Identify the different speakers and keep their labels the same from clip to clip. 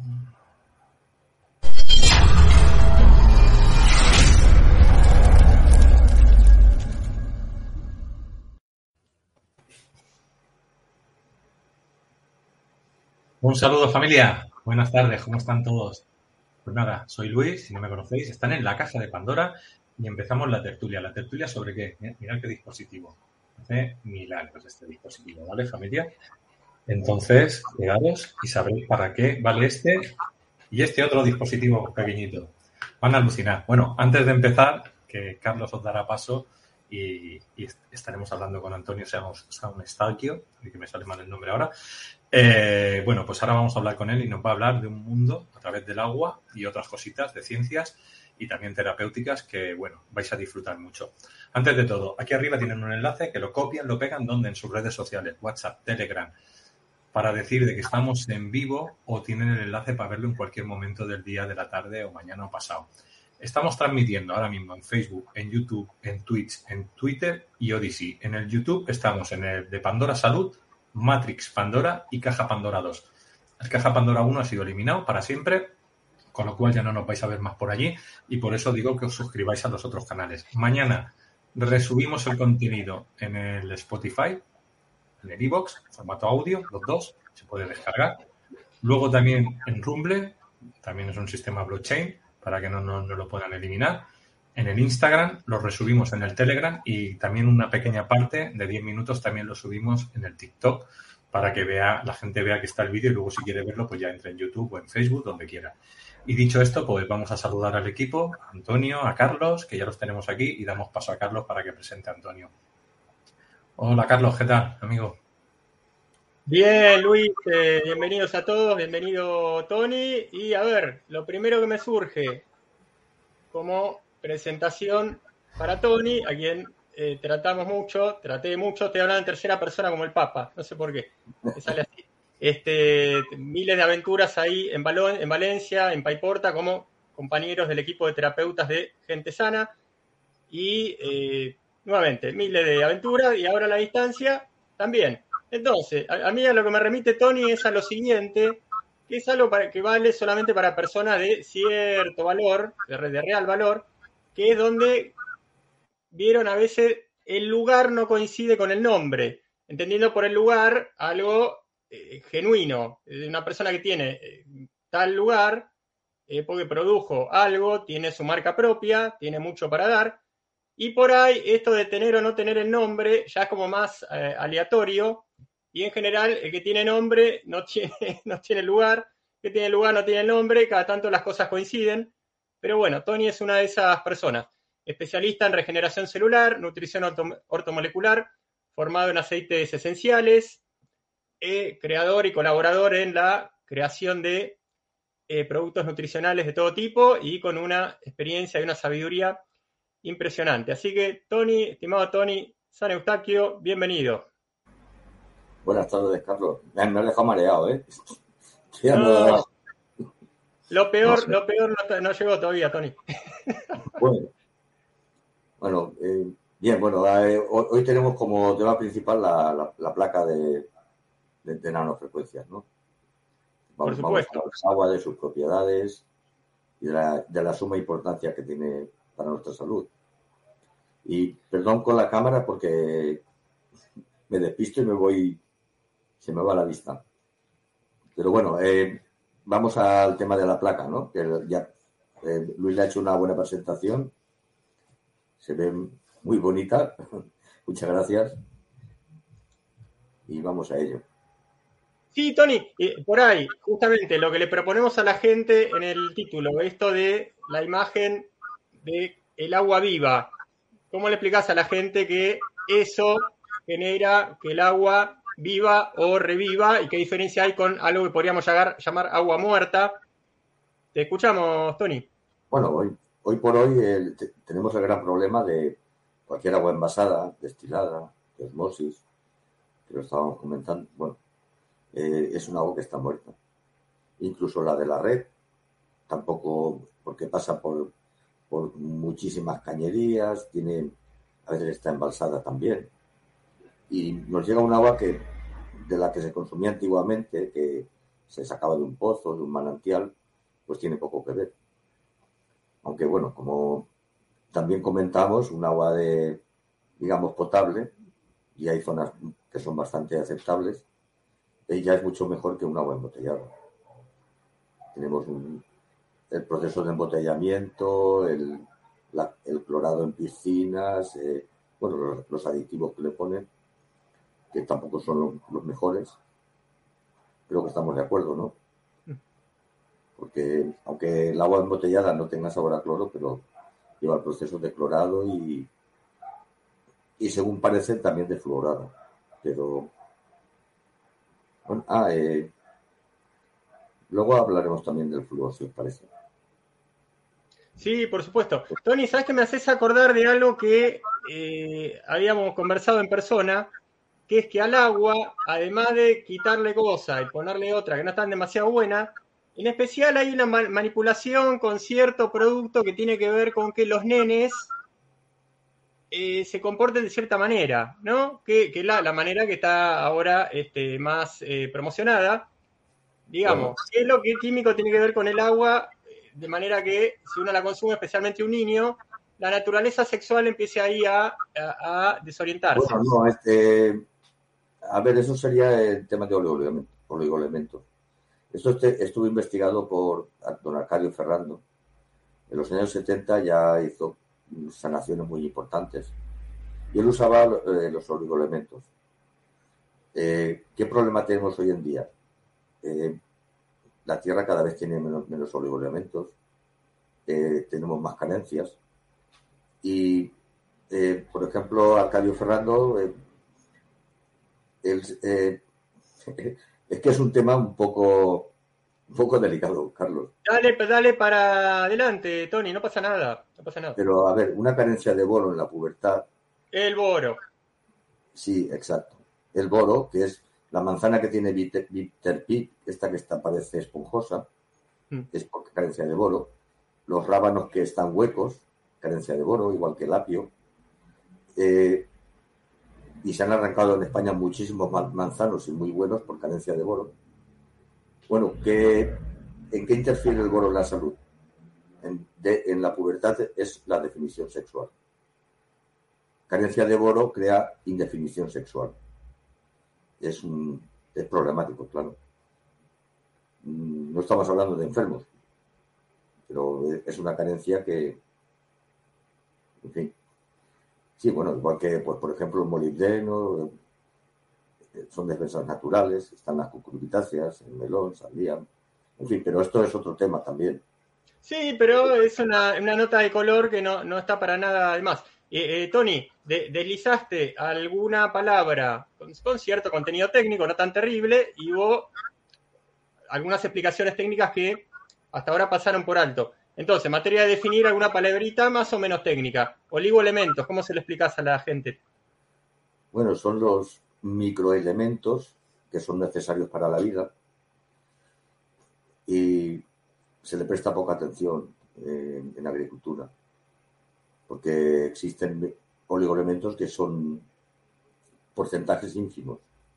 Speaker 1: Un saludo, familia. Buenas tardes, ¿cómo están todos? Pues nada, soy Luis, si no me conocéis, están en la caja de Pandora y empezamos la tertulia. ¿La tertulia sobre qué? Mirad qué dispositivo. Hace milagros este dispositivo, ¿vale, familia? Entonces, quedaros y sabréis para qué vale este y este otro dispositivo pequeñito. Van a alucinar. Bueno, antes de empezar, que Carlos os dará paso y estaremos hablando con Antonio Saunestalkio, que me sale mal el nombre ahora. Bueno, pues ahora vamos a hablar con él y nos va a hablar de un mundo a través del agua y otras cositas de ciencias y también terapéuticas que, bueno, vais a disfrutar mucho. Antes de todo, aquí arriba tienen un enlace que lo copian, lo pegan, ¿dónde? En sus redes sociales, WhatsApp, Telegram, para decir de que estamos en vivo o tienen el enlace para verlo en cualquier momento del día, de la tarde o mañana o pasado. Estamos transmitiendo ahora mismo en Facebook, en YouTube, en Twitch, en Twitter y Odyssey. En el YouTube estamos en el de Pandora Salud, Matrix Pandora y Caja Pandora 2. El Caja Pandora 1 ha sido eliminado para siempre, con lo cual ya no nos vais a ver más por allí y por eso digo que os suscribáis a los otros canales. Mañana resubimos el contenido en el Spotify, en el iVoox, formato audio, los dos, se puede descargar. Luego también en Rumble, también es un sistema blockchain para que no lo puedan eliminar. En el Instagram, lo resubimos en el Telegram y también una pequeña parte de 10 minutos también lo subimos en el TikTok para que la gente vea que está el vídeo y luego si quiere verlo pues ya entre en YouTube o en Facebook, donde quiera. Y dicho esto, pues vamos a saludar al equipo, a Antonio, a Carlos, que ya los tenemos aquí y damos paso a Carlos para que presente a Antonio. Hola Carlos, ¿qué tal, amigo?
Speaker 2: Bien, Luis, bienvenidos a todos, bienvenido Tony. Y a ver, lo primero que me surge como presentación para Tony, a quien traté mucho, estoy hablando en tercera persona como el Papa, no sé por qué, me sale así. Miles de aventuras ahí en Valencia, en Paiporta, como compañeros del equipo de terapeutas de Gente Sana. Y nuevamente, miles de aventuras y ahora a la distancia también. Entonces, a mí a lo que me remite Tony es a lo siguiente, que es algo que vale solamente para personas de cierto valor, de real valor, que es donde vieron a veces el lugar no coincide con el nombre, entendiendo por el lugar algo genuino, de una persona que tiene tal lugar, porque produjo algo, tiene su marca propia, tiene mucho para dar, y por ahí esto de tener o no tener el nombre ya es como más aleatorio, y en general el que tiene nombre no tiene lugar, que tiene lugar no tiene nombre, cada tanto las cosas coinciden, pero bueno, Tony es una de esas personas, especialista en regeneración celular, nutrición ortomolecular, formado en aceites esenciales, creador y colaborador en la creación de productos nutricionales de todo tipo y con una experiencia y una sabiduría impresionante. Así que, Tony, estimado Tony San Eustaquio, bienvenido.
Speaker 3: Buenas tardes, Carlos. Me has dejado mareado, ¿eh?
Speaker 2: No, lo peor no llegó todavía, Tony.
Speaker 3: Bueno, bien, bueno, hoy tenemos como tema principal la placa de nanofrecuencias, ¿no?
Speaker 2: Por supuesto.
Speaker 3: Vamos a hablar de agua, de sus propiedades y de la suma importancia que tiene para nuestra salud. Y perdón con la cámara porque me despisto y se me va la vista. Pero bueno, vamos al tema de la placa, ¿no? Que ya Luis le ha hecho una buena presentación. Se ve muy bonita. Muchas gracias. Y vamos a ello.
Speaker 2: Sí, Tony, por ahí, justamente lo que le proponemos a la gente en el título, esto de la imagen de el agua viva. ¿Cómo le explicás a la gente que eso genera que el agua viva o reviva y qué diferencia hay con algo que podríamos llamar agua muerta? Te escuchamos, Tony.
Speaker 3: Bueno, hoy por hoy tenemos el gran problema de cualquier agua envasada, destilada, de osmosis, que lo estábamos comentando. Bueno, es un agua que está muerta. Incluso la de la red, tampoco, porque pasa por muchísimas cañerías, a veces está embalsada también. Y nos llega un agua de la que se consumía antiguamente, que se sacaba de un pozo, de un manantial, pues tiene poco que ver. Aunque bueno, como también comentamos, un agua digamos, potable, y hay zonas que son bastante aceptables, ya es mucho mejor que un agua embotellada. Tenemos el proceso de embotellamiento, el clorado en piscinas, bueno, los aditivos que le ponen, que tampoco son los mejores. Creo que estamos de acuerdo, ¿no? Porque aunque el agua embotellada no tenga sabor a cloro, pero lleva el proceso de clorado y según parece también de fluorado. Pero bueno, luego hablaremos también del flúor, si os parece.
Speaker 2: Sí, por supuesto. Tony, ¿sabes que me haces acordar de algo que habíamos conversado en persona? Que es que al agua, además de quitarle cosas y ponerle otra que no están demasiado buenas, en especial hay una manipulación con cierto producto que tiene que ver con que los nenes se comporten de cierta manera, ¿no? Que es la manera que está ahora más promocionada. Digamos,
Speaker 3: Bueno,
Speaker 2: ¿qué es lo que el químico tiene que ver con el agua? De manera que si uno la consume, especialmente un niño, la naturaleza sexual empiece ahí a desorientarse.
Speaker 3: bueno, no, a ver, eso sería el tema de oligoelementos. Esto estuvo investigado por don Arcadio Ferrando. En los años 70 ya hizo sanaciones muy importantes. Y él usaba los oligoelementos. ¿Qué problema tenemos hoy en día? La Tierra cada vez tiene menos oligoelementos. Tenemos más carencias. Y, por ejemplo, Arcadio Ferrando, es que es un tema un poco delicado, Carlos.
Speaker 2: Dale para adelante, Tony, no pasa nada.
Speaker 3: Pero, a ver, una carencia de boro en la pubertad.
Speaker 2: El boro.
Speaker 3: Sí, exacto. El boro, que es la manzana que tiene bitter pit, esta que parece esponjosa, es porque carencia de boro. Los rábanos que están huecos, carencia de boro, igual que el apio. Y se han arrancado en España muchísimos manzanos y muy buenos por carencia de boro. Bueno, ¿en qué interfiere el boro en la salud? En la pubertad es la definición sexual. Carencia de boro crea indefinición sexual. Es problemático, claro. No estamos hablando de enfermos, pero es una carencia que, en fin. Sí, bueno, igual que, pues, por ejemplo, el molibdeno, son defensas naturales, están las cucurbitáceas, el melón, sandía, en fin, pero esto es otro tema también.
Speaker 2: Sí, pero es una nota de color que no está para nada de más. Tony, deslizaste alguna palabra con cierto contenido técnico, no tan terrible, y hubo algunas explicaciones técnicas que hasta ahora pasaron por alto. Entonces, en materia de definir alguna palabrita más o menos técnica. Oligoelementos, ¿cómo se le explicas a la gente?
Speaker 3: Bueno, son los microelementos que son necesarios para la vida y se le presta poca atención en agricultura, porque existen oligoelementos que son porcentajes ínfimos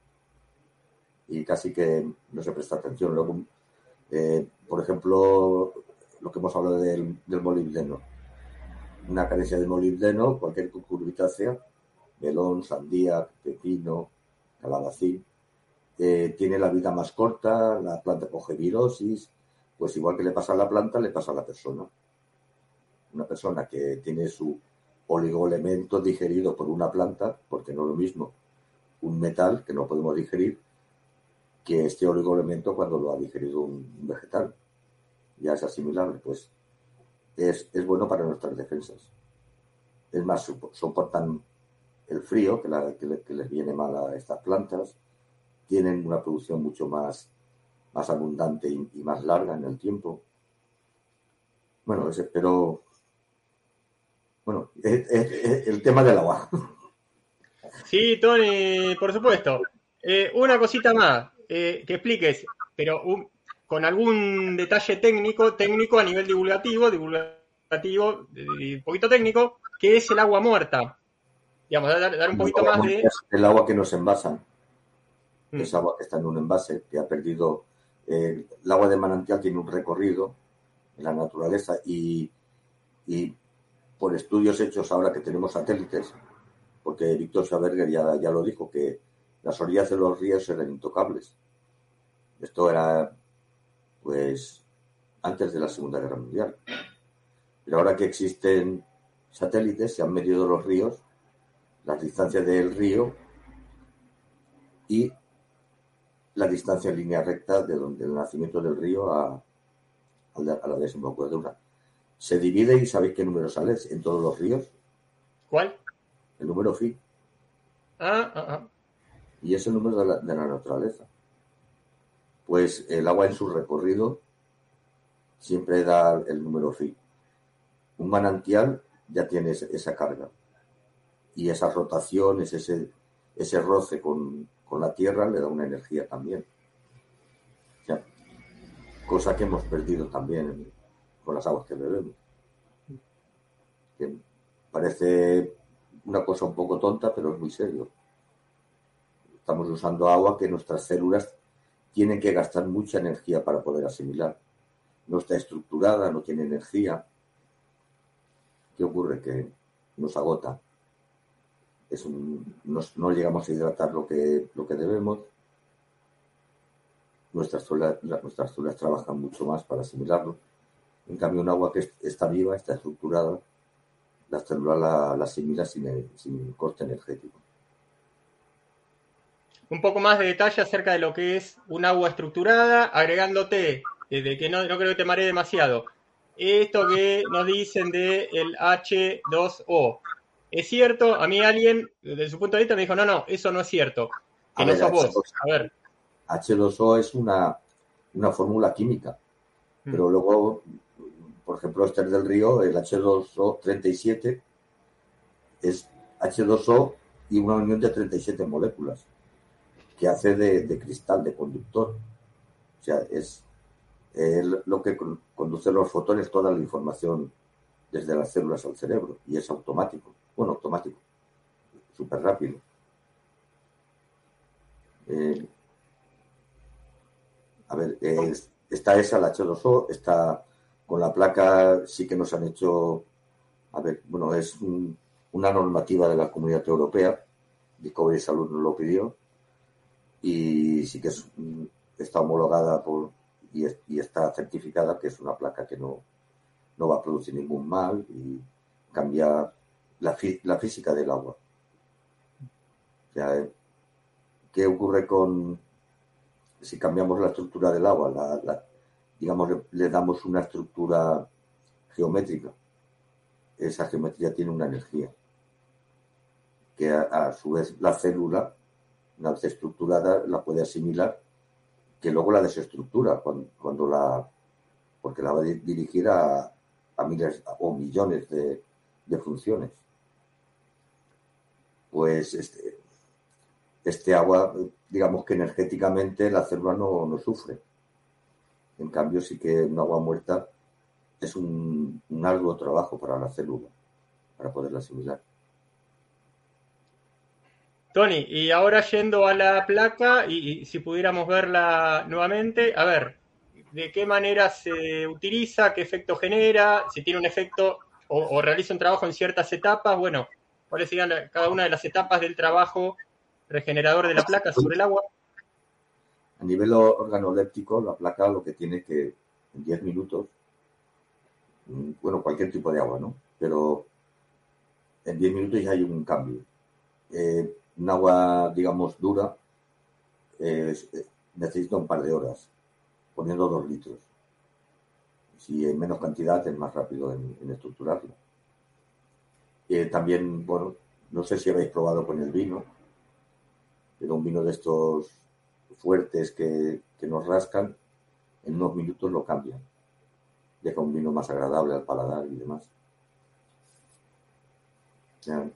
Speaker 3: y casi que no se presta atención. Luego, por ejemplo, lo que hemos hablado del molibdeno. Una carencia de molibdeno, cualquier cucurbitácea, melón, sandía, pepino, calabacín, tiene la vida más corta, la planta coge virosis, pues igual que le pasa a la planta, le pasa a la persona. Una persona que tiene su oligoelemento digerido por una planta, porque no es lo mismo un metal que no podemos digerir que este oligoelemento cuando lo ha digerido un vegetal. Ya es asimilable, pues es bueno para nuestras defensas. Es más, soportan el frío que les viene mal a estas plantas, tienen una producción mucho más abundante y más larga en el tiempo. Bueno, pero bueno, el tema del agua.
Speaker 2: Sí, Tony, por supuesto. Una cosita más, que expliques, pero con algún detalle técnico a nivel divulgativo, un poquito técnico, que es el agua muerta. Digamos, dar un poquito más de...
Speaker 3: El agua que nos envasan. Es agua que está en un envase, que ha perdido El agua de manantial tiene un recorrido en la naturaleza y por estudios hechos ahora que tenemos satélites, porque Víctor Schaberger ya lo dijo, que las orillas de los ríos eran intocables. Esto era, pues, antes de la Segunda Guerra Mundial. Pero ahora que existen satélites, se han medido los ríos, las distancias del río y la distancia en línea recta de donde el nacimiento del río a la desembocadura. Se divide y ¿sabéis qué número sale en todos los ríos?
Speaker 2: ¿Cuál?
Speaker 3: El número phi. Y es el número de la naturaleza. Pues el agua en su recorrido siempre da el número phi. Un manantial ya tiene esa carga. Y esa rotación, ese roce con la tierra le da una energía también. O sea, cosa que hemos perdido también con las aguas que bebemos. Que parece una cosa un poco tonta, pero es muy serio. Estamos usando agua que nuestras células tienen que gastar mucha energía para poder asimilar. No está estructurada, no tiene energía. ¿Qué ocurre? Que nos agota. No llegamos a hidratar lo que debemos. Nuestras células trabajan mucho más para asimilarlo. En cambio, un agua que está viva, está estructurada, la célula la asimila sin coste energético.
Speaker 2: Un poco más de detalle acerca de lo que es un agua estructurada, agregándote, de que no creo que te maree demasiado, esto que nos dicen de el H2O. ¿Es cierto? A mí alguien, desde su punto de vista, me dijo, no, eso no es cierto, que no sos vos. A ver.
Speaker 3: H2O es una fórmula química, pero luego, por ejemplo, Esther del Río, el H2O 37 es H2O y una unión de 37 moléculas que hace de cristal, de conductor. O sea, es lo que conduce los fotones, toda la información desde las células al cerebro, y es automático. Bueno, automático, súper rápido. Está esa, la H2O, está con la placa, sí que nos han hecho, es una normativa de la Comunidad Europea, Discovery Salud nos lo pidió, y sí que está homologada y está certificada que es una placa que no va a producir ningún mal y cambia la física del agua. O sea, ¿qué ocurre si cambiamos la estructura del agua? Digamos, le damos una estructura geométrica. Esa geometría tiene una energía que a su vez la célula, una vez estructurada, la puede asimilar, que luego la desestructura porque la va a dirigir a miles o millones de funciones. Pues este agua, digamos que energéticamente la célula no sufre. En cambio, sí que un agua muerta es un arduo trabajo para la célula, para poderla asimilar.
Speaker 2: Tony, y ahora yendo a la placa, y si pudiéramos verla nuevamente, a ver, ¿de qué manera se utiliza? ¿Qué efecto genera? Si tiene un efecto o realiza un trabajo en ciertas etapas, bueno, ¿cuáles serían cada una de las etapas del trabajo regenerador de la placa sobre el agua?
Speaker 3: A nivel organoléptico, la placa lo que tiene que en 10 minutos, bueno, cualquier tipo de agua, ¿no? Pero en 10 minutos ya hay un cambio. Un agua, digamos, dura, necesita un par de horas, poniendo 2 litros. Si en menos cantidad es más rápido en estructurarla. También, bueno, no sé si habéis probado con el vino, pero un vino de estos fuertes que nos rascan, en unos minutos lo cambian. Deja un vino más agradable al paladar y demás. Ya.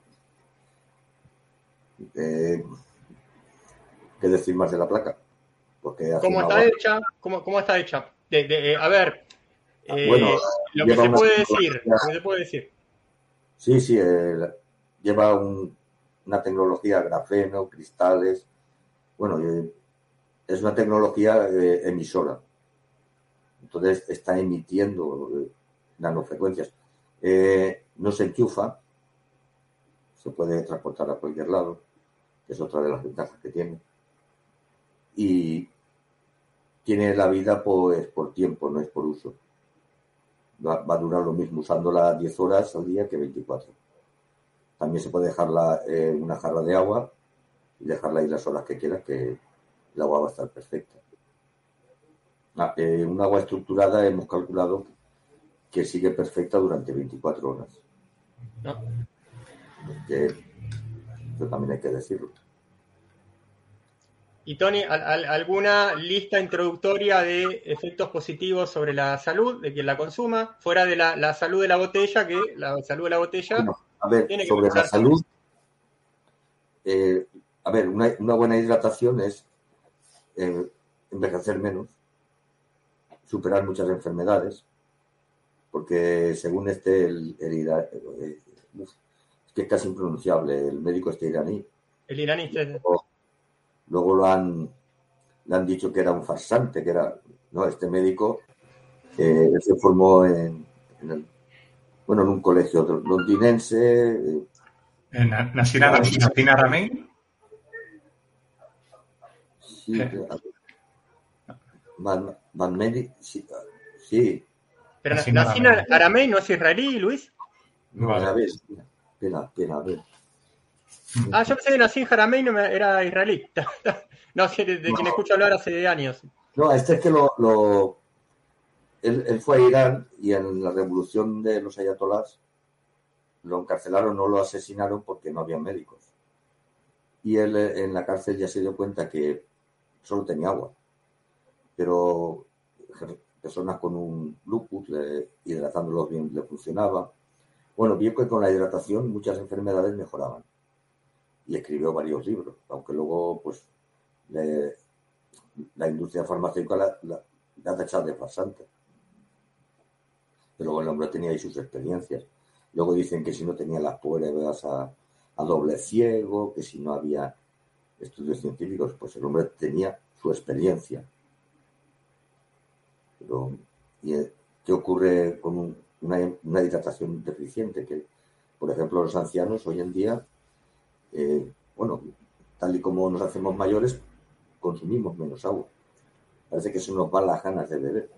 Speaker 3: ¿Qué decir más de la placa? Porque
Speaker 2: ¿Cómo está hecha? ¿Cómo está hecha? A ver,
Speaker 3: bueno,
Speaker 2: lo que se puede decir.
Speaker 3: Sí, lleva una tecnología grafeno, cristales, bueno, es una tecnología emisora. Entonces está emitiendo nanofrecuencias. No se enchufa, se puede transportar a cualquier lado, que es otra de las ventajas que tiene. Y tiene la vida pues por tiempo, no es por uso. Va a durar lo mismo usándola 10 horas al día que 24. También se puede dejarla en una jarra de agua y dejarla ahí las horas que quieras, que el agua va a estar perfecta. Un agua estructurada hemos calculado que sigue perfecta durante 24 horas.
Speaker 2: ¿No?
Speaker 3: Que eso también hay que decirlo.
Speaker 2: Y Tony, ¿alguna lista introductoria de efectos positivos sobre la salud de quien la consuma? Fuera de la salud de la botella, que la salud de la botella
Speaker 3: Bueno, a ver,
Speaker 2: tiene que
Speaker 3: sobre la
Speaker 2: pensarse.
Speaker 3: salud, a ver, una buena hidratación es envejecer menos, superar muchas enfermedades, porque según es que es casi impronunciable, el médico iraní.
Speaker 2: El iraní.
Speaker 3: Luego le han dicho que era un farsante, que era, no, este médico se formó en un colegio londinense.
Speaker 1: ¿Nassim Haramein?
Speaker 3: Sí, Van Medi, sí.
Speaker 2: Pero Nassim Haramein no es israelí, Luis.
Speaker 3: No, vale. A ver, espera, a ver.
Speaker 2: Yo pensé que Nassim Haramein era israelí. No, de quien escucho hablar hace años.
Speaker 3: No, este es que él fue a Irán y en la revolución de los ayatolás lo encarcelaron, no lo asesinaron porque no había médicos. Y él en la cárcel ya se dio cuenta que solo tenía agua. Pero personas con un lupus, hidratándolos bien, le funcionaba. Bueno, vio que con la hidratación muchas enfermedades mejoraban. Y escribió varios libros, aunque luego pues la industria farmacéutica la ha tachado de farsante. Pero el hombre tenía ahí sus experiencias. Luego dicen que si no tenía las pruebas a doble ciego, que si no había estudios científicos, pues el hombre tenía su experiencia. Pero ¿qué ocurre con una hidratación deficiente? Que, por ejemplo, los ancianos hoy en día, tal y como nos hacemos mayores, consumimos menos agua. Parece que se nos van las ganas de beber.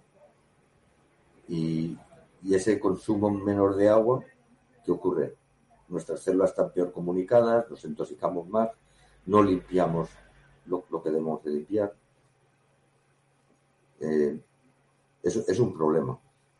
Speaker 3: Y ese consumo menor de agua, ¿qué ocurre? Nuestras células están peor comunicadas, nos intoxicamos más, no limpiamos lo que debemos de limpiar. Eso es un problema.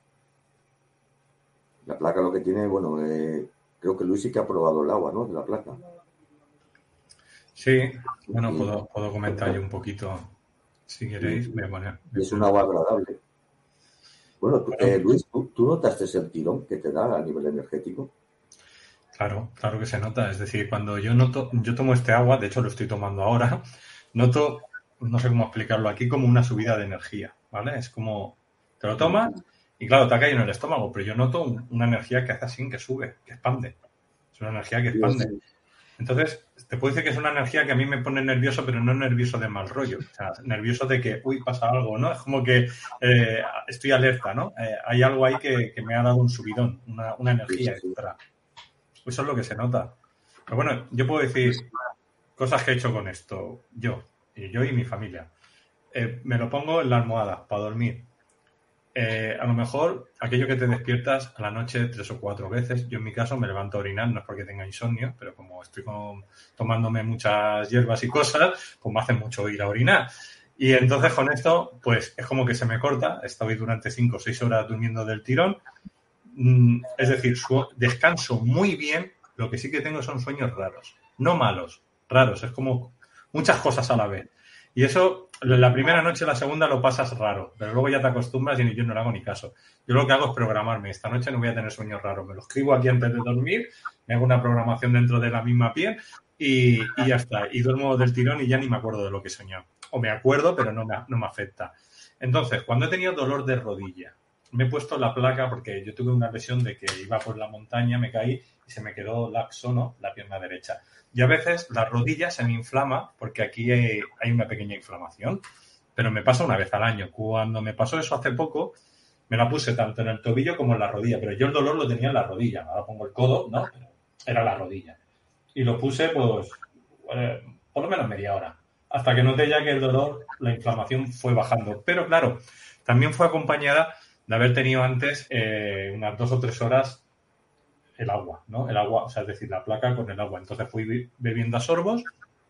Speaker 3: La placa lo que tiene, creo que Luis sí que ha probado el agua, ¿no? De la placa.
Speaker 1: Sí, bueno, puedo comentar yo un poquito, si queréis.
Speaker 3: Es un agua agradable. Bueno, Luis, ¿tú notaste el tirón que te da a nivel energético?
Speaker 1: Claro que se nota. Es decir, cuando yo tomo este agua, de hecho lo estoy tomando ahora, noto, no sé cómo explicarlo aquí, como una subida de energía, ¿vale? Es como, te lo tomas y claro, te ha caído en el estómago, pero yo noto una energía que hace así, que sube, que expande. Es una energía que expande. Sí. Entonces, te puedo decir que es una energía que a mí me pone nervioso, pero no nervioso de mal rollo. O sea, nervioso de que, pasa algo, ¿no? Es como que estoy alerta, ¿no? Hay algo ahí que me ha dado un subidón, una energía extra. Eso es lo que se nota. Pero bueno, yo puedo decir cosas que he hecho con esto, yo y mi familia. Me lo pongo en la almohada para dormir. A lo mejor aquello que te despiertas a la noche 3 o 4 veces. Yo en mi caso me levanto a orinar, no es porque tenga insomnio, pero como estoy tomándome muchas hierbas y cosas, pues me hace mucho ir a orinar. Y entonces con esto, pues es como que se me corta. Estoy durante 5 o 6 horas durmiendo del tirón. Es decir, descanso muy bien. Lo que sí que tengo son sueños raros. No malos, raros. Es como muchas cosas a la vez. Y eso, la primera noche, la segunda lo pasas raro, pero luego ya te acostumbras y yo no le hago ni caso. Yo lo que hago es programarme. Esta noche no voy a tener sueños raros. Me lo escribo aquí antes de dormir, me hago una programación dentro de la misma piel y ya está. Y duermo del tirón y ya ni me acuerdo de lo que he soñado. O me acuerdo, pero no me afecta. Entonces, cuando he tenido dolor de rodilla, me he puesto la placa porque yo tuve una lesión de que iba por la montaña, me caí y se me quedó laxo, ¿no? La pierna derecha. Y a veces la rodilla se me inflama porque aquí hay una pequeña inflamación, pero me pasa una vez al año. Cuando me pasó eso hace poco, me la puse tanto en el tobillo como en la rodilla, pero yo el dolor lo tenía en la rodilla. Ahora pongo el codo, ¿no? Pero era la rodilla. Y lo puse, pues, por lo menos media hora, hasta que noté ya que el dolor, la inflamación fue bajando. Pero claro, también fue acompañada de haber tenido antes unas 2 o 3 horas el agua, ¿no? El agua, o sea, es decir, la placa con el agua. Entonces fui bebiendo a sorbos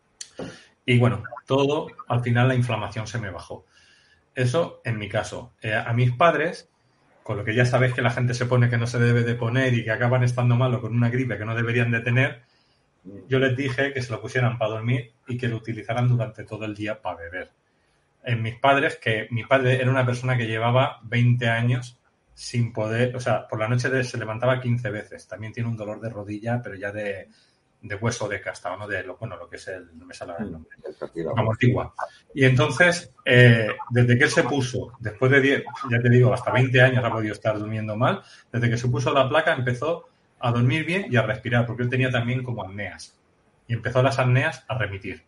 Speaker 1: y bueno, todo, al final la inflamación se me bajó. Eso en mi caso. A mis padres, con lo que ya sabéis que la gente se pone que no se debe de poner y que acaban estando mal o con una gripe que no deberían de tener, yo les dije que se lo pusieran para dormir y que lo utilizaran durante todo el día para beber. En mis padres, que mi padre era una persona que llevaba 20 años sin poder, o sea, por la noche se levantaba 15 veces. También tiene un dolor de rodilla, pero ya de hueso de casta, ¿no? De lo que es no me sale el nombre. Amortigua. Y entonces, desde que él se puso, después de 10, ya te digo, hasta 20 años ha podido estar durmiendo mal, desde que se puso la placa empezó a dormir bien y a respirar, porque él tenía también como apneas. Y empezó las apneas a remitir.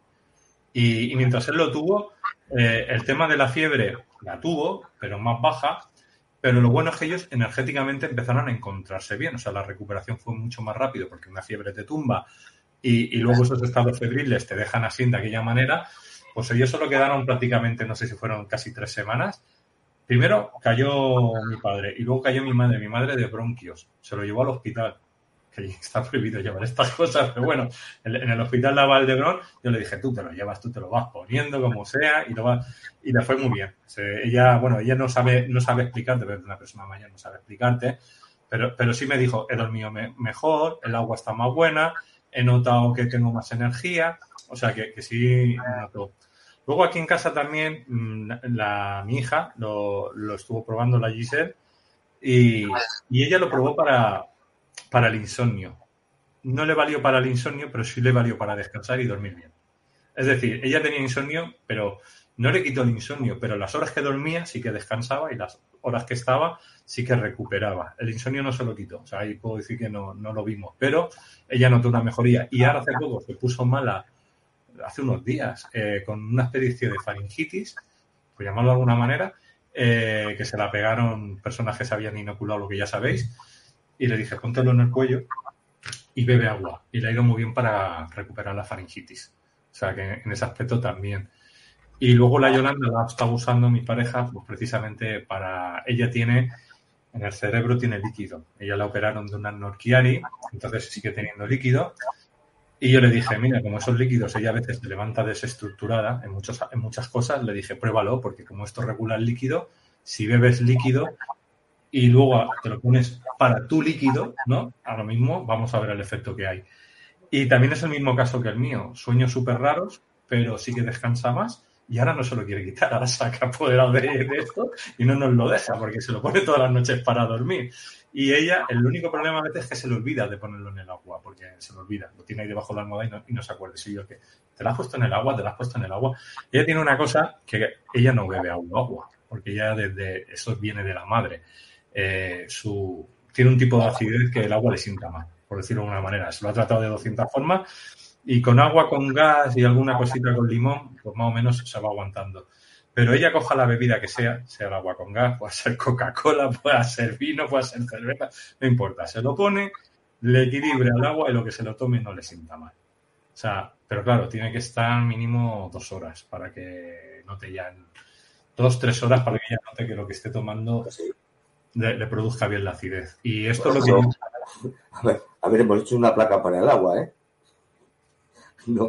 Speaker 1: Y mientras él lo tuvo, el tema de la fiebre la tuvo, pero más baja. Pero lo bueno es que ellos energéticamente empezaron a encontrarse bien. O sea, la recuperación fue mucho más rápido porque una fiebre te tumba y luego esos estados febriles te dejan así de aquella manera. Pues ellos solo quedaron prácticamente, no sé si fueron casi 3 semanas. Primero cayó mi padre y luego cayó mi madre de bronquios. Se lo llevó al hospital. Que está prohibido llevar estas cosas, pero bueno, en el hospital de Valdebrón yo le dije, tú te lo llevas, tú te lo vas poniendo como sea y le fue muy bien. Ella no sabe explicarte, pero es una persona mayor, no sabe explicarte, pero sí me dijo, he dormido mejor, el agua está más buena, he notado que tengo más energía, o sea que sí noto. Luego aquí en casa también mi hija lo estuvo probando, la Giselle, y ella lo probó para el insomnio. No le valió para el insomnio, pero sí le valió para descansar y dormir bien. Es decir, ella tenía insomnio, pero no le quitó el insomnio, pero las horas que dormía sí que descansaba y las horas que estaba sí que recuperaba. El insomnio no se lo quitó, o sea, ahí puedo decir que no lo vimos, pero ella notó una mejoría. Y ahora hace poco se puso mala, hace unos días, con una especie de faringitis, por llamarlo de alguna manera, que se la pegaron personas que se habían inoculado, lo que ya sabéis, y le dije, póntelo en el cuello y bebe agua. Y le ha ido muy bien para recuperar la faringitis. O sea, que en ese aspecto también. Y luego la Yolanda la está usando mi pareja, pues precisamente para... Ella tiene, en el cerebro tiene líquido. Ella la operaron de una Norchiari, entonces sigue teniendo líquido. Y yo le dije, mira, como esos líquidos ella a veces se levanta desestructurada en muchas cosas, le dije, pruébalo, porque como esto regula el líquido, si bebes líquido y luego te lo pones para tu líquido, ¿no? A lo mismo, vamos a ver el efecto que hay. Y también es el mismo caso que el mío. Sueños súper raros, pero sí que descansa más. Y ahora no se lo quiere quitar. Ahora se ha apoderado de esto y no nos lo deja porque se lo pone todas las noches para dormir. Y ella, el único problema a veces es que se le olvida de ponerlo en el agua, porque se le olvida. Lo tiene ahí debajo de la almohada y no se acuerda. Si yo que te la has puesto en el agua, te la has puesto en el agua. Ella tiene una cosa que ella no bebe agua, porque ella eso viene de la madre. Tiene un tipo de acidez que el agua le sienta mal, por decirlo de alguna manera. Se lo ha tratado de 200 formas y con agua, con gas y alguna cosita con limón, pues más o menos se va aguantando. Pero ella coja la bebida que sea el agua con gas, puede ser Coca-Cola, puede ser vino, puede ser cerveza, no importa. Se lo pone, le equilibra el agua y lo que se lo tome no le sienta mal. O sea, pero claro, tiene que estar mínimo 2 horas para que note ya 2-3 horas para que ella note que lo que esté tomando le produzca bien la acidez. Y esto es lo que...
Speaker 3: A ver, hemos hecho una placa para el agua, ¿eh? No.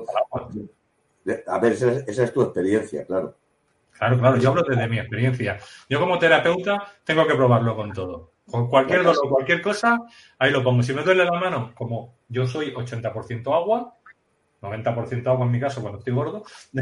Speaker 3: A ver, esa es tu experiencia, claro.
Speaker 1: Claro, yo hablo desde mi experiencia. Yo como terapeuta tengo que probarlo con todo. Con cualquier dolor, cualquier cosa, ahí lo pongo. Si me duele la mano, como yo soy 80% agua, 90% agua en mi caso cuando estoy gordo.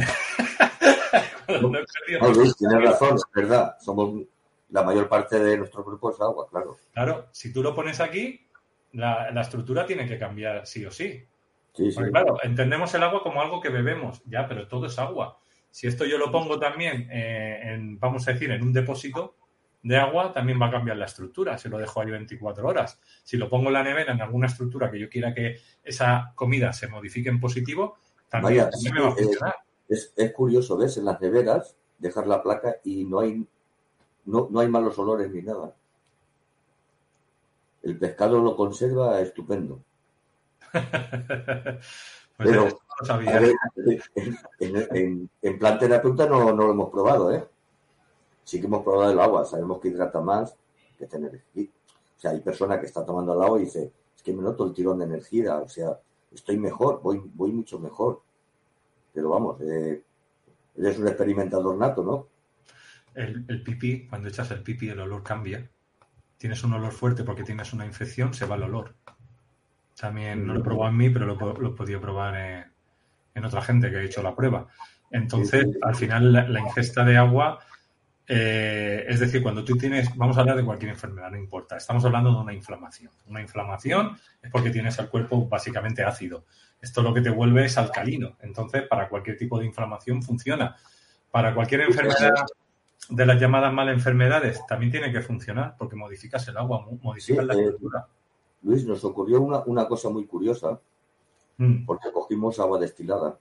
Speaker 3: Luis, tienes razón, es verdad. La mayor parte de nuestro grupo es agua, claro.
Speaker 1: Claro, si tú lo pones aquí, la estructura tiene que cambiar sí o sí.
Speaker 3: Sí.
Speaker 1: Porque claro, entendemos el agua como algo que bebemos, ya, pero todo es agua. Si esto yo lo pongo también, vamos a decir, en un depósito, de agua, también va a cambiar la estructura. Si lo dejo ahí 24 horas. Si lo pongo en la nevera en alguna estructura que yo quiera que esa comida se modifique en positivo, también me va a funcionar.
Speaker 3: Es curioso, ¿ves? En las neveras dejar la placa y no hay malos olores ni nada. El pescado lo conserva estupendo.
Speaker 1: Pues
Speaker 3: pero,
Speaker 1: no lo sabía.
Speaker 3: A ver, en plan terapeuta no lo hemos probado, ¿eh? Sí que hemos probado el agua, sabemos que hidrata más, que tiene energía. O sea, hay personas que están tomando el agua y dice, es que me noto el tirón de energía, o sea, estoy mejor, voy mucho mejor. Pero vamos, eres un experimentador nato, ¿no?
Speaker 1: El pipí, cuando echas el pipí, el olor cambia. Tienes un olor fuerte porque tienes una infección, se va el olor. También no lo he probado en mí, pero lo he podido probar en otra gente que ha hecho la prueba. Entonces, al final, la ingesta de agua, es decir, cuando tú tienes, vamos a hablar de cualquier enfermedad, no importa, estamos hablando de una inflamación. Una inflamación es porque tienes el cuerpo básicamente ácido. Esto lo que te vuelve es alcalino. Entonces, para cualquier tipo de inflamación funciona. Para cualquier enfermedad de las llamadas malas enfermedades también tiene que funcionar porque modificas el agua, modificas la estructura.
Speaker 3: Luis, nos ocurrió una cosa muy curiosa porque cogimos agua destilada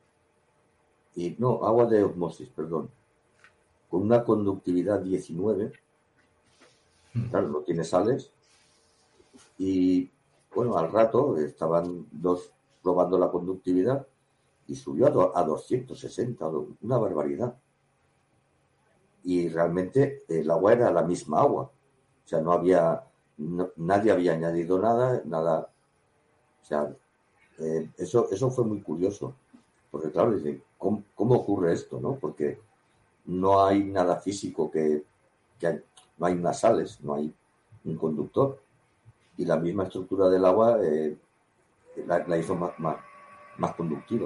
Speaker 3: agua de osmosis, perdón, con una conductividad 19, claro, no tiene sales, y bueno, al rato estaban dos probando la conductividad y subió a 260, una barbaridad. Y realmente el agua era la misma agua, o sea, nadie había añadido nada, o sea, eso fue muy curioso, porque claro, dice, ¿cómo ocurre esto, no? Porque no hay nada físico no hay unas sales, no hay un conductor, y la misma estructura del agua la hizo más conductiva.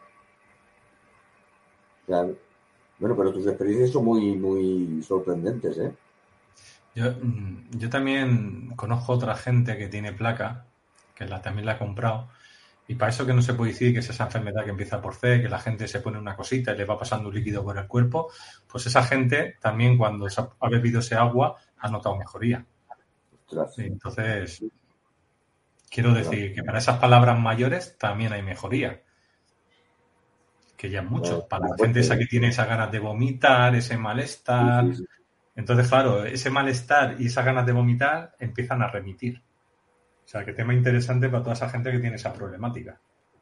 Speaker 3: O sea, bueno, pero tus experiencias son muy, muy sorprendentes, ¿eh?
Speaker 1: Yo también conozco otra gente que tiene placa, que también la ha comprado, y para eso que no se puede decir que es esa enfermedad que empieza por C, que la gente se pone una cosita y le va pasando un líquido por el cuerpo, pues esa gente también cuando ha bebido ese agua ha notado mejoría. Sí, entonces, quiero decir que para esas palabras mayores también hay mejoría. Que ya es mucho. Para la gente esa que tiene esas ganas de vomitar, ese malestar. Sí. Entonces, claro, ese malestar y esas ganas de vomitar empiezan a remitir. O sea, que tema interesante para toda esa gente que tiene esa problemática.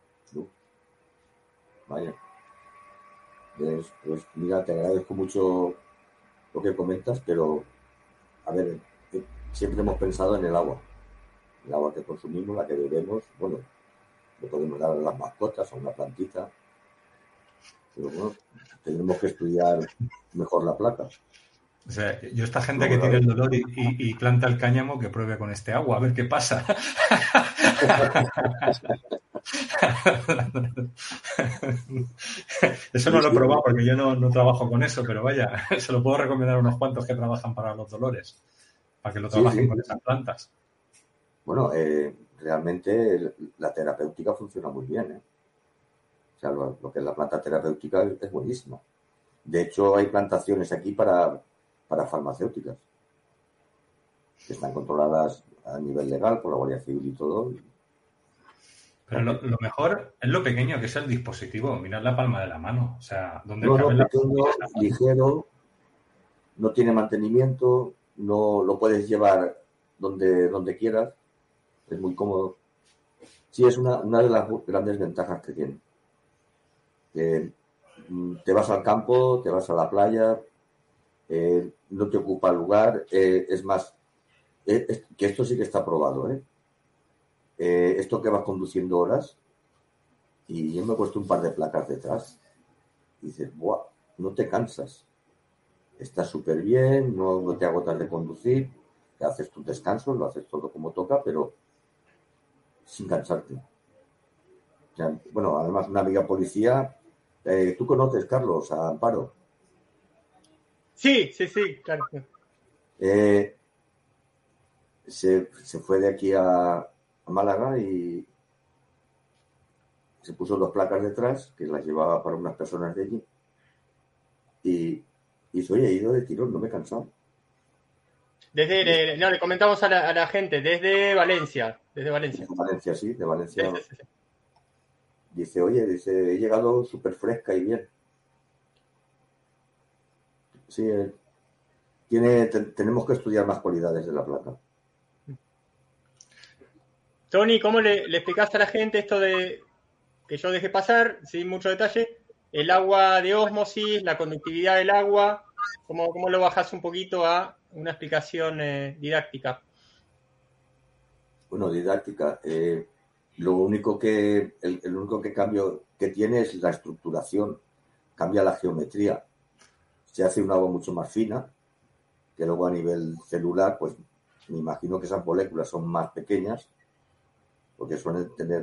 Speaker 3: Vaya. Pues mira, te agradezco mucho lo que comentas, pero a ver, siempre hemos pensado en el agua que consumimos, la que bebemos, bueno, le podemos dar a las mascotas, a una plantita, pero bueno, tenemos que estudiar mejor la placa.
Speaker 1: O sea, yo esta gente que tiene el dolor y planta el cáñamo, que pruebe con este agua, a ver qué pasa. Eso no lo he probado porque yo no trabajo con eso, pero vaya, se lo puedo recomendar a unos cuantos que trabajan para los dolores, para que lo trabajen con esas plantas.
Speaker 3: Bueno, realmente la terapéutica funciona muy bien, ¿eh? O sea, lo que es la planta terapéutica es buenísima. De hecho, hay plantaciones aquí para farmacéuticas que están controladas a nivel legal por la Guardia Civil y todo.
Speaker 1: Pero lo mejor es lo pequeño que es el dispositivo. Mirad la palma de la mano. O sea, donde
Speaker 3: pequeño, ligero, no tiene mantenimiento, no lo puedes llevar donde quieras. Es muy cómodo. Sí, es una de las grandes ventajas que tiene. Te vas al campo, te vas a la playa, no te ocupa lugar. Es más, que esto sí que está probado, ¿eh? Esto que vas conduciendo horas, y yo me he puesto un par de placas detrás, y dices, ¡buah! No te cansas. Estás súper bien, no te agotas de conducir, te haces tus descansos, lo haces todo como toca, pero sin cansarte. O sea, bueno, además una amiga policía, ¿tú conoces, Carlos, a Amparo?
Speaker 2: Sí, claro.
Speaker 3: Se fue de aquí a Málaga y se puso 2 placas detrás, que las llevaba para unas personas de allí, y dice, oye, he ido de tirón, no me he cansado.
Speaker 2: Le comentamos a la gente, desde Valencia.
Speaker 3: De Valencia, sí, de Valencia.
Speaker 2: Sí.
Speaker 3: Dice, oye, he llegado súper fresca y bien. Sí, tenemos que estudiar más cualidades de la plata.
Speaker 2: Tony, ¿cómo le explicaste a la gente esto de que yo dejé pasar, sin mucho detalle, el agua de ósmosis, la conductividad del agua? ¿Cómo lo bajás un poquito a una explicación didáctica?
Speaker 3: Bueno, didáctica. Lo único que el único que cambio que tiene es la estructuración, cambia la geometría. Se hace un agua mucho más fina, que luego a nivel celular, pues me imagino que esas moléculas son más pequeñas, porque suelen tener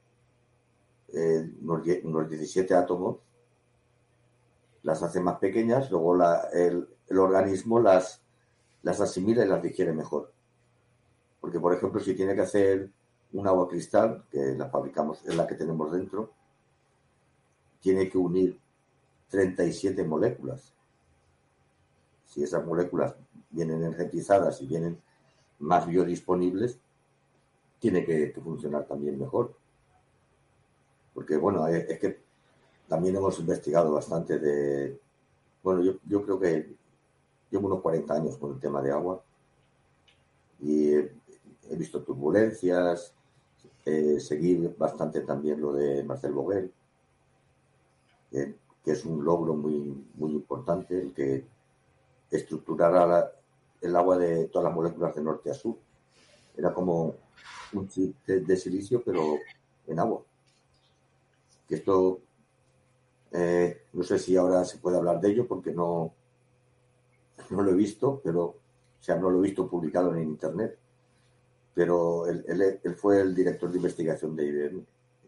Speaker 3: unos 17 átomos, las hace más pequeñas, luego el organismo las asimila y las digiere mejor. Porque, por ejemplo, si tiene que hacer un agua cristal, que la fabricamos, es la que tenemos dentro, tiene que unir 37 moléculas. Si esas moléculas vienen energetizadas y vienen más biodisponibles, tiene que funcionar también mejor. Porque, bueno, es que también hemos investigado bastante de... Bueno, yo creo que llevo unos 40 años con el tema de agua y he visto turbulencias, seguí bastante también lo de Marcel Vogel, que es un logro muy, muy importante, el que estructurara el agua de todas las moléculas de norte a sur. Era como un chip de silicio, pero en agua. Que esto, no sé si ahora se puede hablar de ello porque no lo he visto, pero, o sea, no lo he visto publicado en internet, pero él fue el director de investigación de IBM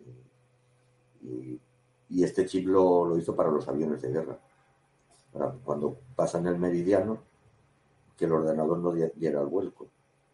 Speaker 3: y este chip lo hizo para los aviones de guerra, para cuando pasan el meridiano, que el ordenador no diera el vuelco.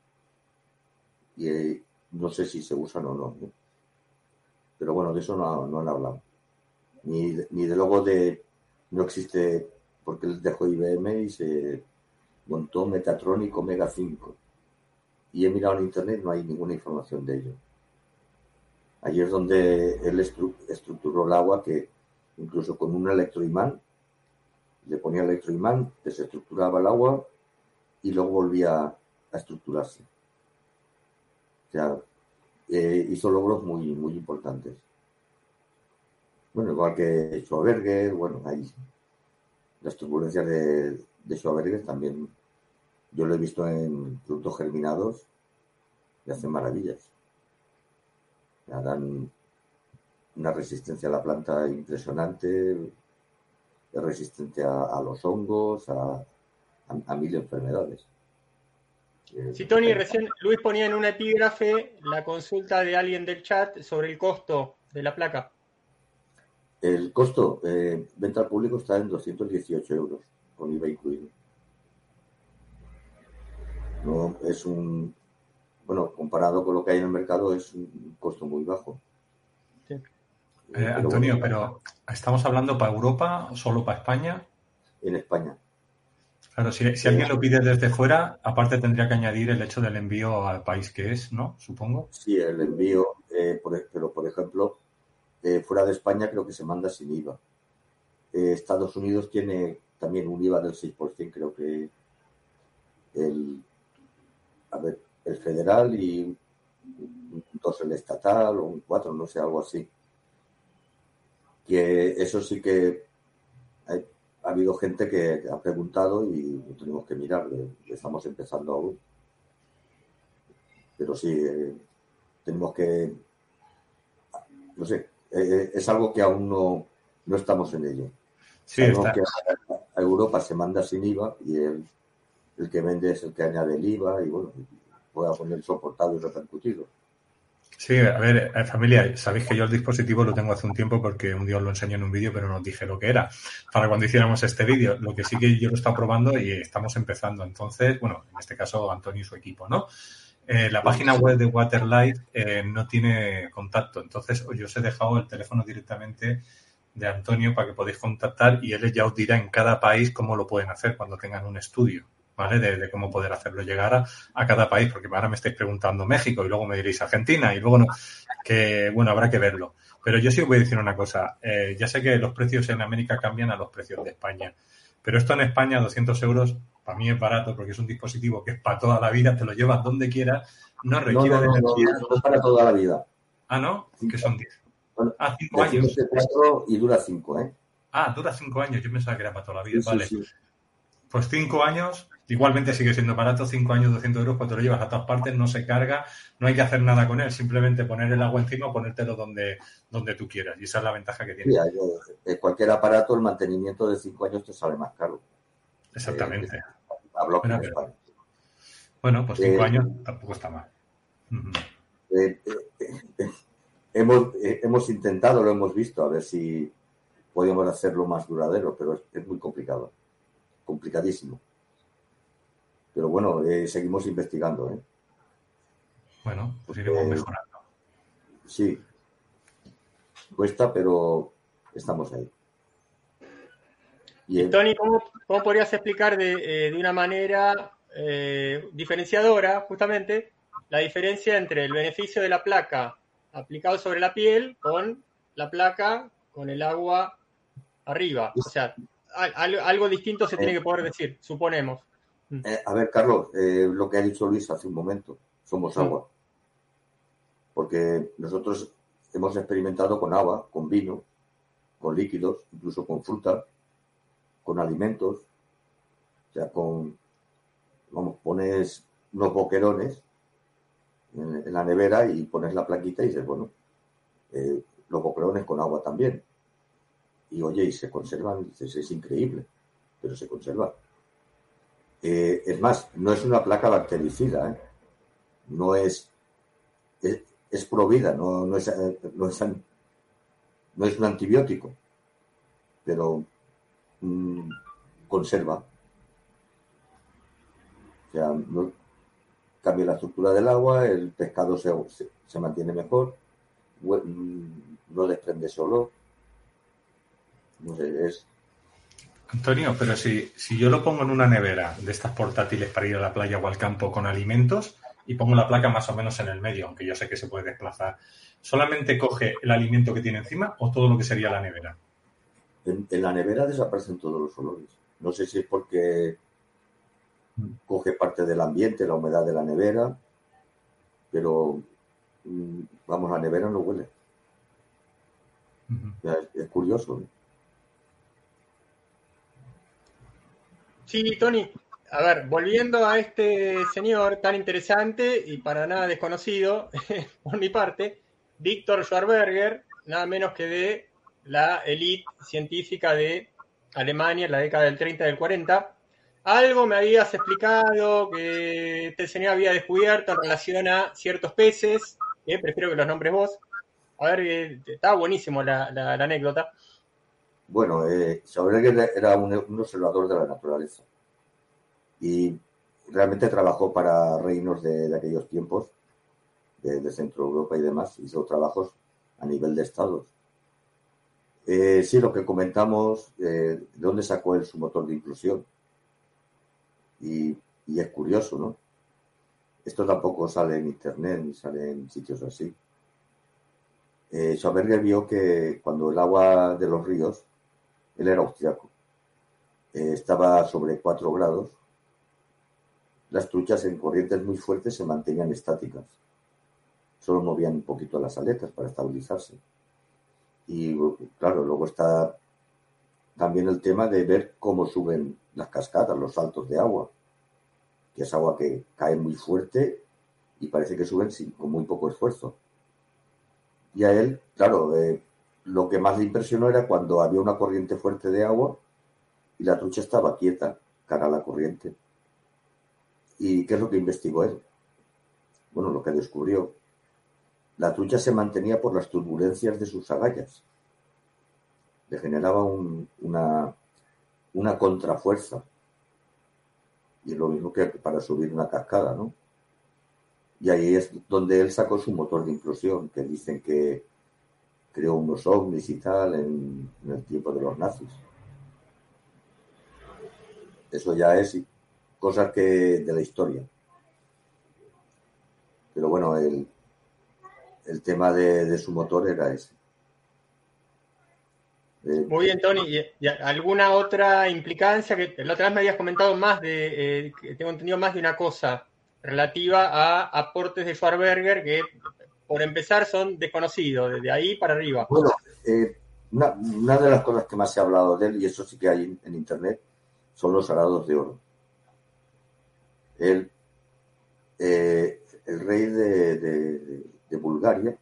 Speaker 3: Y no sé si se usan o no, ¿eh? Pero bueno, de eso no han hablado. Ni de luego no existe, porque él dejó IBM y se montó Metatronic Omega 5. Y he mirado en internet, no hay ninguna información de ello. Allí es donde él estructuró el agua, que incluso con un electroimán, le ponía electroimán, desestructuraba el agua y luego volvía a estructurarse. O sea, hizo logros muy, muy importantes. Bueno, igual que Schwaberger, bueno, hay las turbulencias de Schwaberger también. Yo lo he visto en frutos germinados y hacen maravillas. Ya dan una resistencia a la planta impresionante, es resistente a los hongos, a mil enfermedades.
Speaker 2: Sí, Tony, recién Luis ponía en un epígrafe la consulta de alguien del chat sobre el costo de la placa.
Speaker 3: El costo, venta al público, está en 218 euros, con IVA incluido. No, es bueno, comparado con lo que hay en el mercado, es un costo muy bajo.
Speaker 2: Sí.
Speaker 1: Antonio, pero ¿estamos hablando para Europa o solo para España?
Speaker 3: En España.
Speaker 1: Claro, si alguien lo pide desde fuera, aparte tendría que añadir el hecho del envío al país que es, ¿no? Supongo.
Speaker 3: Sí, el envío, pero por ejemplo, fuera de España creo que se manda sin IVA. Estados Unidos tiene también un IVA del 6%, creo que el federal y entonces el estatal o un 4%, no sé, algo así. Que eso sí que ha habido gente que ha preguntado y lo tenemos que mirar, estamos empezando aún. Pero sí, tenemos que, no sé, es algo que aún no estamos en ello.
Speaker 1: Sí,
Speaker 3: sabemos que a Europa se manda sin IVA y el que vende es el que añade el IVA y bueno, pueda poner soportado y repercutido.
Speaker 1: Sí, a ver, familia, sabéis que yo el dispositivo lo tengo hace un tiempo porque un día os lo enseñé en un vídeo, pero no os dije lo que era para cuando hiciéramos este vídeo. Lo que sí que yo lo he estado probando y estamos empezando. Entonces, bueno, en este caso Antonio y su equipo, ¿no? La página web de Waterlight no tiene contacto. Entonces, yo os he dejado el teléfono directamente de Antonio para que podáis contactar y él ya os dirá en cada país cómo lo pueden hacer cuando tengan un estudio. ¿vale? De cómo poder hacerlo llegar a cada país, porque ahora me estáis preguntando México y luego me diréis Argentina y luego no, que bueno, habrá que verlo. Pero yo sí os voy a decir una cosa, ya sé que los precios en América cambian a los precios de España, pero esto en España, 200 euros, para mí es barato porque es un dispositivo que es para toda la vida, te lo llevas donde quieras, no
Speaker 3: No,
Speaker 1: requiere
Speaker 3: no,
Speaker 1: de
Speaker 3: no, no,
Speaker 1: energía.
Speaker 3: no es para toda la vida.
Speaker 1: Ah, ¿no? Que son 10.
Speaker 3: Bueno,
Speaker 1: 5 años.
Speaker 3: decimos de 4 y dura 5, ¿eh?
Speaker 1: Dura 5 años. Yo pensaba que era para toda la vida.
Speaker 3: Sí,
Speaker 1: Vale.
Speaker 3: sí, sí.
Speaker 1: Pues 5 años, igualmente sigue siendo barato. 5 años, 200 euros, cuando lo llevas a todas partes, no se carga, no hay que hacer nada con él. Simplemente poner el agua encima o ponértelo donde tú quieras. Y esa es la ventaja que tiene.
Speaker 3: Sí, cualquier aparato, el mantenimiento de 5 años te sale más caro.
Speaker 1: Exactamente.
Speaker 3: A bloque en España.
Speaker 1: Bueno, pues 5 años tampoco está mal.
Speaker 3: Hemos intentado, lo hemos visto, a ver si podemos hacerlo más duradero, pero es muy complicado. Complicadísimo. Pero bueno, seguimos investigando, ¿eh?
Speaker 1: Bueno, pues iremos mejorando.
Speaker 3: Sí. Cuesta, pero estamos ahí.
Speaker 2: Y Tony, ¿cómo podrías explicar de una manera diferenciadora, justamente, la diferencia entre el beneficio de la placa aplicado sobre la piel con la placa con el agua arriba? O sea, algo distinto se tiene que poder decir, suponemos.
Speaker 3: A ver, Carlos, lo que ha dicho Luis hace un momento, somos agua. Porque nosotros hemos experimentado con agua, con vino, con líquidos, incluso con fruta, con alimentos. O sea, pones unos boquerones en la nevera y pones la plaquita y dices, bueno, los boquerones con agua también. Y oye, y se conservan, dices, es increíble, pero se conservan. Es más, no es una placa bactericida, ¿eh? No es provida, no es un antibiótico, pero conserva. O sea, no, cambia la estructura del agua, el pescado se mantiene mejor, no desprende ese olor. No sé,
Speaker 1: Antonio, pero si yo lo pongo en una nevera de estas portátiles para ir a la playa o al campo con alimentos y pongo la placa más o menos en el medio, aunque yo sé que se puede desplazar, ¿solamente coge el alimento que tiene encima o todo lo que sería la nevera?
Speaker 3: En la nevera desaparecen todos los olores. No sé si es porque coge parte del ambiente, la humedad de la nevera, pero vamos, la nevera no huele. O sea, es curioso, ¿no?
Speaker 2: Sí, Tony, a ver, volviendo a este señor tan interesante y para nada desconocido, por mi parte, Víctor Schwarzenegger, nada menos que de la élite científica de Alemania en la década del 30 y del 40. Algo me habías explicado que este señor había descubierto en relación a ciertos peces, prefiero que los nombres vos. A ver, estaba buenísimo la anécdota.
Speaker 3: Bueno, Schwarzenegger era un observador de la naturaleza y realmente trabajó para reinos de aquellos tiempos, de Centro Europa y demás, hizo trabajos a nivel de estados. Sí, lo que comentamos, de dónde sacó él su motor de impulsión. Y es curioso, ¿no? Esto tampoco sale en internet ni sale en sitios así. Schwarzenegger vio que cuando el agua de los ríos, él era austriaco, estaba sobre 4 grados, las truchas en corrientes muy fuertes se mantenían estáticas. Solo movían un poquito las aletas para estabilizarse. Y claro, luego está también el tema de ver cómo suben las cascadas, los saltos de agua, que es agua que cae muy fuerte y parece que suben con muy poco esfuerzo. Y a él, claro, lo que más le impresionó era cuando había una corriente fuerte de agua y la trucha estaba quieta, cara a la corriente. ¿Y qué es lo que investigó él? Bueno, lo que descubrió. La trucha se mantenía por las turbulencias de sus agallas. Le generaba una contrafuerza. Y es lo mismo que para subir una cascada, ¿no? Y ahí es donde él sacó su motor de implosión, que dicen que creó unos ovnis y tal en el tiempo de los nazis. Eso ya es cosas que de la historia. Pero bueno, el tema de su motor era ese.
Speaker 2: Muy bien, Tony. ¿Y alguna otra implicancia? Que la otra vez me habías comentado más que tengo entendido más de una cosa relativa a aportes de Schwarzenegger que, por empezar, son desconocidos, desde ahí para arriba.
Speaker 3: Bueno, una de las cosas que más se ha hablado de él, y eso sí que hay en internet, son los arados de oro. El rey de Bulgaria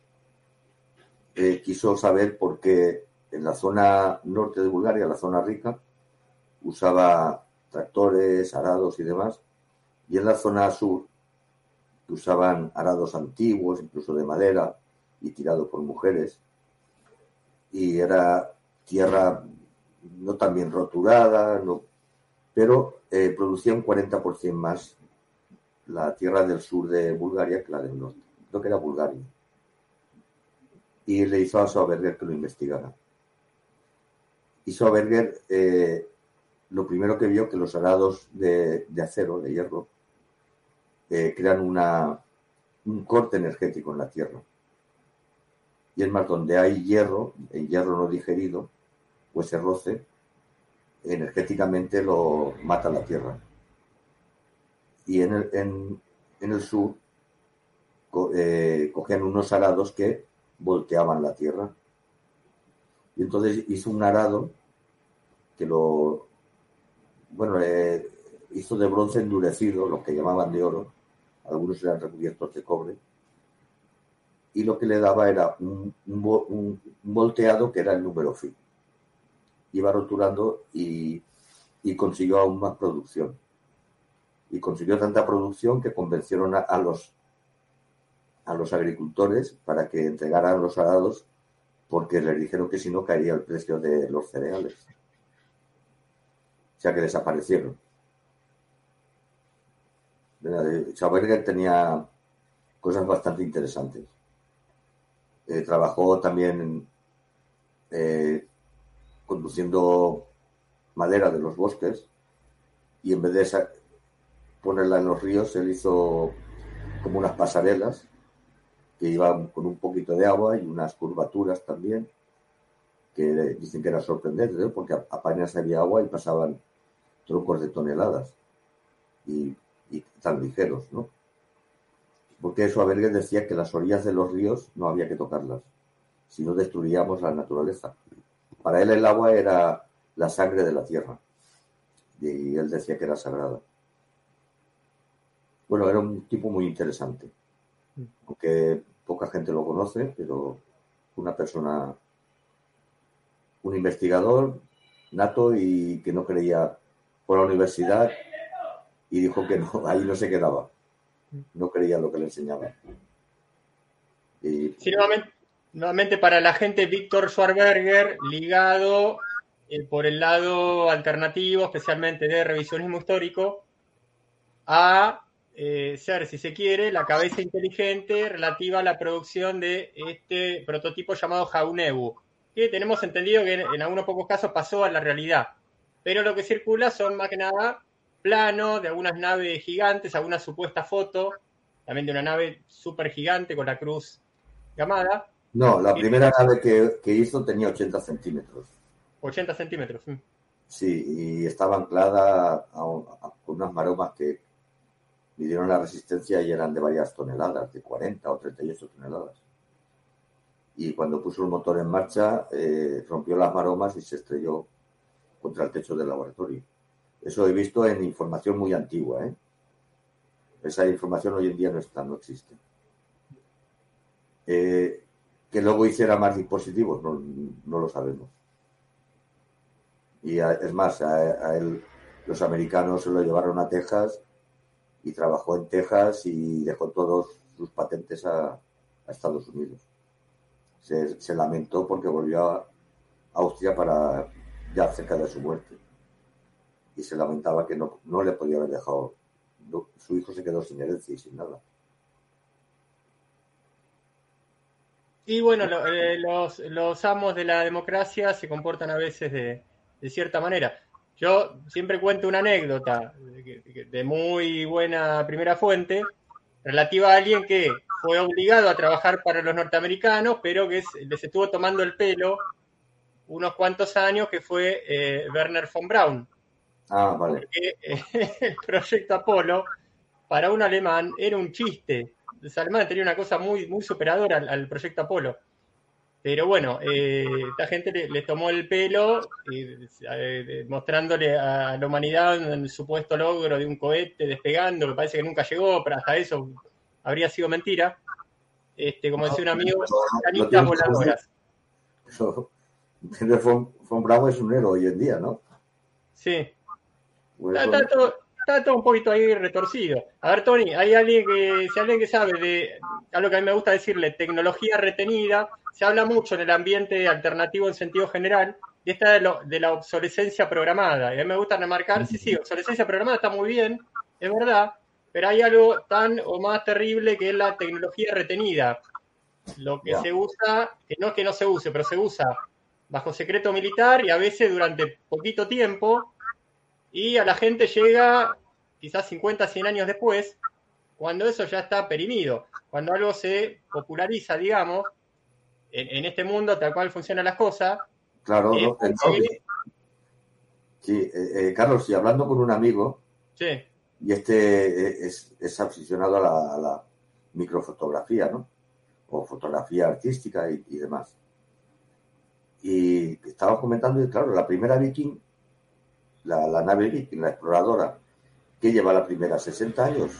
Speaker 3: quiso saber por qué en la zona norte de Bulgaria, la zona rica, usaba tractores, arados y demás, y en la zona sur, que usaban arados antiguos, incluso de madera, y tirados por mujeres, y era tierra no tan bien roturada, no, pero producía un 40% más la tierra del sur de Bulgaria que la del norte. Creo que era Bulgaria. Y le hizo a Schwarzenegger que lo investigara. Y Schwarzenegger lo primero que vio que los arados de acero, de hierro, crean un corte energético en la tierra. Y es más, donde hay hierro, el hierro no digerido, o ese roce, energéticamente lo mata la tierra. Y en el sur cogían unos arados que volteaban la tierra. Y entonces hizo un arado que hizo de bronce endurecido, lo que llamaban de oro, algunos eran recubiertos de cobre, y lo que le daba era un volteado que era el número phi. Iba roturando y consiguió aún más producción. Y consiguió tanta producción que convencieron a los agricultores para que entregaran los arados, porque les dijeron que si no caería el precio de los cereales. O sea que desaparecieron. Schwarzenegger tenía cosas bastante interesantes. Trabajó también conduciendo madera de los bosques, y en vez de ponerla en los ríos, él hizo como unas pasarelas que iban con un poquito de agua y unas curvaturas también, que dicen que era sorprendente, ¿no? Porque apenas había agua y pasaban troncos de toneladas y tan ligeros, ¿no? Porque Schwarzenegger decía que las orillas de los ríos no había que tocarlas, si no destruíamos la naturaleza. Para él el agua era la sangre de la tierra, y él decía que era sagrada. Bueno, era un tipo muy interesante, aunque poca gente lo conoce, pero una persona, un investigador nato y que no creía por la universidad, y dijo que no, ahí no se quedaba, no creía lo que le enseñaban.
Speaker 2: Sí, nuevamente para la gente, Víctor Schwarzenegger ligado por el lado alternativo, especialmente de revisionismo histórico, a ser, si se quiere, la cabeza inteligente relativa a la producción de este prototipo llamado Jaunebu, que tenemos entendido que en algunos pocos casos pasó a la realidad. Pero lo que circula son más que nada planos de algunas naves gigantes, alguna supuesta foto, también de una nave súper gigante con la cruz llamada.
Speaker 3: No, la primera nave que hizo tenía 80 centímetros.
Speaker 2: 80 centímetros.
Speaker 3: Sí, y estaba anclada con unas maromas que midieron la resistencia y eran de varias toneladas, de 40 o 38 toneladas. Y cuando puso el motor en marcha, rompió las maromas y se estrelló contra el techo del laboratorio. Eso he visto en información muy antigua, ¿eh? Esa información hoy en día no está, no existe. Que luego hiciera más dispositivos, no lo sabemos. Y es más, a él los americanos se lo llevaron a Texas y trabajó en Texas y dejó todos sus patentes a Estados Unidos. Se lamentó porque volvió a Austria ya cerca de su muerte. Y se lamentaba que no le podía haber dejado. Su hijo se quedó sin herencia y sin nada.
Speaker 2: Y bueno, los amos de la democracia se comportan a veces de cierta manera. Yo siempre cuento una anécdota de muy buena primera fuente relativa a alguien que fue obligado a trabajar para los norteamericanos, pero que les estuvo tomando el pelo unos cuantos años, que fue Werner von Braun.
Speaker 3: Ah, vale.
Speaker 2: Porque el proyecto Apolo, para un alemán, era un chiste. Los alemanes tenían una cosa muy, muy superadora al proyecto Apolo. Pero bueno, esta gente le tomó el pelo, mostrándole a la humanidad el supuesto logro de un cohete despegando, que parece que nunca llegó, pero hasta eso habría sido mentira. Como decía un amigo,
Speaker 3: Lo
Speaker 2: canistas
Speaker 3: tienes que decir.
Speaker 2: voladoras.
Speaker 3: Pero von Braun es un héroe hoy en día, ¿no?
Speaker 2: Sí.
Speaker 3: Pues
Speaker 2: Está todo un poquito ahí retorcido. A ver, Tony, hay alguien que sabe de algo que a mí me gusta decirle, tecnología retenida. Se habla mucho en el ambiente alternativo en sentido general de la obsolescencia programada. Y a mí me gusta remarcar, sí, obsolescencia programada está muy bien, es verdad, pero hay algo tan o más terrible que es la tecnología retenida. Lo que se usa, que no es que no se use, pero se usa bajo secreto militar y a veces durante poquito tiempo, y a la gente llega quizás 50, 100 años después, cuando eso ya está perimido, cuando algo se populariza, digamos, en este mundo tal cual funcionan las cosas.
Speaker 3: claro, no, sí, Carlos, y hablando con un amigo,
Speaker 2: Sí.
Speaker 3: y es aficionado a la microfotografía, ¿no? O fotografía artística y demás. Y estaba comentando, y claro, la primera Viking, la nave Viking, la exploradora, que lleva la primera 60 años.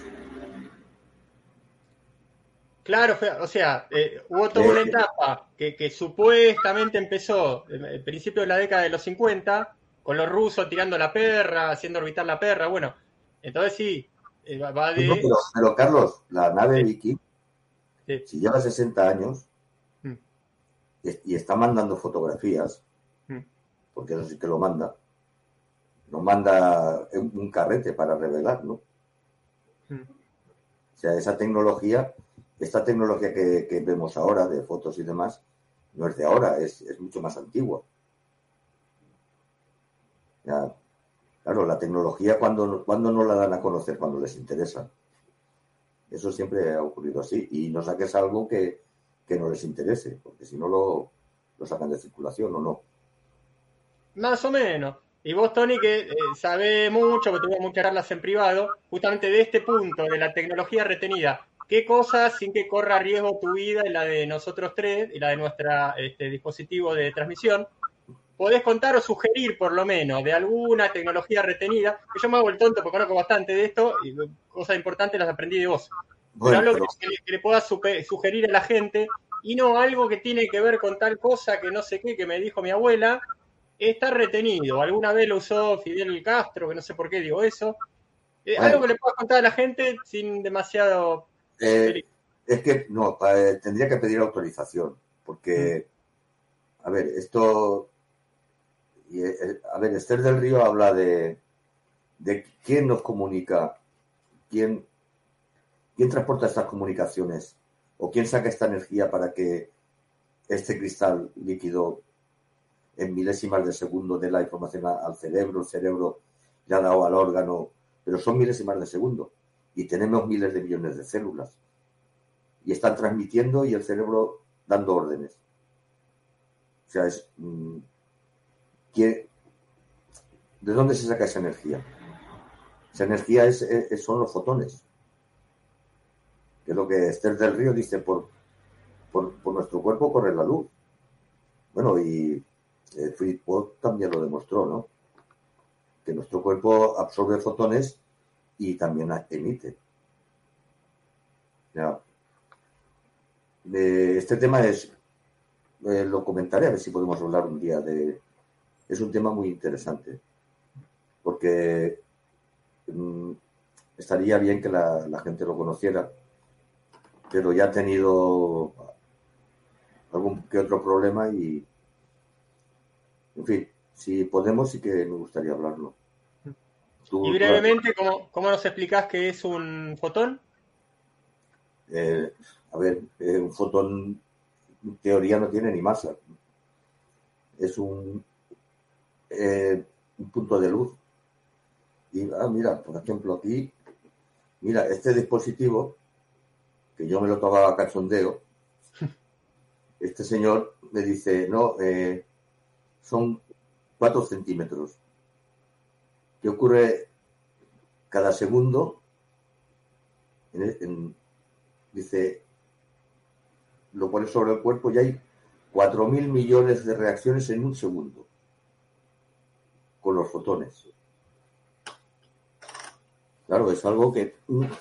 Speaker 2: Claro, o sea, hubo toda una etapa que supuestamente empezó al principio de la década de los 50, con los rusos tirando la perra, haciendo orbitar la perra, bueno, entonces sí, va
Speaker 3: No,
Speaker 2: de...
Speaker 3: pero Carlos, la nave
Speaker 2: Sí,
Speaker 3: Viking,
Speaker 2: sí.
Speaker 3: si lleva 60 años
Speaker 2: Mm,
Speaker 3: y está mandando fotografías,
Speaker 2: mm.
Speaker 3: porque eso sí que lo manda, no manda un carrete para revelar, ¿no?
Speaker 2: Mm.
Speaker 3: O sea, esta tecnología que vemos ahora de fotos y demás, no es de ahora, es mucho más antigua. Ya, claro, la tecnología cuando no la dan a conocer, cuando les interesa. Eso siempre ha ocurrido así. Y no saques algo que no les interese, porque si no lo sacan de circulación o no.
Speaker 2: Más o menos. Y vos, Tony, que sabés mucho, que tuvimos muchas charlas en privado, justamente de este punto, de la tecnología retenida, ¿qué cosas, sin que corra riesgo tu vida y la de nosotros tres, y la de nuestro dispositivo de transmisión, podés contar o sugerir, por lo menos, de alguna tecnología retenida? Que yo me hago el tonto porque conozco bastante de esto, y cosas importantes las aprendí de vos. Pero
Speaker 3: Bueno,
Speaker 2: algo
Speaker 3: pero
Speaker 2: que le puedas sugerir a la gente, y no algo que tiene que ver con tal cosa que no sé qué, que me dijo mi abuela, está retenido. Alguna vez lo usó Fidel Castro, que no sé por qué digo eso. Algo
Speaker 3: bueno,
Speaker 2: que le puedas contar a la gente sin demasiado peligro.
Speaker 3: es que no, tendría que pedir autorización,
Speaker 2: Mm,
Speaker 3: porque, a ver, a ver, Esther del Río habla de quién nos comunica, quién, quién transporta estas comunicaciones, o quién saca esta energía para que este cristal líquido en milésimas de segundo dé la información al cerebro, el cerebro le ha dado al órgano, pero son milésimas de segundo y tenemos miles de millones de células y están transmitiendo y el cerebro dando órdenes. O sea, ¿de dónde se saca esa energía? Esa energía son los fotones, que es lo que Esther del Río dice, por nuestro cuerpo corre la luz. Bueno, y Fritz Boot también lo demostró, ¿no? Que nuestro cuerpo absorbe fotones y también emite. Ya. Este tema lo comentaré a ver si podemos hablar un día es un tema muy interesante porque estaría bien que la gente lo conociera, pero ya ha tenido algún que otro problema y, en fin, si podemos sí que me gustaría hablarlo.
Speaker 2: Y
Speaker 3: Tú,
Speaker 2: brevemente, ¿cómo nos explicás qué es un fotón?
Speaker 3: a ver, un fotón en teoría no tiene ni masa. Es un un punto de luz. Y mira, por ejemplo, aquí, mira, este dispositivo, que yo me lo tomaba a cachondeo, este señor me dice, no, son 4 centímetros. ¿Qué ocurre cada segundo? Dice, lo pones sobre el cuerpo y hay 4.000 millones de reacciones en un segundo con los fotones. Claro, es algo que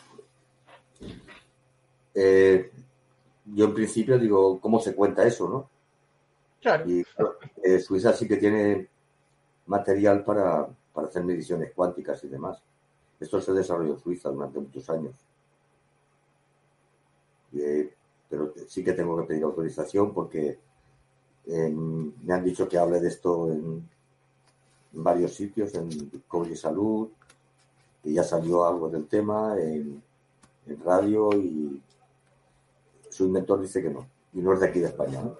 Speaker 3: yo en principio digo, ¿cómo se cuenta eso, no?
Speaker 2: Claro.
Speaker 3: Y claro, Suiza sí que tiene material para hacer mediciones cuánticas y demás. Esto se desarrolló en Suiza durante muchos años. Pero sí que tengo que pedir autorización porque me han dicho que hable de esto en varios sitios, en Discovery Salud, que ya salió algo del tema, en radio, y su inventor dice que no. Y no es de aquí de España, ¿no?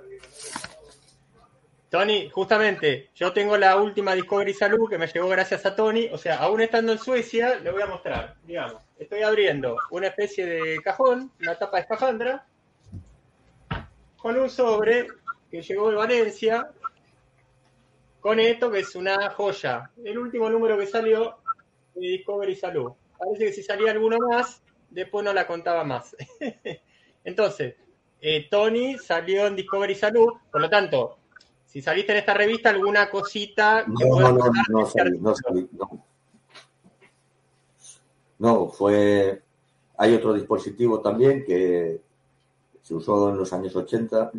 Speaker 2: Tony, justamente, yo tengo la última Discovery Salud que me llegó gracias a Tony. O sea, aún estando en Suecia, le voy a mostrar. Digamos, estoy abriendo una especie de cajón, una tapa de escafandra, con un sobre que llegó de Valencia, con esto que es una joya. El último número que salió de Discovery Salud. Parece que si salía alguno más, después no la contaba más. Entonces, Tony salió en Discovery Salud, por lo tanto, si saliste en esta revista, alguna cosita que pueda
Speaker 3: salí. No, fue... Hay otro dispositivo también que se usó en los años 80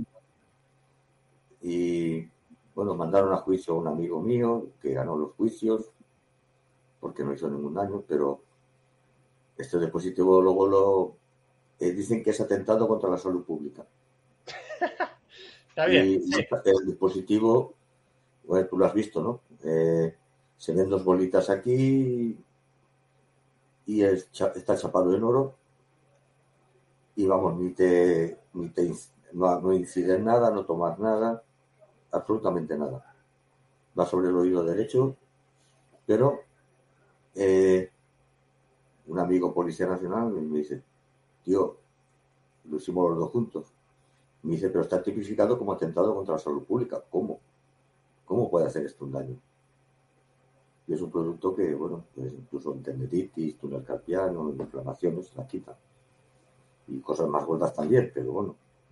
Speaker 3: y, bueno, mandaron a juicio a un amigo mío que ganó los juicios porque no hizo ningún daño, pero este dispositivo luego dicen que es atentado contra la salud pública.
Speaker 2: Está bien.
Speaker 3: Y
Speaker 2: Sí.
Speaker 3: el dispositivo, bueno, tú lo has visto, ¿no? Se ven 2 bolitas aquí y está chapado en oro y vamos, no incide en nada, no tomas nada, absolutamente nada. Va sobre el oído derecho, pero un amigo policía nacional me dice, tío, lo hicimos los dos juntos. Me dice, pero está tipificado como atentado contra la salud pública. ¿Cómo? ¿Cómo puede hacer esto un daño? Y es un producto que, bueno, pues incluso en tendinitis, túnel carpiano, inflamaciones, la quita. Y cosas más gordas también, pero bueno.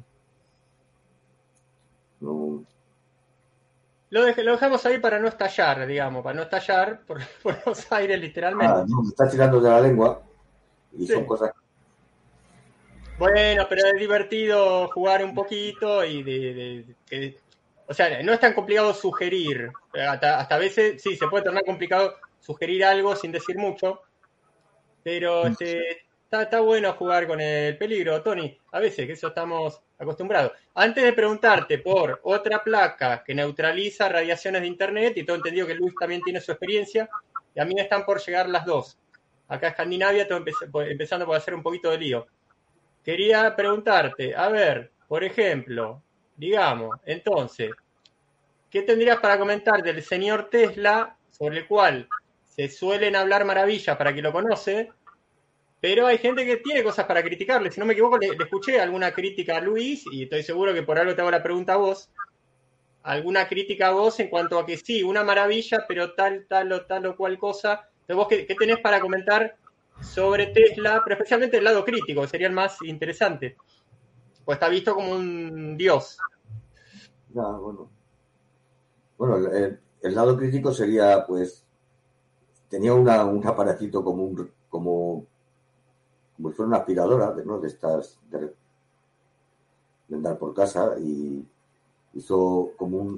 Speaker 3: No.
Speaker 2: Lo dejamos ahí para no estallar, digamos, para no estallar por los aires, literalmente.
Speaker 3: No, me está tirando de la lengua y
Speaker 2: Sí.
Speaker 3: son cosas.
Speaker 2: Bueno, pero es divertido jugar un poquito y o sea, no es tan complicado sugerir. Hasta a veces, sí, se puede tornar complicado sugerir algo sin decir mucho, pero está bueno jugar con el peligro, Tony. A veces, que eso estamos acostumbrados. Antes de preguntarte por otra placa que neutraliza radiaciones de Internet, y todo entendido que Luis también tiene su experiencia, y a mí me están por llegar las dos. Acá en Escandinavia, todo empezando por hacer un poquito de lío. Quería preguntarte, a ver, por ejemplo, digamos, entonces, ¿qué tendrías para comentar del señor Tesla, sobre el cual se suelen hablar maravillas para quien lo conoce, pero hay gente que tiene cosas para criticarle? Si no me equivoco, le escuché alguna crítica a Luis, y estoy seguro que por algo te hago la pregunta a vos, alguna crítica a vos en cuanto a que sí, una maravilla, pero tal o cual cosa. Entonces, ¿vos qué tenés para comentar sobre Tesla, pero especialmente el lado crítico, que sería el más interesante? Pues está visto como un dios.
Speaker 3: Ya, bueno. Bueno, el lado crítico sería, pues, tenía un aparatito como si fuera una aspiradora, ¿no? De estas de andar por casa, y hizo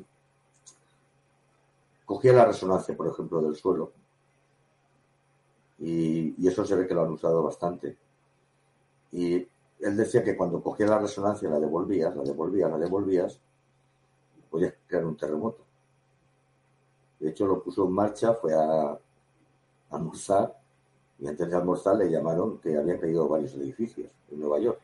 Speaker 3: cogía la resonancia, por ejemplo, del suelo, y eso se ve que lo han usado bastante. Y él decía que cuando cogía la resonancia, la devolvías, podías crear un terremoto. De hecho, lo puso en marcha, fue a almorzar, y antes de almorzar le llamaron que habían caído varios edificios en Nueva York.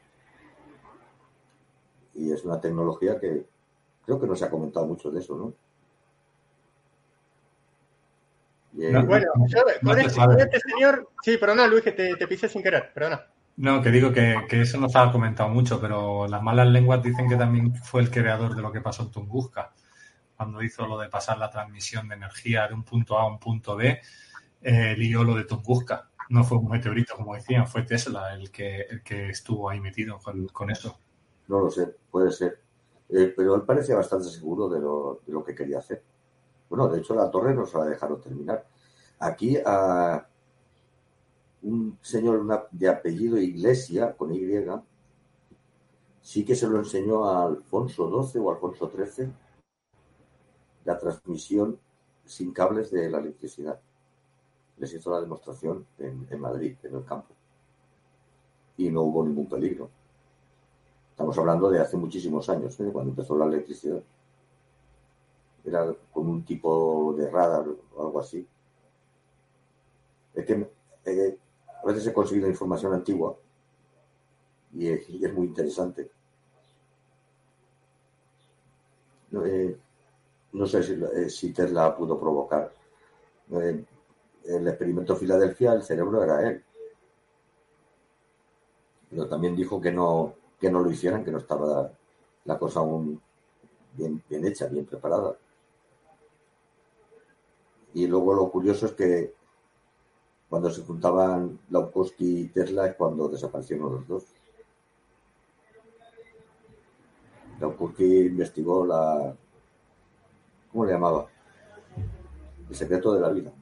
Speaker 3: Y es una tecnología que creo que no se ha comentado mucho de eso, ¿no?
Speaker 2: Bueno, yo con este señor... Sí, perdona, Luis, que te pisé sin querer, perdona.
Speaker 1: No, que digo que eso no se ha comentado mucho, pero las malas lenguas dicen que también fue el creador de lo que pasó en Tunguska, cuando hizo lo de pasar la transmisión de energía de un punto A a un punto B, lió lo de Tunguska. No fue un meteorito, como decían, fue Tesla el que estuvo ahí metido con eso.
Speaker 3: No lo sé, puede ser. Pero él parecía bastante seguro de lo que quería hacer. Bueno, de hecho la torre no se la dejaron terminar. Aquí a un señor de apellido Iglesia, con Y, sí que se lo enseñó a Alfonso XII o Alfonso XIII, la transmisión sin cables de la electricidad. Les hizo la demostración en Madrid, en el campo. Y no hubo ningún peligro. Estamos hablando de hace muchísimos años, cuando empezó la electricidad. Era con un tipo de radar o algo así. Es que a veces he conseguido información antigua y es muy interesante. No sé si Tesla pudo provocar. El experimento Filadelfia, el cerebro era él. Pero también dijo que no lo hicieran, que no estaba la cosa aún bien hecha, bien preparada. Y luego lo curioso es que cuando se juntaban Laukowski y Tesla es cuando desaparecieron los dos. Laukowski investigó ¿cómo le llamaba? El secreto de la vida.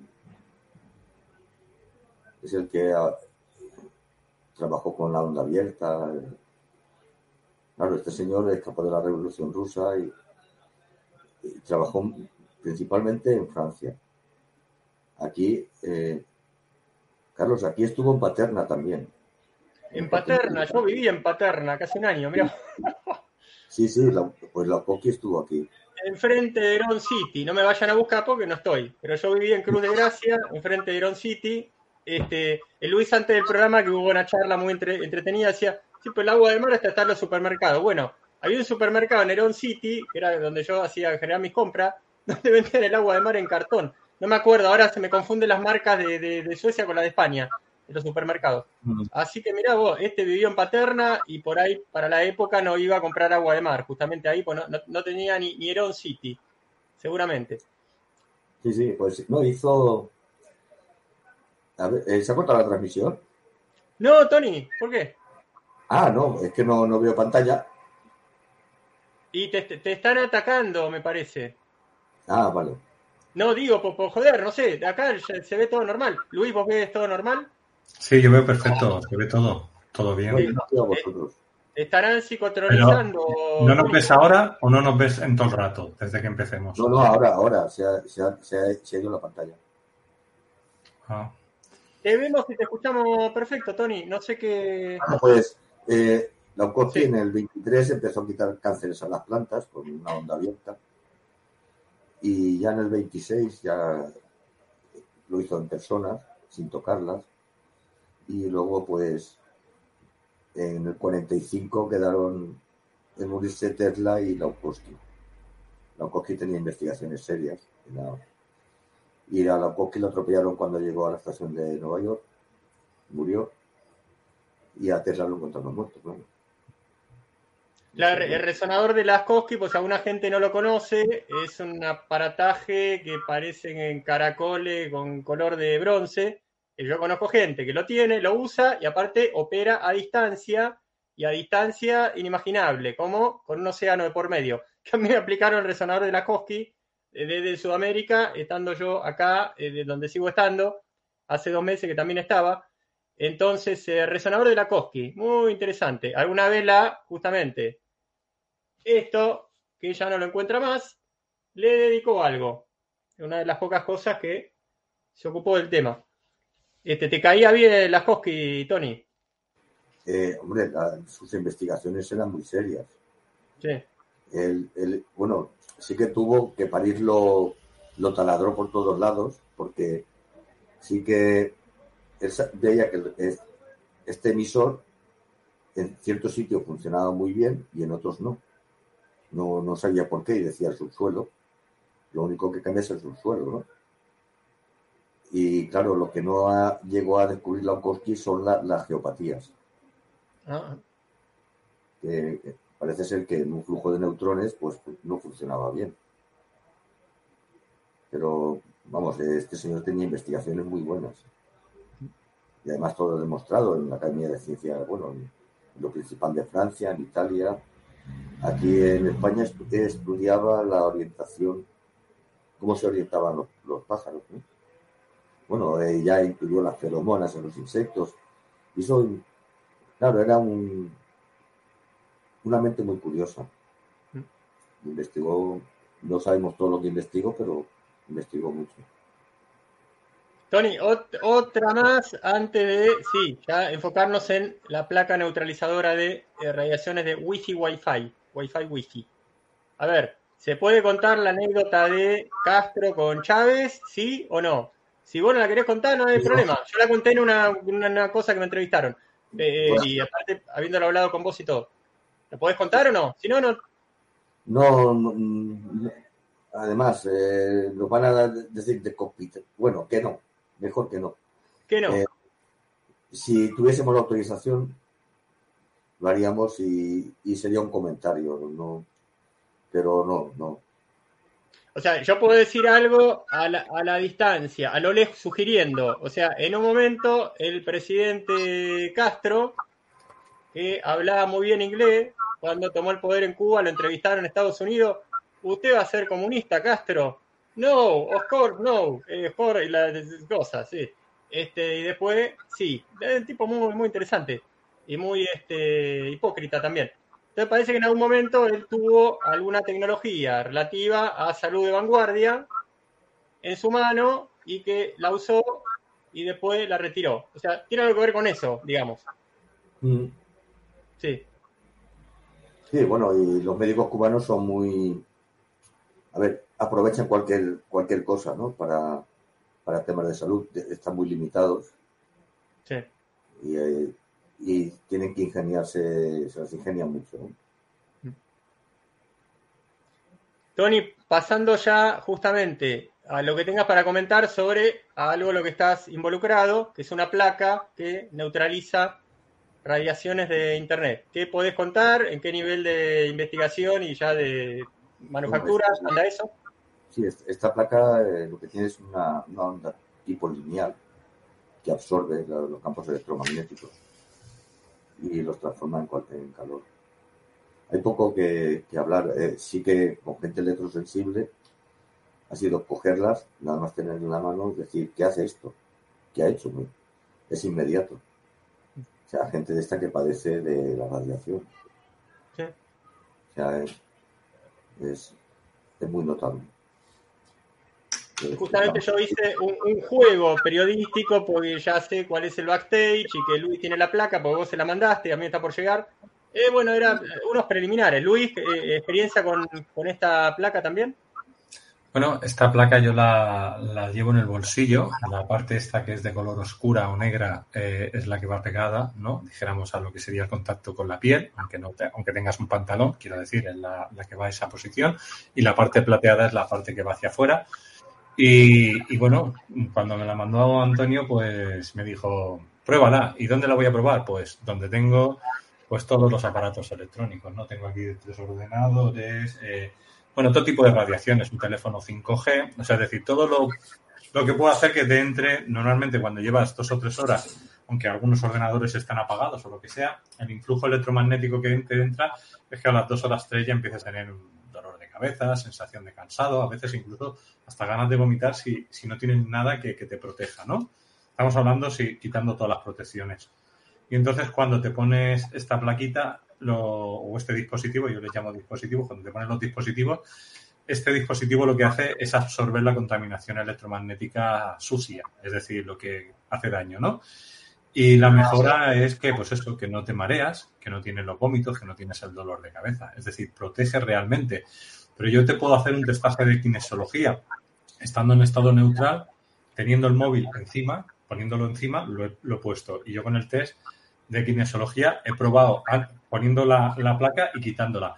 Speaker 3: Es el que trabajó con la onda abierta. Claro, este señor escapó de la Revolución Rusa y trabajó principalmente en Francia. Aquí, Carlos, aquí estuvo en Paterna también.
Speaker 2: En Paterna, yo viví en Paterna casi un año, mira.
Speaker 3: Sí, pues Laukowski estuvo aquí.
Speaker 2: Enfrente de Heron City, no me vayan a buscar porque no estoy, pero yo viví en Cruz de Gracia, enfrente de Heron City. El Luis antes del programa, que hubo una charla muy entretenida, decía, sí, pues el agua de mar está en los supermercados. Bueno, había un supermercado en Heron City, que era donde yo hacía generar mis compras, donde vendían el agua de mar en cartón. No me acuerdo, ahora se me confunden las marcas de Suecia con la de España, de los supermercados. Así que mirá vos, vivió en Paterna y por ahí para la época no iba a comprar agua de mar, justamente ahí pues no tenía ni Heron City, seguramente.
Speaker 3: Sí, pues no hizo... A ver, ¿se ha cortado la transmisión?
Speaker 2: No, Tony, ¿por qué?
Speaker 3: No, es que no veo pantalla.
Speaker 2: Y te están atacando, me parece.
Speaker 3: Vale.
Speaker 2: No, digo, por joder, no sé, acá se ve todo normal. Luis, ¿vos ves todo normal?
Speaker 1: Sí, yo veo perfecto, se ve todo bien.
Speaker 3: No, yo no veo a vosotros.
Speaker 2: ¿Estarán psicotronizando?
Speaker 1: Pero, ¿no nos ves ahora o no nos ves en todo el rato, desde que empecemos?
Speaker 3: No, ahora se ha ido la pantalla.
Speaker 2: Te vemos y te escuchamos perfecto, Tony. No sé qué...
Speaker 3: Pues Laukowski en el 23 empezó a quitar cánceres a las plantas con una onda abierta. Y ya en el 26 ya lo hizo en personas, sin tocarlas. Y luego, pues, en el 45 quedaron en morirse Tesla y Laukowski. Laukowski tenía investigaciones serias. Y a Laukowski lo atropellaron cuando llegó a la estación de Nueva York. Murió. Y a Tesla lo encontraron muerto, claro.
Speaker 2: El resonador de Laukowski, pues alguna gente no lo conoce, es un aparataje que parece en caracoles con color de bronce. Yo conozco gente que lo tiene, lo usa y aparte opera a distancia y a distancia inimaginable, como con un océano de por medio. Que a mí me aplicaron el resonador de Laukowski desde Sudamérica, estando yo acá, de donde sigo estando, hace 2 meses que también estaba. Entonces, resonador de Laukowski, muy interesante. Alguna vez justamente, esto, que ya no lo encuentra más, le dedicó algo. Una de las pocas cosas que se ocupó del tema. ¿Te caía bien Laukowski, Tony?
Speaker 3: Hombre, sus investigaciones eran muy serias.
Speaker 2: Sí.
Speaker 3: Bueno, sí que tuvo que París lo taladró por todos lados, porque sí que él veía que este emisor en ciertos sitios funcionaba muy bien y en otros no. No sabía por qué y decía el subsuelo. Lo único que cambia es el subsuelo, ¿no? Y claro, lo que no llegó a descubrir Laukowski son las geopatías. Que parece ser que en un flujo de neutrones pues no funcionaba bien. Pero, vamos, este señor tenía investigaciones muy buenas. Y además todo demostrado en la Academia de Ciencias, bueno, en lo principal de Francia, en Italia. Aquí en España estudiaba la orientación, cómo se orientaban los pájaros, ¿no? Bueno, ya incluyó las feromonas en los insectos. Y eso, claro, era una mente muy curiosa. Investigó, no sabemos todo lo que investigó, pero investigó mucho.
Speaker 2: Tony, otra más antes de, sí, ya enfocarnos en la placa neutralizadora de radiaciones de Wi-Fi. A ver, ¿se puede contar la anécdota de Castro con Chávez, sí o no? Si vos no la querés contar, no hay problema. Yo la conté en una cosa que me entrevistaron. Y aparte, habiéndolo hablado con vos y todo. ¿La podés contar o no? Si no, no.
Speaker 3: No. Además, nos van a decir de compite. Bueno, que no. Mejor que no.
Speaker 2: ¿Qué no?
Speaker 3: Si tuviésemos la autorización, lo haríamos y sería un comentario, ¿no? Pero no.
Speaker 2: O sea, yo puedo decir algo a la distancia, a lo lejos, sugiriendo. O sea, en un momento el presidente Castro, que hablaba muy bien inglés, cuando tomó el poder en Cuba, lo entrevistaron en Estados Unidos. ¿Usted va a ser comunista, Castro? No, of course, no. Y las cosas, sí. Y después, sí. Es un tipo muy, muy interesante. Y muy hipócrita también. Entonces parece que en algún momento él tuvo alguna tecnología relativa a salud de vanguardia en su mano y que la usó y después la retiró. O sea, tiene algo que ver con eso, digamos. Sí.
Speaker 3: Sí, bueno, y los médicos cubanos son muy... A ver, aprovechan cualquier cosa, ¿no? Para temas de salud. Están muy limitados.
Speaker 2: Sí.
Speaker 3: Y tienen que ingeniarse, se las ingenian mucho, ¿no?
Speaker 2: Tony, pasando ya justamente a lo que tengas para comentar sobre algo en lo que estás involucrado, que es una placa que neutraliza radiaciones de Internet. ¿Qué podés contar? ¿En qué nivel de investigación y ya de manufactura anda eso?
Speaker 3: Sí, esta placa lo que tiene es una onda tipo lineal que absorbe los campos electromagnéticos y los transforma en calor. Hay poco que hablar. Sí que con gente electrosensible ha sido cogerlas, nada más tener en la mano y decir, ¿qué hace esto? ¿Qué ha hecho? Es inmediato. O sea, gente de esta que padece de la radiación.
Speaker 2: Sí.
Speaker 3: O sea, es muy notable.
Speaker 2: Justamente yo hice un juego periodístico porque ya sé cuál es el backstage y que Luis tiene la placa porque vos se la mandaste, a mí está por llegar. Bueno, eran unos preliminares. Luis, ¿experiencia con esta placa también?
Speaker 1: Bueno, esta placa yo la llevo en el bolsillo. La parte esta que es de color oscura o negra es la que va pegada, ¿no? Dijéramos a lo que sería el contacto con la piel, aunque tengas un pantalón, quiero decir, es la que va a esa posición. Y la parte plateada es la parte que va hacia afuera. Y bueno, cuando me la mandó Antonio, pues me dijo, pruébala. ¿Y dónde la voy a probar? Pues donde tengo pues todos los aparatos electrónicos, ¿no? Tengo aquí 3 ordenadores, todo tipo de radiaciones, un teléfono 5G, o sea, es decir, todo lo que puedo hacer que te entre, normalmente cuando llevas 2 o 3 horas, aunque algunos ordenadores están apagados o lo que sea, el influjo electromagnético que te entra es que a las 2 horas 3 ya empiezas a tener un dolor de cabeza, sensación de cansado, a veces incluso hasta ganas de vomitar si no tienes nada que te proteja, ¿no? Estamos hablando quitando todas las protecciones. Y entonces cuando te pones esta plaquita o este dispositivo, yo les llamo dispositivos, cuando te pones los dispositivos, este dispositivo lo que hace es absorber la contaminación electromagnética sucia, es decir, lo que hace daño, ¿no? Y la mejora es que, pues eso, que no te mareas, que no tienes los vómitos, que no tienes el dolor de cabeza. Es decir, protege realmente. Pero yo te puedo hacer un testaje de kinesiología estando en estado neutral, teniendo el móvil encima, poniéndolo encima, lo he puesto. Y yo con el test de kinesiología he probado poniendo la placa y quitándola.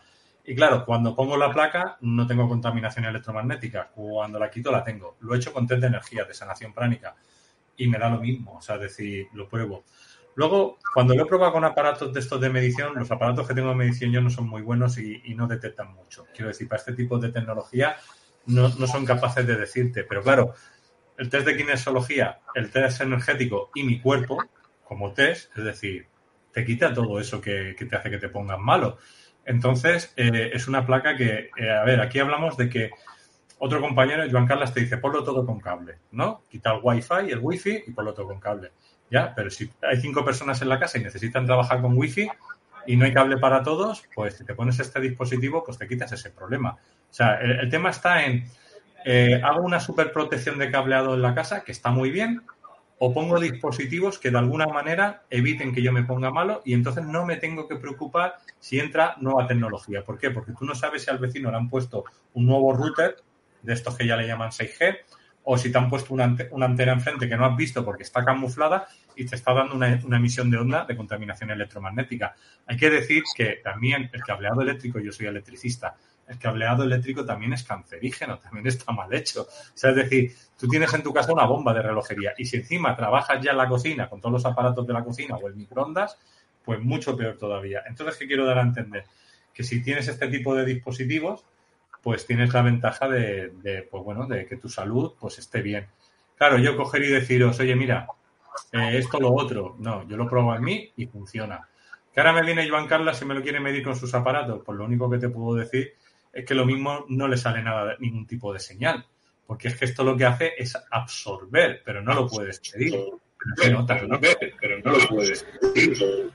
Speaker 1: Y claro, cuando pongo la placa no tengo contaminación electromagnética. Cuando la quito la tengo. Lo he hecho con test de energía, de sanación pránica. Y me da lo mismo. O sea, es decir, lo pruebo. Luego, cuando lo he probado con aparatos de estos de medición, los aparatos que tengo de medición yo no son muy buenos y no detectan mucho. Quiero decir, para este tipo de tecnología no son capaces de decirte. Pero claro, el test de kinesiología, el test energético y mi cuerpo, como test, es decir, te quita todo eso que te hace que te pongas malo. Entonces, es una placa que, a ver, aquí hablamos de que otro compañero, Joan Carlos, te dice, ponlo todo con cable, ¿no? Quita el Wi-Fi, el Wi-Fi y ponlo todo con cable. Ya, pero si hay 5 personas en la casa y necesitan trabajar con Wi-Fi y no hay cable para todos, pues si te pones este dispositivo, pues te quitas ese problema. O sea, el tema está en, hago una super protección de cableado en la casa, que está muy bien, o pongo dispositivos que de alguna manera eviten que yo me ponga malo y entonces no me tengo que preocupar si entra nueva tecnología. ¿Por qué? Porque tú no sabes si al vecino le han puesto un nuevo router, de estos que ya le llaman 6G, o si te han puesto una antena enfrente que no has visto porque está camuflada y te está dando una emisión de onda de contaminación electromagnética. Hay que decir que también el cableado eléctrico, yo soy electricista, el cableado eléctrico también es cancerígeno, también está mal hecho. O sea, es decir, tú tienes en tu casa una bomba de relojería y si encima trabajas ya en la cocina con todos los aparatos de la cocina o el microondas, pues mucho peor todavía. Entonces, ¿qué quiero dar a entender? Que si tienes este tipo de dispositivos, pues tienes la ventaja pues bueno, de que tu salud pues esté bien. Claro, yo coger y deciros, oye, mira, esto, lo otro. No, yo lo pruebo en mí y funciona. Que ahora me viene Joan Carlos y me lo quiere medir con sus aparatos. Pues lo único que te puedo decir es que lo mismo no le sale nada, ningún tipo de señal. Porque es que esto lo que hace es absorber, pero no lo puedes medir. Pero no lo puedes medir.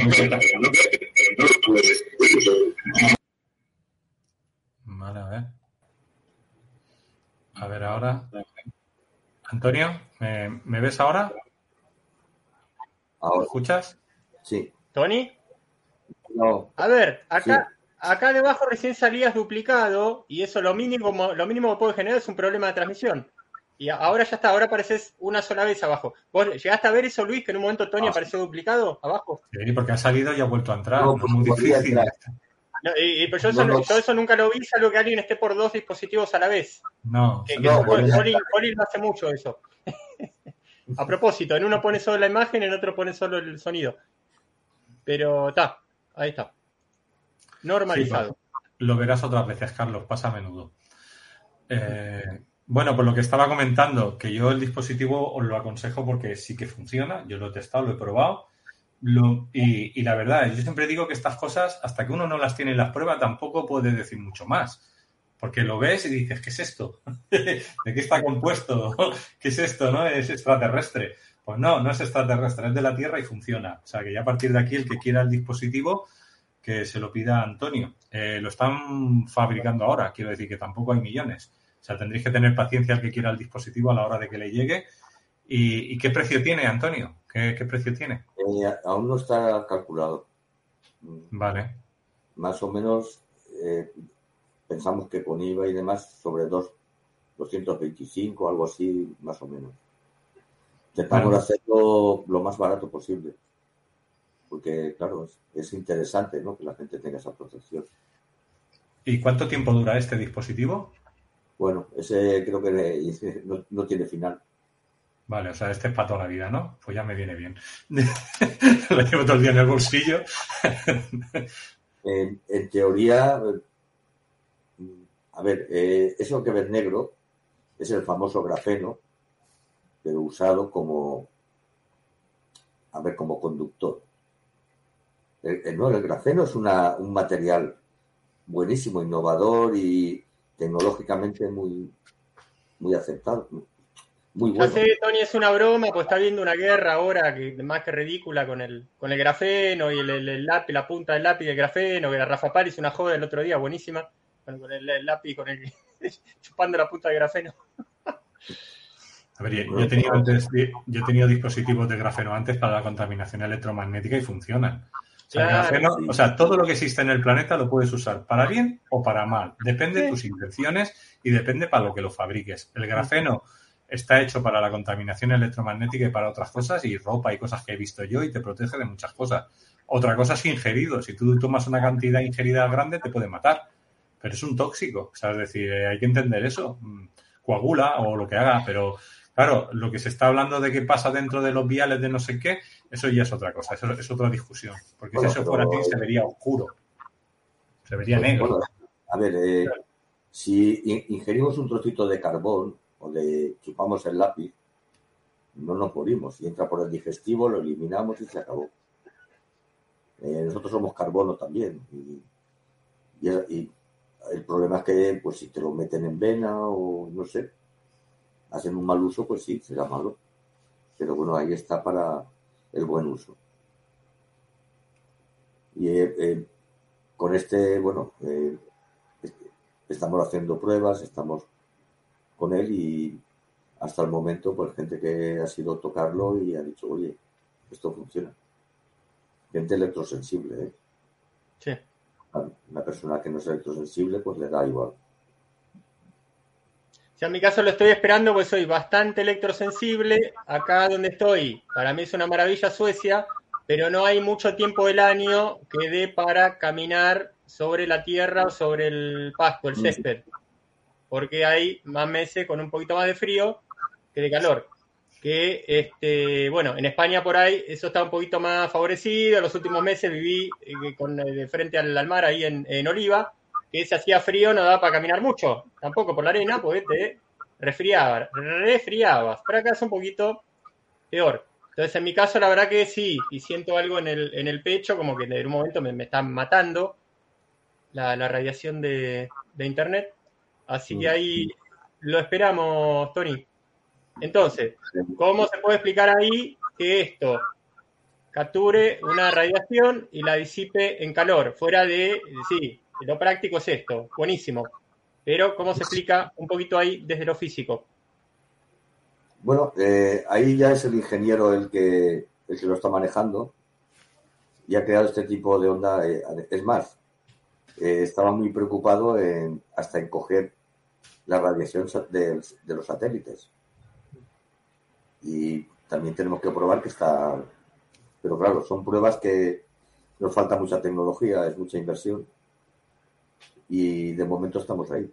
Speaker 1: Vale, a ver. A ver ahora. Antonio, ¿me ves ahora?
Speaker 3: Ahora.
Speaker 1: ¿Escuchas?
Speaker 3: Sí.
Speaker 2: ¿Tony?
Speaker 3: No.
Speaker 2: A ver, acá,
Speaker 3: Sí.
Speaker 2: acá debajo recién salías duplicado y eso lo mínimo que puede generar es un problema de transmisión. Y ahora ya está, ahora apareces una sola vez abajo. ¿Vos llegaste a ver eso, Luis, que en un momento Tony apareció duplicado abajo?
Speaker 1: Sí, porque ha salido y ha vuelto a entrar.
Speaker 3: No,
Speaker 1: No es muy difícil.
Speaker 2: No, pero yo eso nunca lo vi, salvo que alguien esté por 2 dispositivos a la vez.
Speaker 1: No.
Speaker 2: Colin lo hace mucho eso. A propósito, en uno pone solo la imagen, en otro pone solo el sonido. Pero está, ahí está. Normalizado.
Speaker 1: Sí, pues, lo verás otras veces, Carlos, pasa a menudo. Bueno, pues lo que estaba comentando, que yo el dispositivo os lo aconsejo porque sí que funciona, yo lo he testado, lo he probado, y la verdad, yo siempre digo que estas cosas, hasta que uno no las tiene en las pruebas, tampoco puede decir mucho más, porque lo ves y dices, ¿qué es esto? ¿De qué está compuesto? ¿Qué es esto? ¿No? ¿Es extraterrestre? Pues no es extraterrestre, es de la Tierra y funciona. O sea, que ya a partir de aquí, el que quiera el dispositivo, que se lo pida a Antonio. Lo están fabricando ahora, quiero decir que tampoco hay millones. O sea, tendréis que tener paciencia al que quiera el dispositivo a la hora de que le llegue. ¿Y qué precio tiene, Antonio? ¿Qué precio tiene?
Speaker 3: Aún no está calculado.
Speaker 1: Vale.
Speaker 3: Más o menos pensamos que con IVA y demás sobre 225, algo así, más o menos. Intentamos hacerlo lo más barato posible. Porque, claro, es interesante, ¿no?, que la gente tenga esa protección.
Speaker 1: ¿Y cuánto tiempo dura este dispositivo?
Speaker 3: Bueno, ese creo que no tiene final.
Speaker 1: Vale, o sea, este es para toda la vida, ¿no? Pues ya me viene bien. Lo llevo todo el día en el bolsillo.
Speaker 3: En teoría, a ver, eso que ves negro es el famoso grafeno, pero usado como conductor. El grafeno es un material buenísimo, innovador y tecnológicamente muy, muy aceptado, muy bueno.
Speaker 2: Ya sé, Tony, es una broma, pues está viendo una guerra ahora que más que ridícula con el grafeno y el lápiz, la punta del lápiz del grafeno, que la Rafa Pal hizo una joda el otro día, buenísima, con el lápiz, chupando la punta del grafeno.
Speaker 1: A ver, yo he tenido dispositivos de grafeno antes para la contaminación electromagnética y funcionan. O sea, claro, grafeno, sí. O sea, todo lo que existe en el planeta lo puedes usar para bien o para mal. Depende de tus intenciones y depende para lo que lo fabriques. El grafeno está hecho para la contaminación electromagnética y para otras cosas, y ropa y cosas que he visto yo, y te protege de muchas cosas. Otra cosa es ingerido. Si tú tomas una cantidad ingerida grande, te puede matar. Pero es un tóxico. O sea, es decir, hay que entender eso. Coagula o lo que haga, pero claro, lo que se está hablando de qué pasa dentro de los viales de no sé qué, eso ya es otra cosa, eso es otra discusión. Porque
Speaker 3: Bueno,
Speaker 1: si eso fuera así, se vería oscuro. Se vería negro.
Speaker 3: Bueno, a ver, si ingerimos un trocito de carbón o chupamos el lápiz, no nos morimos. Si entra por el digestivo, lo eliminamos y se acabó. Nosotros somos carbono también. Y el problema es que, pues, si te lo meten en vena o no sé, hacen un mal uso, pues sí, será malo. Pero bueno, ahí está para el buen uso. Y con estamos haciendo pruebas, estamos con él y hasta el momento, pues gente que ha sido tocarlo y ha dicho, oye, esto funciona. Gente electrosensible, ¿eh?
Speaker 2: Sí.
Speaker 3: Una persona que no es electrosensible, pues le da igual.
Speaker 2: Yo en mi caso lo estoy esperando, pues soy bastante electrosensible. Acá donde estoy, para mí es una maravilla Suecia, pero no hay mucho tiempo del año que dé para caminar sobre la tierra o sobre el pasto, el césped. Porque hay más meses con un poquito más de frío que de calor. Que, bueno, en España por ahí eso está un poquito más favorecido. Los últimos meses viví de frente al mar ahí en Oliva, que se hacía frío, no daba para caminar mucho, tampoco por la arena, porque te resfriabas. Pero acá es un poquito peor. Entonces, en mi caso, la verdad que sí, y siento algo en el pecho, como que en un momento me están matando la radiación de internet. Así que ahí lo esperamos, Tony. Entonces, ¿cómo se puede explicar ahí que esto capture una radiación y la disipe en calor? Fuera de, sí, lo práctico es esto, buenísimo. Pero, ¿cómo se explica un poquito ahí desde lo físico?
Speaker 3: Bueno, ahí ya es el ingeniero el que lo está manejando y ha creado este tipo de onda. Es más, estaba muy preocupado hasta en coger la radiación de los satélites. Y también tenemos que probar que está... Pero claro, son pruebas que nos falta mucha tecnología, es mucha inversión. Y de momento estamos ahí.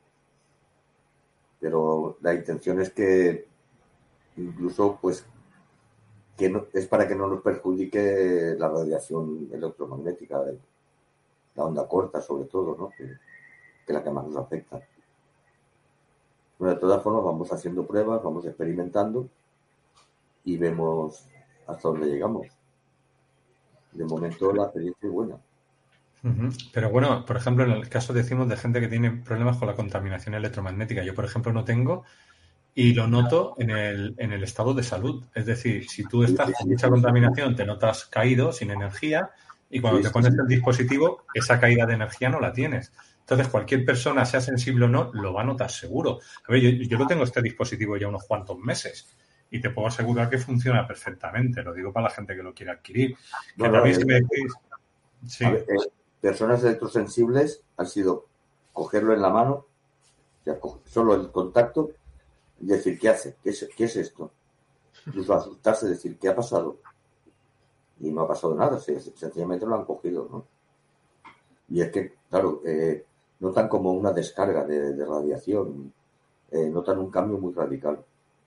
Speaker 3: Pero la intención es que incluso, pues, que no, es para que no nos perjudique la radiación electromagnética, la onda corta sobre todo, ¿no? Que es la que más nos afecta. Bueno, de todas formas, vamos haciendo pruebas, vamos experimentando y vemos hasta dónde llegamos. De momento la experiencia es buena.
Speaker 1: Pero bueno, por ejemplo, en el caso decimos de gente que tiene problemas con la contaminación electromagnética. Yo, por ejemplo, no tengo y lo noto en el estado de salud. Es decir, si tú estás con mucha contaminación, te notas caído, sin energía, y cuando te pones el dispositivo, esa caída de energía no la tienes. Entonces, cualquier persona, sea sensible o no, lo va a notar seguro. A ver, yo lo tengo este dispositivo ya unos cuantos meses y te puedo asegurar que funciona perfectamente. Lo digo para la gente que lo quiera adquirir. Que también si me decís... Sí.
Speaker 3: A ver, personas electrosensibles han sido cogerlo en la mano, ya, solo el contacto, y decir, ¿qué hace? ¿Qué es esto? Incluso asustarse, decir, ¿qué ha pasado? Y no ha pasado nada, sencillamente lo han cogido, ¿no? Y es que, claro, notan como una descarga de radiación, notan un cambio muy radical.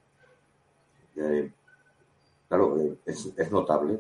Speaker 3: Claro, es notable.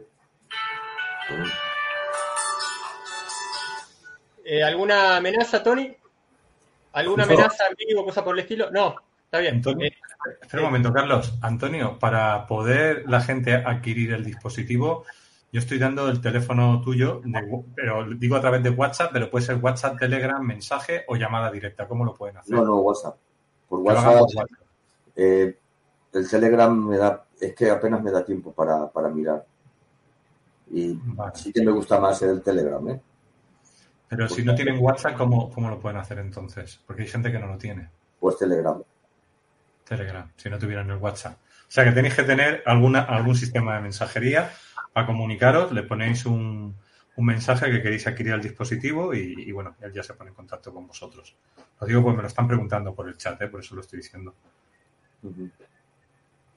Speaker 2: ¿Alguna amenaza, Tony? ¿Alguna amenaza en vivo, cosa por el estilo? No, está bien.
Speaker 1: Antonio, espera un momento, Carlos. Antonio, para poder la gente adquirir el dispositivo, yo estoy dando el teléfono tuyo, pero digo a través de WhatsApp, pero puede ser WhatsApp, Telegram, mensaje o llamada directa. ¿Cómo lo pueden hacer?
Speaker 3: No, WhatsApp. Por WhatsApp. El Telegram es que apenas me da tiempo para mirar. Y sí que me gusta más el Telegram, ¿eh?
Speaker 1: Pero si no tienen WhatsApp, ¿cómo lo pueden hacer entonces? Porque hay gente que no lo tiene.
Speaker 3: Pues Telegram.
Speaker 1: Telegram, si no tuvieran el WhatsApp. O sea que tenéis que tener algún sistema de mensajería para comunicaros, le ponéis un mensaje que queréis adquirir el dispositivo y bueno, él ya se pone en contacto con vosotros. Lo digo porque me lo están preguntando por el chat, por eso lo estoy diciendo.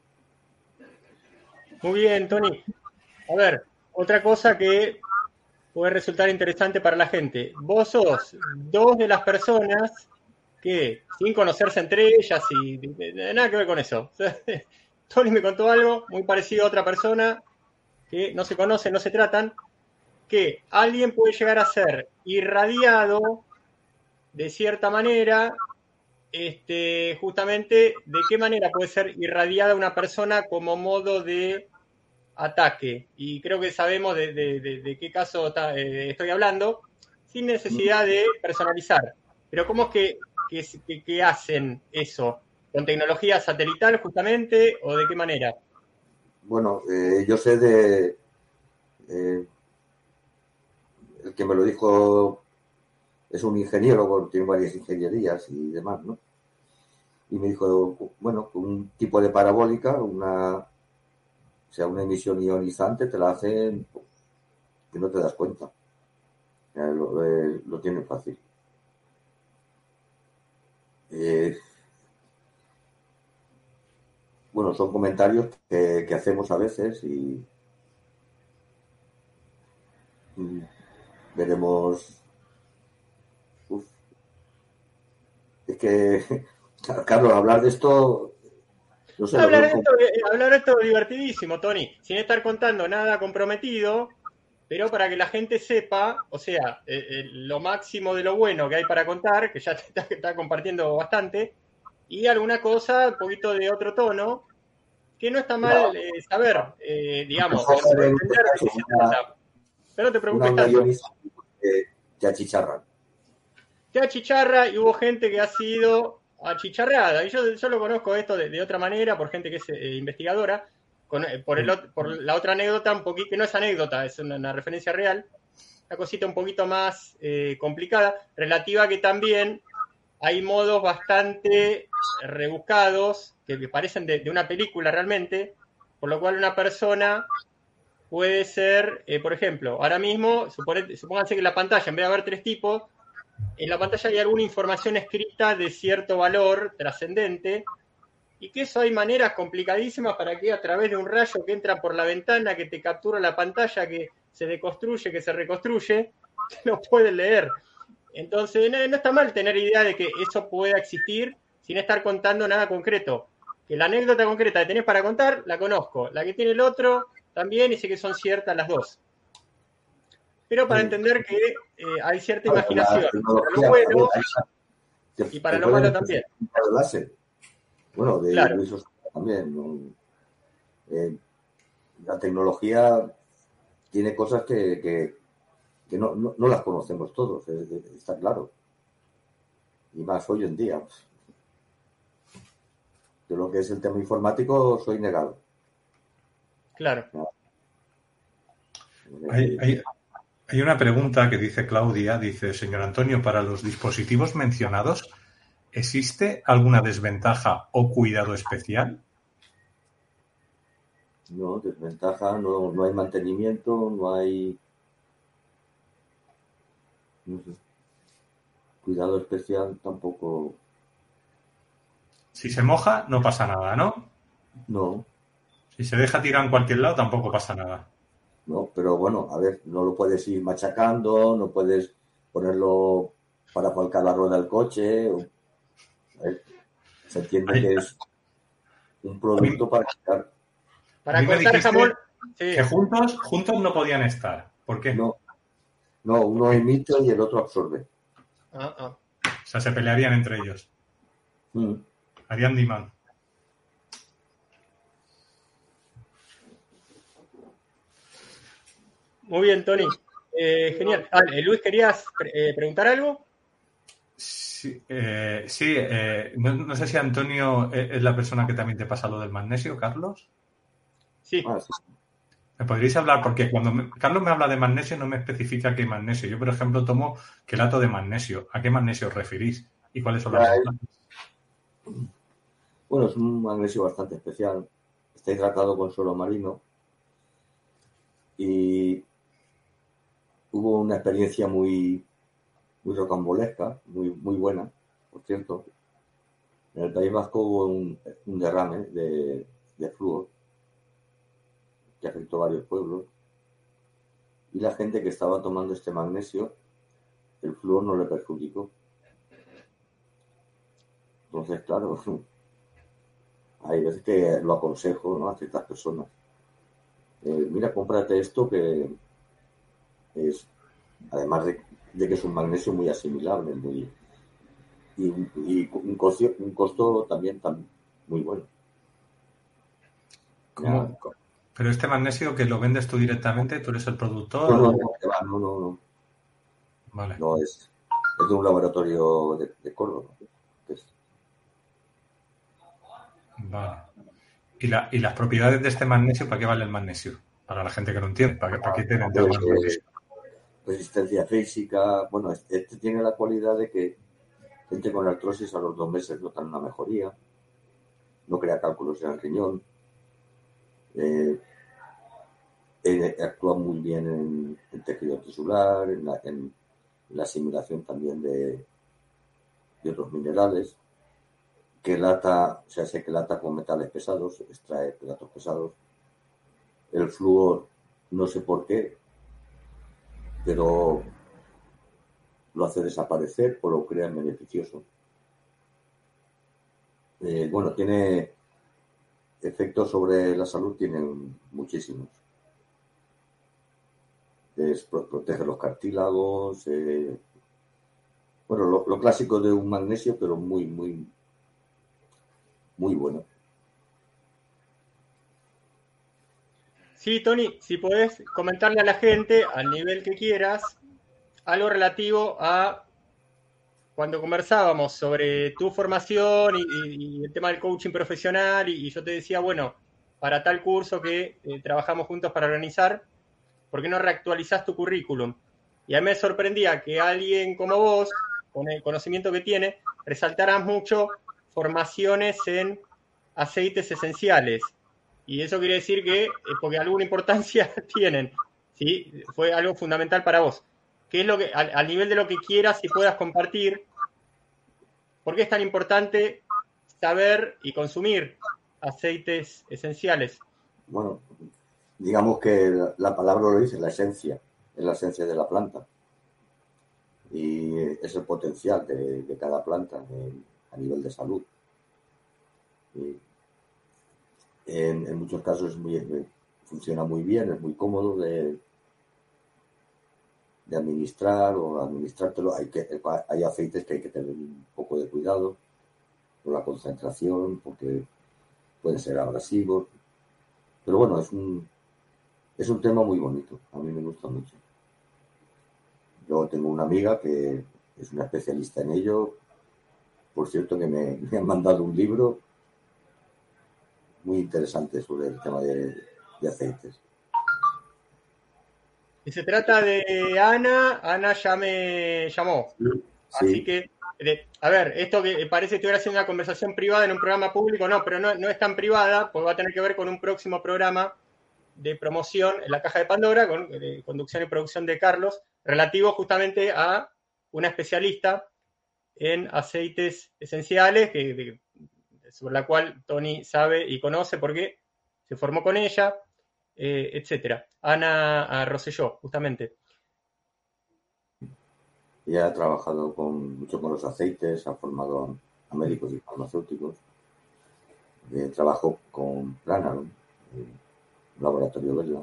Speaker 2: Muy bien, Tony. A ver, otra cosa que puede resultar interesante para la gente. Vos sos dos de las personas que, sin conocerse entre ellas y nada que ver con eso, Tony me contó algo muy parecido a otra persona que no se conocen, no se tratan, que alguien puede llegar a ser irradiado de cierta manera, justamente de qué manera puede ser irradiada una persona como modo de ataque. Y creo que sabemos de qué caso estoy hablando, sin necesidad de personalizar. Pero ¿cómo es que hacen eso? ¿Con tecnología satelital justamente o de qué manera?
Speaker 3: Bueno, yo sé de... el que me lo dijo es un ingeniero, tiene varias ingenierías y demás, ¿no? Y me dijo, bueno, un tipo de parabólica, una emisión ionizante, te la hacen que no te das cuenta. Lo tienen fácil. Bueno, son comentarios que hacemos a veces y veremos. Uf. Es que, Carlos, hablar de esto, no sé, lo
Speaker 2: Hablar
Speaker 3: veo
Speaker 2: de
Speaker 3: como...
Speaker 2: esto es divertidísimo, Tony, sin estar contando nada comprometido, pero para que la gente sepa, o sea, lo máximo de lo bueno que hay para contar, que ya te está compartiendo bastante, y alguna cosa, un poquito de otro tono, que no está mal saber, digamos,
Speaker 3: Mejor
Speaker 2: o
Speaker 3: saber en este
Speaker 2: entender de qué
Speaker 3: caso
Speaker 2: se trata. Pero no te
Speaker 3: una
Speaker 2: preocupes
Speaker 3: onda
Speaker 2: tanto.
Speaker 3: ionizante que achicharran.
Speaker 2: Te achicharra y hubo gente que ha sido achicharrada. Y yo lo conozco esto de otra manera, por gente que es investigadora, por la otra anécdota, un poquito, que no es anécdota, es una referencia real, una cosita un poquito más complicada, relativa a que también hay modos bastante rebuscados, que parecen de una película realmente, por lo cual una persona puede ser, por ejemplo, ahora mismo, supónganse que en la pantalla, en vez de haber tres tipos, en la pantalla hay alguna información escrita de cierto valor trascendente y que eso hay maneras complicadísimas para que a través de un rayo que entra por la ventana, que te captura la pantalla, que se deconstruye, que se reconstruye, te lo puedes leer. Entonces, no está mal tener idea de que eso pueda existir sin estar contando nada concreto. Que la anécdota concreta que tenés para contar, la conozco. La que tiene el otro, también, y sé que son ciertas las dos. Pero para entender que hay cierta imaginación
Speaker 3: La
Speaker 2: para lo
Speaker 3: tecnología, a ver,
Speaker 2: bueno y para
Speaker 3: te
Speaker 2: lo
Speaker 3: pueden
Speaker 2: malo
Speaker 3: empezar
Speaker 2: también.
Speaker 3: de láser. Bueno, de
Speaker 2: Claro,
Speaker 3: Luis Oscar también, ¿no? La tecnología tiene cosas que no las conocemos todos, está claro. Y más hoy en día. De lo que es el tema informático, soy negado.
Speaker 2: claro.
Speaker 1: Hay, hay- hay una pregunta que dice Claudia, dice, señor Antonio, para los dispositivos mencionados, ¿existe alguna desventaja o cuidado especial?
Speaker 3: No, desventaja, no hay mantenimiento, no hay, no sé, cuidado especial tampoco.
Speaker 1: Si se moja, no pasa nada, ¿no?
Speaker 3: No,
Speaker 1: Si se deja tirar en cualquier lado, tampoco pasa nada.
Speaker 3: no, pero bueno, a ver, no lo puedes ir machacando, no puedes ponerlo para falcar la rueda del coche. A ver, se entiende
Speaker 1: Hay-
Speaker 3: que es un
Speaker 1: A mí,
Speaker 3: producto para quitar.
Speaker 1: a
Speaker 2: Para
Speaker 1: mí me
Speaker 2: cortar jamón,
Speaker 1: dijiste
Speaker 2: sí.
Speaker 1: que juntos no podían estar. ¿Por qué?
Speaker 3: No, no,
Speaker 1: ¿Por
Speaker 3: uno
Speaker 1: qué?
Speaker 3: emite y el otro absorbe.
Speaker 2: Ah, ah.
Speaker 1: O sea, se pelearían entre ellos.
Speaker 3: Mm.
Speaker 1: Harían demand.
Speaker 2: Muy bien, Tony. Genial. Luis, ¿querías preguntar algo?
Speaker 1: Sí, no sé si Antonio es la persona que también te pasa lo del magnesio, Carlos.
Speaker 2: Sí.
Speaker 3: Ah, sí.
Speaker 1: ¿Me podríais hablar? Porque cuando Carlos me habla de magnesio no me especifica qué magnesio. Yo, por ejemplo, tomo quelato de magnesio. ¿A qué magnesio os referís? ¿Y cuáles son
Speaker 3: Ya,
Speaker 1: las ventajas?
Speaker 3: bueno, es un magnesio bastante especial. Está hidratado con suelo marino y hubo una experiencia muy rocambolesca, muy buena, por cierto. En el País Vasco hubo un derrame de flúor que afectó a varios pueblos y la gente que estaba tomando este magnesio, el flúor no le perjudicó. Entonces, claro, hay veces que lo aconsejo, ¿no?, a ciertas personas. Mira, cómprate esto que es, además de que es un magnesio muy asimilable, y un costo también muy bueno.
Speaker 1: ¿Cómo? Pero este magnesio que lo vendes tú directamente, ¿tú eres el productor?
Speaker 3: No.
Speaker 1: Vale.
Speaker 3: No, es de un laboratorio de Córdoba.
Speaker 1: Vale. ¿Y las propiedades de este magnesio, para qué vale el magnesio? Para la gente que no entiende, ¿para qué te vende el magnesio?
Speaker 3: Resistencia física. Bueno, este tiene la cualidad de que gente con artrosis a los 2 meses notan una mejoría, no crea cálculos en el riñón, actúa muy bien en tejido tisular, en la asimilación también de otros minerales, que lata con metales pesados, extrae platos pesados. El flúor, no sé por qué, pero lo hace desaparecer o lo crea beneficioso. Bueno, tiene efectos sobre la salud, tienen muchísimos. Protege los cartílagos, bueno, lo clásico de un magnesio, pero muy, muy, muy bueno.
Speaker 2: Sí, Tony, si podés comentarle a la gente, al nivel que quieras, algo relativo a cuando conversábamos sobre tu formación y el tema del coaching profesional, y yo te decía, bueno, para tal curso que trabajamos juntos para organizar, ¿por qué no reactualizás tu currículum? Y a mí me sorprendía que alguien como vos, con el conocimiento que tiene, resaltaras mucho formaciones en aceites esenciales. Y eso quiere decir que, porque alguna importancia tienen, ¿sí? Fue algo fundamental para vos. ¿Qué es lo que, al nivel de lo que quieras y puedas compartir, por qué es tan importante saber y consumir aceites esenciales?
Speaker 3: Bueno, digamos que la palabra lo dice, la esencia, es la esencia de la planta. Y es el potencial de cada planta a nivel de salud. Y en muchos casos funciona muy bien, es muy cómodo de administrar o administrártelo. Hay aceites que hay que tener un poco de cuidado con la concentración, porque pueden ser abrasivos. Pero bueno, es un tema muy bonito, a mí me gusta mucho. Yo tengo una amiga que es una especialista en ello. Por cierto, que me han mandado un libro muy interesante sobre el tema de aceites.
Speaker 2: Y se trata de Ana ya me llamó.
Speaker 3: Sí.
Speaker 2: Así que, a ver, esto que parece que estuviera haciendo una conversación privada en un programa público, no, pero no es tan privada, porque va a tener que ver con un próximo programa de promoción en la Caja de Pandora, con conducción y producción de Carlos, relativo justamente a una especialista en aceites esenciales, sobre la cual Tony sabe y conoce porque se formó con ella, etcétera. Ana Rosselló, justamente.
Speaker 3: Ella ha trabajado mucho con los aceites, ha formado a médicos y farmacéuticos. Trabajó con Planaron, un laboratorio belga.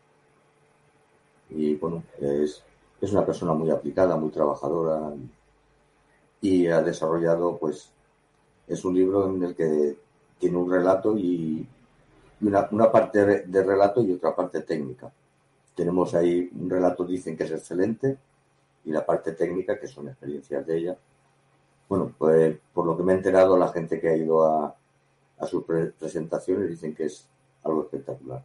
Speaker 3: Y bueno, es una persona muy aplicada, muy trabajadora, y ha desarrollado, pues, es un libro en el que tiene un relato y una parte de relato y otra parte técnica. Tenemos ahí un relato, dicen que es excelente, y la parte técnica, que son experiencias de ella. Bueno, pues por lo que me he enterado, la gente que ha ido a sus presentaciones dicen que es algo espectacular.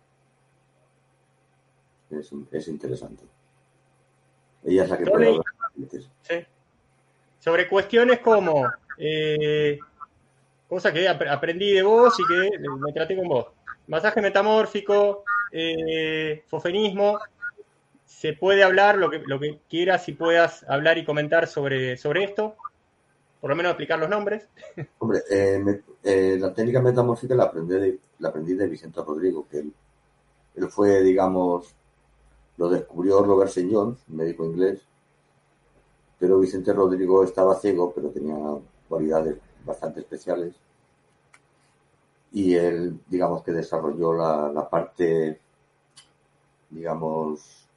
Speaker 3: Es interesante. Ella es la que puede hablar.
Speaker 2: Sí. Sobre cuestiones como cosas que aprendí de vos y que me traté con vos. Masaje metamórfico, fofenismo. ¿Se puede hablar lo que quieras y puedas hablar y comentar sobre esto? Por lo menos explicar los nombres.
Speaker 3: Hombre, la técnica metamórfica la aprendí de Vicente Rodrigo, que él fue, digamos, lo descubrió Robert St. John, un médico inglés, pero Vicente Rodrigo estaba ciego, pero tenía cualidades bastante especiales. Y él, digamos que desarrolló la parte, digamos,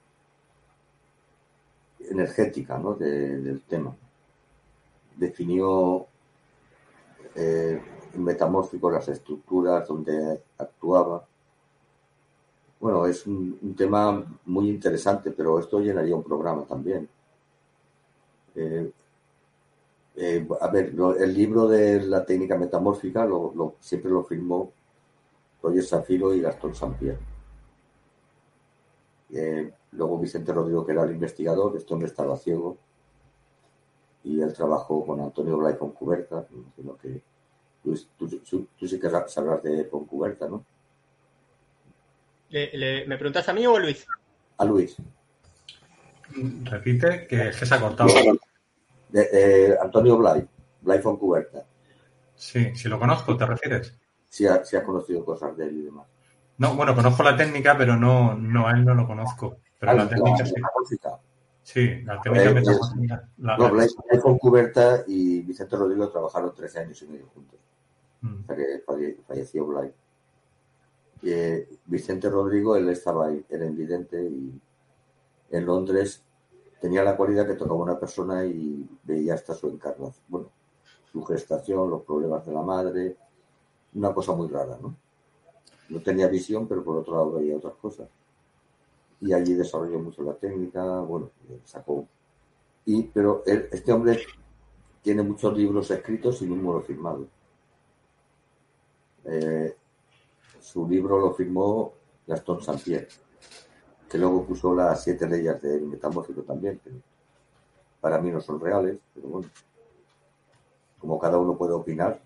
Speaker 3: energética, ¿no? del tema. Definió el metamórfico, las estructuras donde actuaba. Bueno, es un tema muy interesante, pero esto llenaría un programa también. A ver, el libro de la técnica metamórfica siempre lo firmó Roger Safiro y Gastón Sampier. Luego Vicente Rodrigo, que era el investigador, este hombre estaba ciego, y él trabajó con Antonio Blay Foncuberta, que tú sí que sabrás de Foncuberta, ¿no?
Speaker 2: ¿Me preguntás a mí o a Luis?
Speaker 3: A Luis.
Speaker 1: Repite, que se ha cortado.
Speaker 3: Antonio Blay Foncuberta.
Speaker 1: Sí, si lo conozco, ¿te refieres?
Speaker 3: Sí ha conocido cosas de él y demás.
Speaker 1: No, bueno, conozco la técnica, pero no a él no lo conozco. Pero la técnica sí. Sí, la técnica metamórfica.
Speaker 3: Blay Foncuberta y Vicente Rodrigo trabajaron 13 años y medio juntos. Hasta que falleció Blay. Vicente Rodrigo, él estaba ahí, era invidente, y en Londres tenía la cualidad que tocaba una persona y veía hasta su encarnación, bueno, su gestación, los problemas de la madre, una cosa muy rara, ¿no? No tenía visión, pero por otro lado veía otras cosas. Y allí desarrolló mucho la técnica, bueno, sacó. Pero este hombre tiene muchos libros escritos y números firmados. Su libro lo firmó Gastón Sampier, que luego puso las 7 leyes del metamórfico también, que para mí no son reales, pero bueno, como cada uno puede opinar,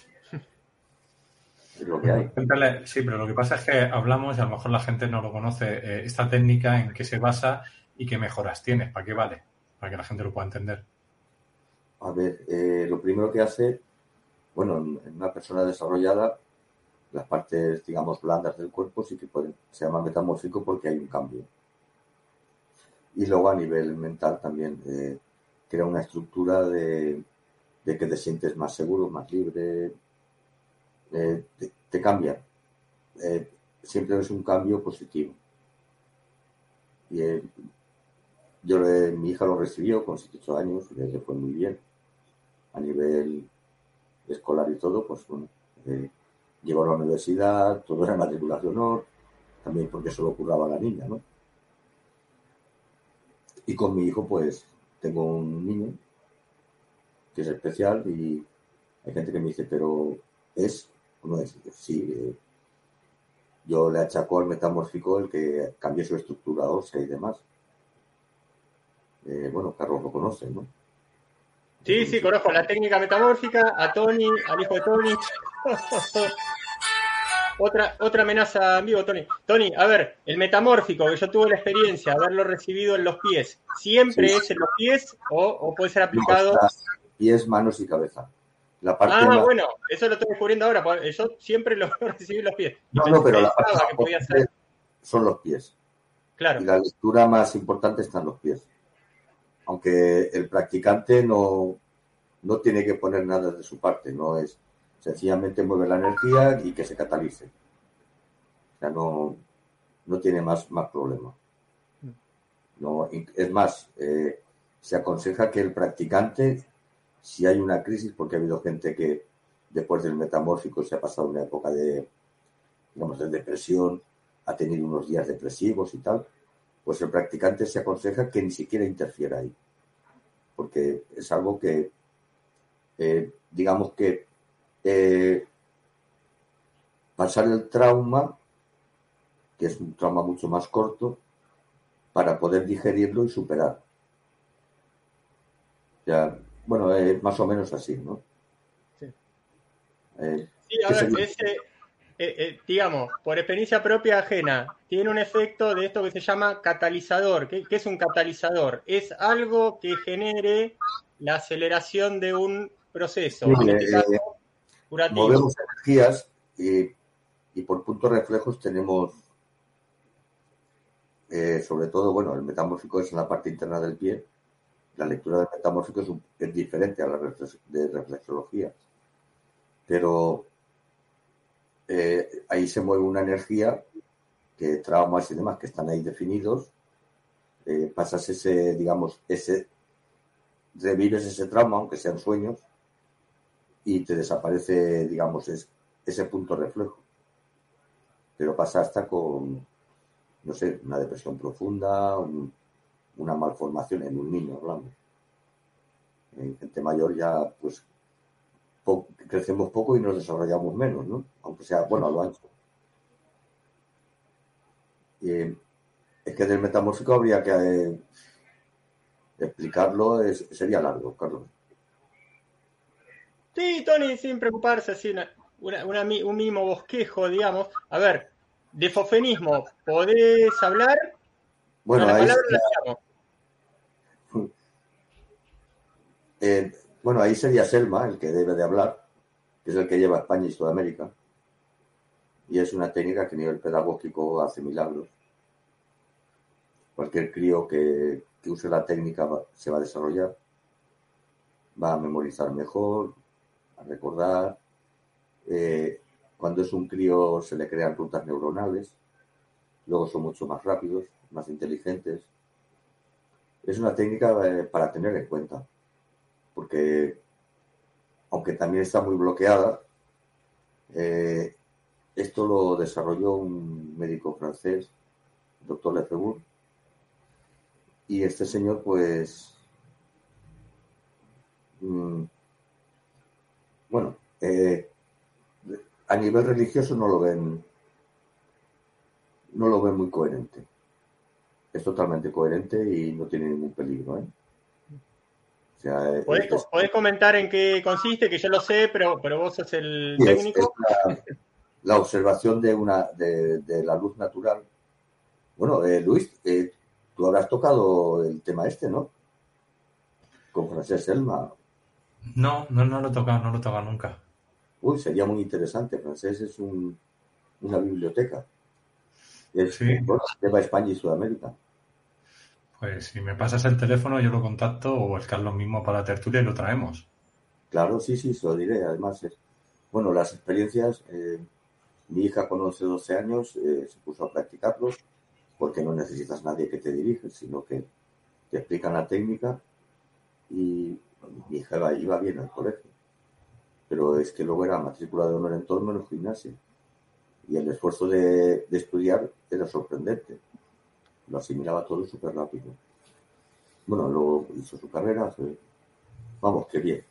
Speaker 3: es lo que hay.
Speaker 1: Sí, pero lo que pasa es que hablamos y a lo mejor la gente no lo conoce, esta técnica, en qué se basa y qué mejoras tienes, para qué vale, para que la gente lo pueda entender.
Speaker 3: A ver, lo primero que hace, bueno, en una persona desarrollada, las partes, digamos, blandas del cuerpo sí que se llama metamórfico porque hay un cambio. Y luego a nivel mental también crea una estructura de que te sientes más seguro, más libre, te cambia. Siempre es un cambio positivo. Y mi hija lo recibió con 7-8 años y le fue muy bien. A nivel escolar y todo, pues bueno, llegó a la universidad, todo era matrícula de honor, también porque eso lo curraba la niña, ¿no? Y con mi hijo, pues, tengo un niño que es especial y hay gente que me dice, pero ¿es o no es? Sí, yo le achaco al metamórfico el que cambie su estructura ósea y demás. Bueno, Carlos lo conoce, ¿no?
Speaker 2: Sí, conozco la técnica metamórfica, a Tony, al hijo de Tony. Otra amenaza en vivo, Tony. Tony, a ver, el metamórfico, que yo tuve la experiencia de haberlo recibido en los pies, ¿siempre es en los pies o puede ser aplicado?
Speaker 3: No, pies, manos y cabeza. La parte
Speaker 2: bueno, eso lo estoy descubriendo ahora. Yo siempre lo recibí en los pies.
Speaker 3: No, pero la parte que podía ser son los pies.
Speaker 2: Claro.
Speaker 3: Y la lectura más importante está en los pies. Aunque el practicante no tiene que poner nada de su parte, no es sencillamente mueve la energía y que se catalice. O sea, no tiene más problema. No, es más, se aconseja que el practicante, si hay una crisis, porque ha habido gente que después del metamórfico se ha pasado una época de depresión, ha tenido unos días depresivos y tal, pues el practicante se aconseja que ni siquiera interfiera ahí. Porque es algo que, digamos que, pasar el trauma, que es un trauma mucho más corto, para poder digerirlo y superar. Ya, bueno, más o menos así, ¿no?
Speaker 2: Sí, a ver, digamos, por experiencia propia ajena, tiene un efecto de esto que se llama catalizador. ¿Qué es un catalizador? Es algo que genere la aceleración de un proceso, en este caso, curativo.
Speaker 3: Movemos energías y por puntos reflejos tenemos sobre todo, bueno, el metamórfico es en la parte interna del pie. La lectura del metamórfico es diferente a la de reflexología. Pero ahí se mueve una energía que traumas y demás que están ahí definidos. Pasas revives ese trauma, aunque sean sueños, y te desaparece, digamos, ese punto reflejo. Pero pasa hasta con, no sé, una depresión profunda, una malformación en un niño, hablamos. En gente mayor ya, pues, crecemos poco y nos desarrollamos menos, ¿no? Aunque sea, bueno, a lo ancho. Es que del metamórfico habría que explicarlo, sería largo, Carlos.
Speaker 2: Sí, Tony, sin preocuparse, así un mínimo bosquejo, digamos. A ver, de fofenismo, ¿podés hablar?
Speaker 3: Bueno,
Speaker 2: La
Speaker 3: ahí
Speaker 2: palabra
Speaker 3: sería,
Speaker 2: la llamo.
Speaker 3: bueno, ahí sería Selma el que debe de hablar, que es el que lleva España y Sudamérica. Y es una técnica que a nivel pedagógico hace milagros. Cualquier crío que use la técnica se va a desarrollar, va a memorizar mejor, a recordar. Cuando es un crío se le crean rutas neuronales, luego son mucho más rápidos, más inteligentes. Es una técnica para tener en cuenta, porque aunque también está muy bloqueada, esto lo desarrolló un médico francés, doctor Lefebvre, y este señor, pues, bueno, a nivel religioso no lo ven muy coherente. Es totalmente coherente y no tiene ningún peligro, ¿eh? O sea,
Speaker 2: ¿Podés comentar en qué consiste? Que yo lo sé, pero vos sos el
Speaker 3: sí,
Speaker 2: técnico.
Speaker 3: la observación de la luz natural. Bueno, Luis, tú habrás tocado el tema este, ¿no? Con Francesc Selma.
Speaker 1: No lo he tocado nunca.
Speaker 3: Uy, sería muy interesante. Francesc es una biblioteca.
Speaker 1: Sí,
Speaker 3: Bueno, lleva España y Sudamérica.
Speaker 1: pues si me pasas el teléfono yo lo contacto o el Carlos mismo para la tertulia y lo traemos.
Speaker 3: Claro, sí, se lo diré. Además, bueno, las experiencias, mi hija con 11 o 12 años se puso a practicarlos porque no necesitas nadie que te dirija, sino que te explican la técnica y bueno, mi hija iba bien al colegio. Pero es que luego era matrícula de honor en todo menos gimnasia. Y el esfuerzo de estudiar era sorprendente. Lo asimilaba todo súper rápido. Bueno, luego hizo su carrera. Vamos, qué bien.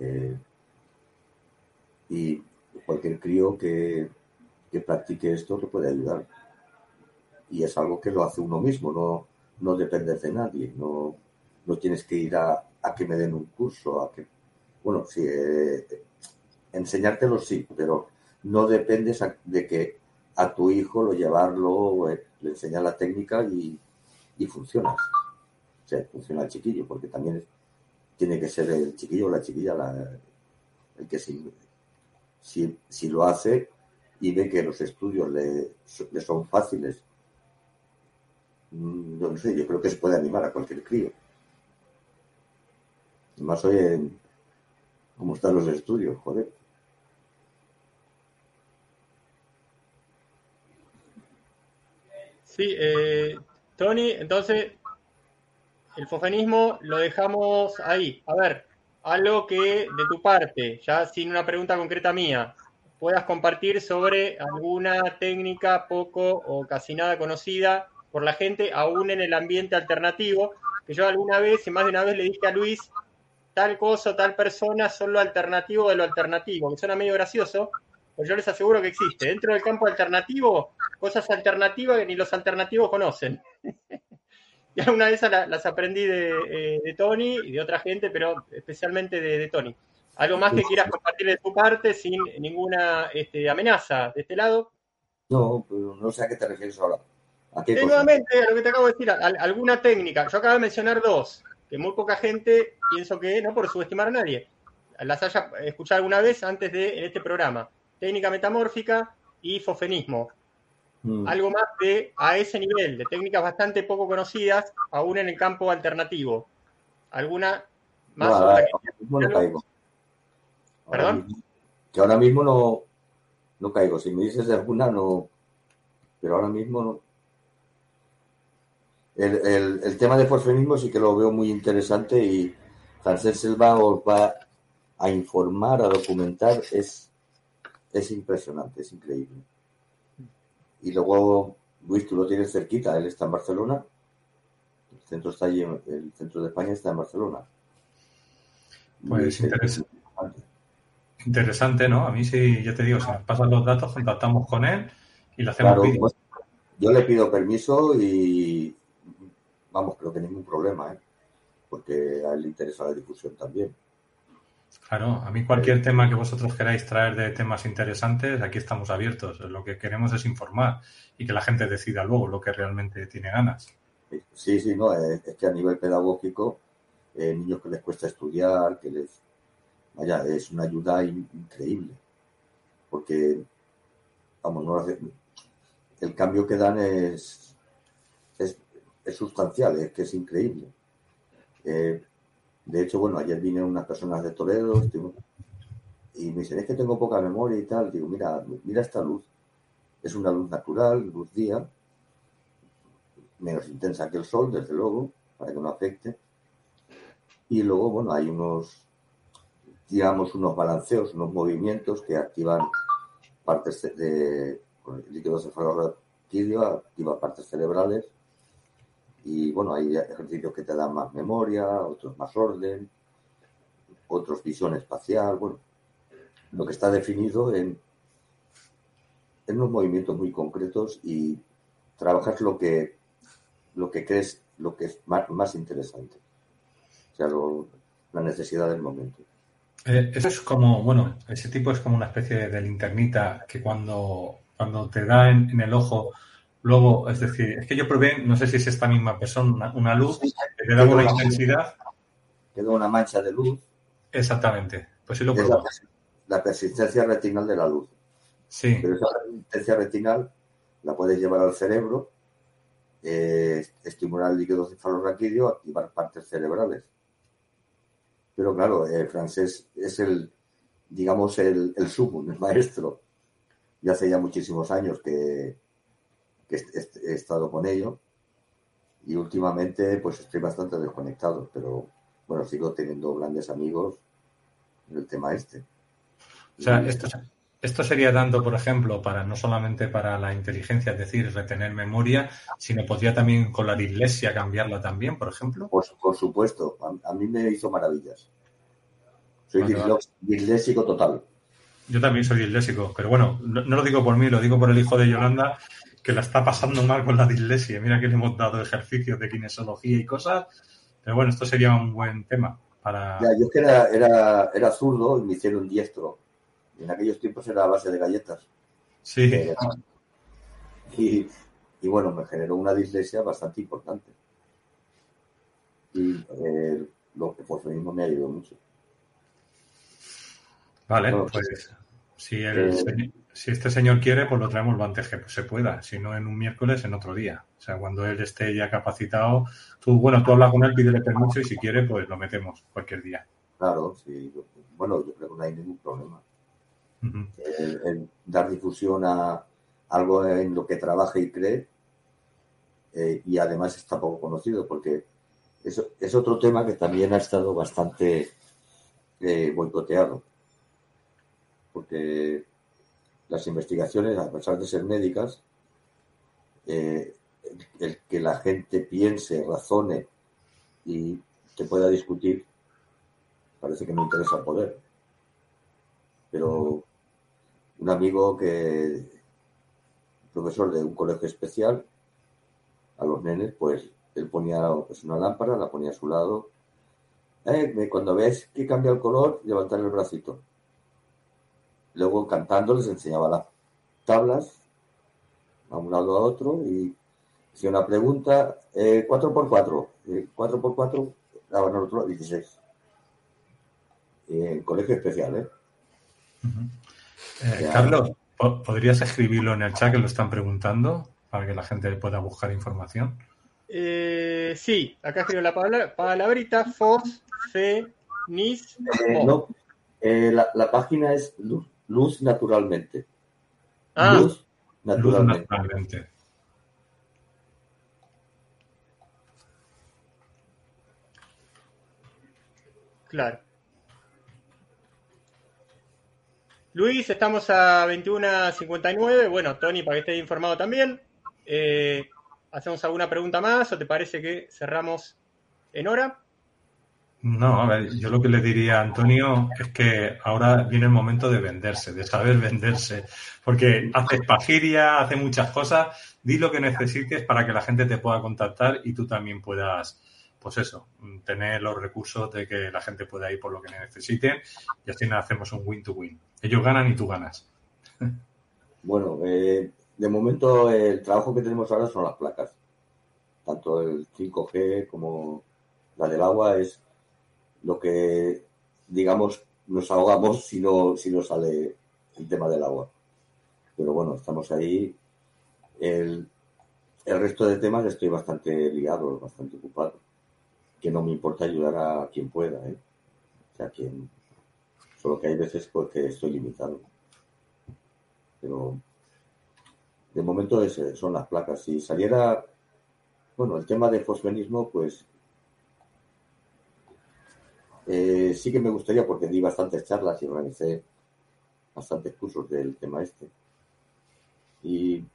Speaker 3: Y cualquier crío que practique esto te puede ayudar. Y es algo que lo hace uno mismo, no dependes de nadie. No tienes que ir a que me den un curso. Bueno, sí, enseñártelo sí, pero no dependes de que a tu hijo llevarlo, le enseñar la técnica y funciona. O sea, funciona el chiquillo, porque también tiene que ser el chiquillo o la chiquilla el que si lo hace y ve que los estudios le son fáciles, yo no sé, yo creo que se puede animar a cualquier crío. Además, hoy cómo están los estudios, joder.
Speaker 2: Sí, Tony, entonces el fofenismo lo dejamos ahí. A ver, algo que de tu parte, ya sin una pregunta concreta mía, puedas compartir sobre alguna técnica poco o casi nada conocida por la gente, aún en el ambiente alternativo, que yo alguna vez y más de una vez le dije a Luis, tal cosa, tal persona son lo alternativo de lo alternativo, que suena medio gracioso, pero yo les aseguro que existe. Dentro del campo alternativo, cosas alternativas que ni los alternativos conocen. Y alguna de esas las aprendí de Tony y de otra gente, pero especialmente de Tony. ¿Algo más que quieras compartir de tu parte sin ninguna amenaza de este lado?
Speaker 3: No, pero no sé a qué te refieres ahora. ¿A qué cosa?
Speaker 2: Nuevamente, a lo que te acabo de decir, alguna técnica. Yo acabo de mencionar dos, que muy poca gente, pienso que, no por subestimar a nadie, las haya escuchado alguna vez antes de en este programa. Técnica metamórfica y fofenismo. algo más a ese nivel, de técnicas bastante poco conocidas, aún en el campo alternativo. ¿Alguna más
Speaker 3: No,
Speaker 2: sobre la
Speaker 3: ahora
Speaker 2: que...
Speaker 3: mismo no caigo.
Speaker 2: ¿Perdón?
Speaker 3: Ahora mismo no caigo. Si me dices de alguna, no. Pero ahora mismo no. El tema de forfemismo sí que lo veo muy interesante y Francesc Selva os va a informar, a documentar. Es impresionante, es increíble. Y luego, Luis, tú lo tienes cerquita, él está en Barcelona. El centro está allí, el centro de España está en Barcelona.
Speaker 1: Pues interesante, ¿no? A mí sí, ya te digo, si nos pasan los datos, contactamos con él y le hacemos
Speaker 3: Claro,
Speaker 1: vídeo.
Speaker 3: pues, yo le pido permiso y vamos, creo que ningún problema, ¿eh? Porque a él le interesa la difusión también.
Speaker 1: Claro, a mí cualquier tema que vosotros queráis traer de temas interesantes, aquí estamos abiertos. Lo que queremos es informar y que la gente decida luego lo que realmente tiene ganas.
Speaker 3: Sí, no, es que a nivel pedagógico, niños que les cuesta estudiar, vaya, es una ayuda increíble. Porque, vamos, el cambio que dan es sustancial, es que es increíble. De hecho, bueno, ayer vinieron unas personas de Toledo y me dicen, es que tengo poca memoria y tal. Digo, mira esta luz. Es una luz natural, luz día, menos intensa que el sol, desde luego, para que no afecte. Y luego, bueno, hay unos balanceos, unos movimientos que activan partes con el líquido cefalorraquídeo, activa partes cerebrales. Y bueno, hay ejercicios que te dan más memoria, otros más orden, otros visión espacial. Bueno, lo que está definido en unos movimientos muy concretos y trabajas lo que crees, lo que es más interesante. O sea, la necesidad del momento.
Speaker 1: Eso es como, bueno, ese tipo es como una especie de linternita que cuando te da en el ojo, luego, es decir, es que yo probé, no sé si es esta misma persona, una luz que te da buena intensidad.
Speaker 3: Queda una mancha de luz.
Speaker 1: Exactamente, pues sí lo
Speaker 3: Es
Speaker 1: probé.
Speaker 3: la persistencia retinal de la luz.
Speaker 1: Sí.
Speaker 3: Pero esa persistencia retinal la puedes llevar al cerebro, estimular el líquido cefalorraquídeo, activar partes cerebrales. Pero claro, Francesc es digamos, el sumo, el maestro. Y hace ya muchísimos años que he estado con ello y últimamente pues estoy bastante desconectado, pero bueno, sigo teniendo grandes amigos en el tema este.
Speaker 1: O sea, esto sería tanto, por ejemplo, para no solamente para la inteligencia, es decir, retener memoria, sino podría también con la dislexia cambiarla también, por ejemplo.
Speaker 3: Por supuesto, a mí me hizo maravillas. Soy disléxico total.
Speaker 1: Yo también soy disléxico, pero bueno, no lo digo por mí, lo digo por el hijo de Yolanda, que la está pasando mal con la dislexia. Mira que le hemos dado ejercicios de kinesiología y cosas, pero bueno, esto sería un buen tema para...
Speaker 3: Ya, yo es que era zurdo y me hicieron diestro. Y en aquellos tiempos era a base de galletas.
Speaker 1: Sí.
Speaker 3: Y bueno, me generó una dislexia bastante importante. Y lo que por mismo me ha ayudado mucho.
Speaker 1: Vale, bueno, pues si este señor quiere, pues lo traemos lo antes que se pueda. Si no en un miércoles, en otro día. O sea, cuando él esté ya capacitado, tú hablas con él, pídele permiso y si quiere, pues lo metemos cualquier día.
Speaker 3: Claro, sí. Bueno, yo creo que no hay ningún problema. El dar difusión a algo en lo que trabaja y cree y además está poco conocido porque eso es otro tema que también ha estado bastante boicoteado. Porque las investigaciones, a pesar de ser médicas, el que la gente piense, razone y te pueda discutir, parece que no interesa el poder. Pero un amigo profesor de un colegio especial, a los nenes, pues él ponía pues, una lámpara, la ponía a su lado. Cuando ves que cambia el color, levantar el bracito. Luego cantando les enseñaba las tablas a un lado a otro y hacía una pregunta, 4x4, 4x4 daban al otro 16. Colegio especial,
Speaker 1: Carlos, ¿Podrías escribirlo en el chat que lo están preguntando para que la gente pueda buscar información?
Speaker 2: Sí, acá escribo la palabrita fosfenismo.
Speaker 3: No, la página es Luz Naturalmente.
Speaker 2: Ah,
Speaker 3: Luz Naturalmente.
Speaker 1: Luz naturalmente.
Speaker 2: claro. Luis, estamos a 21:59. Bueno, Tony, para que estés informado también. ¿Hacemos alguna pregunta más o te parece que cerramos en hora?
Speaker 1: No, a ver, yo lo que le diría a Antonio es que ahora viene el momento de venderse, de saber venderse, porque haces pagiria, hace muchas cosas, di lo que necesites para que la gente te pueda contactar y tú también puedas, pues eso, tener los recursos de que la gente pueda ir por lo que necesiten y así hacemos un win-to-win. Ellos ganan y tú ganas.
Speaker 3: Bueno, de momento el trabajo que tenemos ahora son las placas. Tanto el 5G como la del agua es lo que, digamos, nos ahogamos si no sale el tema del agua. Pero bueno, estamos ahí. El resto de temas estoy bastante liado, bastante ocupado. Que no me importa ayudar a quien pueda, ¿eh? O sea, solo que hay veces pues que estoy limitado. Pero de momento son las placas. Si saliera, bueno, el tema del fosfenismo, pues sí que me gustaría porque di bastantes charlas y organicé bastantes cursos del tema este. Y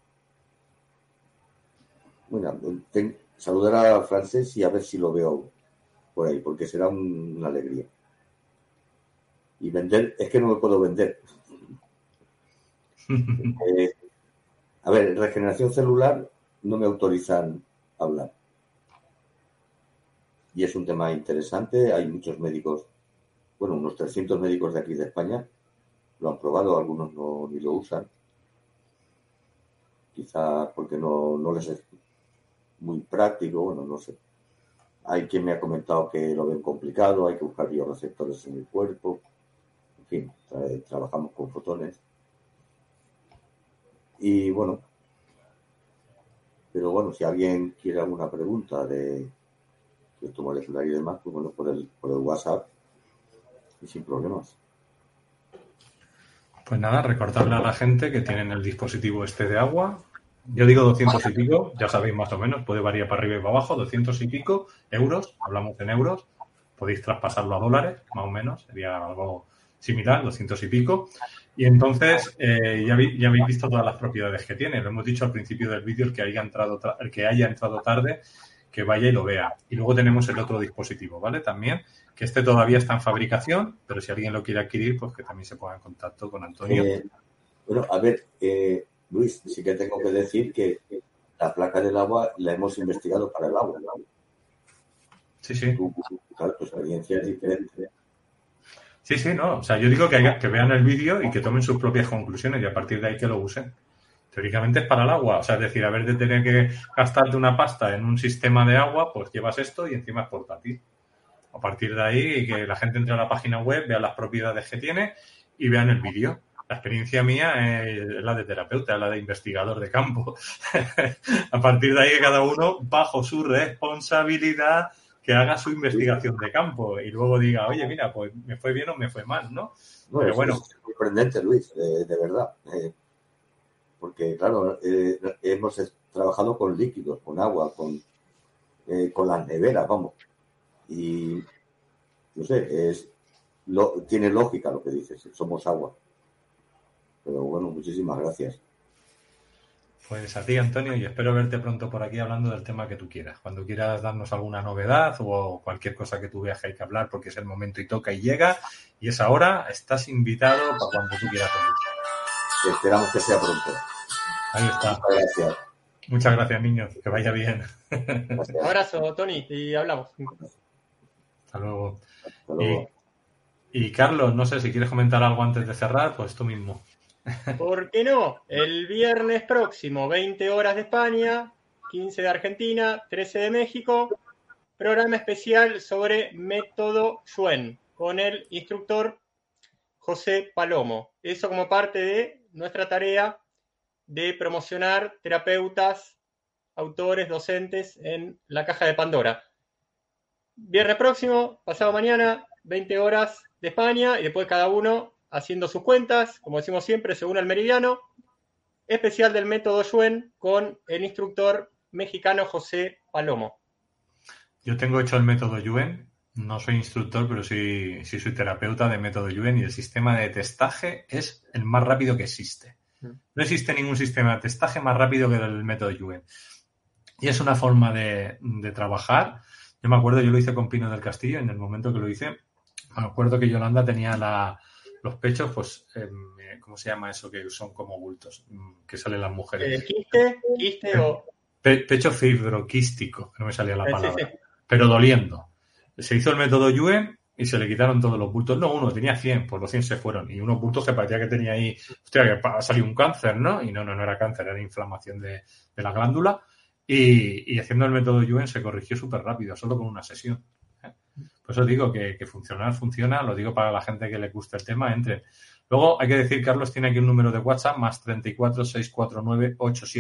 Speaker 3: bueno, saludar a Francés y a ver si lo veo por ahí, porque será una alegría. Y vender, es que no me puedo vender. A ver, en regeneración celular no me autorizan a hablar. Y es un tema interesante. Hay muchos médicos, bueno, unos 300 médicos de aquí de España lo han probado, algunos ni lo usan. Quizá porque no les es muy práctico, bueno, no sé. Hay quien me ha comentado que lo ven complicado, hay que buscar bioreceptores en el cuerpo. En fin, trabajamos con fotones. Y bueno, pero bueno, si alguien quiere alguna pregunta de esto molecular y demás, pues bueno, por el WhatsApp y sin problemas.
Speaker 1: Pues nada, recordarle a la gente que tienen el dispositivo este de agua. Yo digo 200 y pico, ya sabéis más o menos, puede variar para arriba y para abajo, 200 y pico euros, hablamos en euros, podéis traspasarlo a dólares, más o menos, sería algo similar, 200 y pico. Y entonces ya habéis visto todas las propiedades que tiene. Lo hemos dicho al principio del vídeo, el que haya entrado tarde, que vaya y lo vea. Y luego tenemos el otro dispositivo, ¿vale? También, que este todavía está en fabricación, pero si alguien lo quiere adquirir, pues que también se ponga en contacto con Antonio.
Speaker 3: Bueno, a ver, Luis, sí que tengo que decir que la placa del agua la hemos investigado para el agua, ¿no?
Speaker 1: Sí, sí.
Speaker 3: Claro, tu experiencia es diferente.
Speaker 1: Sí, no. O sea, yo digo que vean el vídeo y que tomen sus propias conclusiones y a partir de ahí que lo usen. Teóricamente es para el agua. O sea, es decir, a vez de tener que gastarte una pasta en un sistema de agua, pues llevas esto y encima es portátil. A partir de ahí, que la gente entre a la página web, vea las propiedades que tiene y vean el vídeo. La experiencia mía es la de terapeuta, es la de investigador de campo. A partir de ahí, cada uno, bajo su responsabilidad, que haga su investigación de campo y luego diga, oye, mira, pues me fue bien o me fue mal, ¿no?
Speaker 3: No,
Speaker 1: pero bueno.
Speaker 3: Es sorprendente, Luis, de verdad. Porque, claro, hemos trabajado con líquidos, con agua, con las neveras, vamos. Y, no sé, tiene lógica lo que dices, somos agua. Pero bueno, muchísimas gracias.
Speaker 1: Pues a ti, Antonio, y espero verte pronto por aquí hablando del tema que tú quieras. Cuando quieras darnos alguna novedad o cualquier cosa que tú veas que hay que hablar, porque es el momento y toca y llega, y es ahora, estás invitado para cuando tú quieras venir.
Speaker 3: Esperamos que sea pronto.
Speaker 1: Ahí está.
Speaker 3: Muchas gracias.
Speaker 1: Muchas gracias, niños. Que vaya bien.
Speaker 2: Gracias. Abrazo, Tony, y hablamos.
Speaker 1: Hasta luego.
Speaker 3: Hasta luego.
Speaker 1: Y Carlos, no sé si quieres comentar algo antes de cerrar, pues tú mismo.
Speaker 2: ¿Por qué no? El viernes próximo, 20 horas de España, 15 de Argentina, 13 de México, programa especial sobre método Schwen con el instructor José Palomo. Eso como parte de nuestra tarea de promocionar terapeutas, autores, docentes en la caja de Pandora. Viernes próximo, pasado mañana, 20 horas de España, y después cada uno haciendo sus cuentas, como decimos siempre, según el meridiano. Especial del método Yuen con el instructor mexicano José Palomo.
Speaker 1: Yo tengo hecho el método Yuen, no soy instructor, pero sí soy terapeuta de método Yuen, y el sistema de testaje es el más rápido que existe. No existe ningún sistema de testaje más rápido que el método Yuen. Y es una forma de trabajar. Yo me acuerdo, yo lo hice con Pino del Castillo, en el momento que lo hice, me acuerdo que Yolanda tenía los pechos, pues, ¿cómo se llama eso? Que son como bultos, que salen las mujeres.
Speaker 2: ¿Quiste o...?
Speaker 1: Pecho fibroquístico, que no me salía la palabra.
Speaker 2: Sí.
Speaker 1: Pero doliendo. Se hizo el método Yuen y se le quitaron todos los bultos. No, uno tenía 100, pues los 100 se fueron. Y unos bultos que parecía que tenía ahí, hostia, que ha salido un cáncer, ¿no? Y no era cáncer, era inflamación de la glándula. Y haciendo el método Yuen se corrigió súper rápido, solo con una sesión. Por eso digo que funciona, lo digo para la gente que le guste el tema, entre. Luego hay que decir, Carlos tiene aquí un número de WhatsApp, más 34 649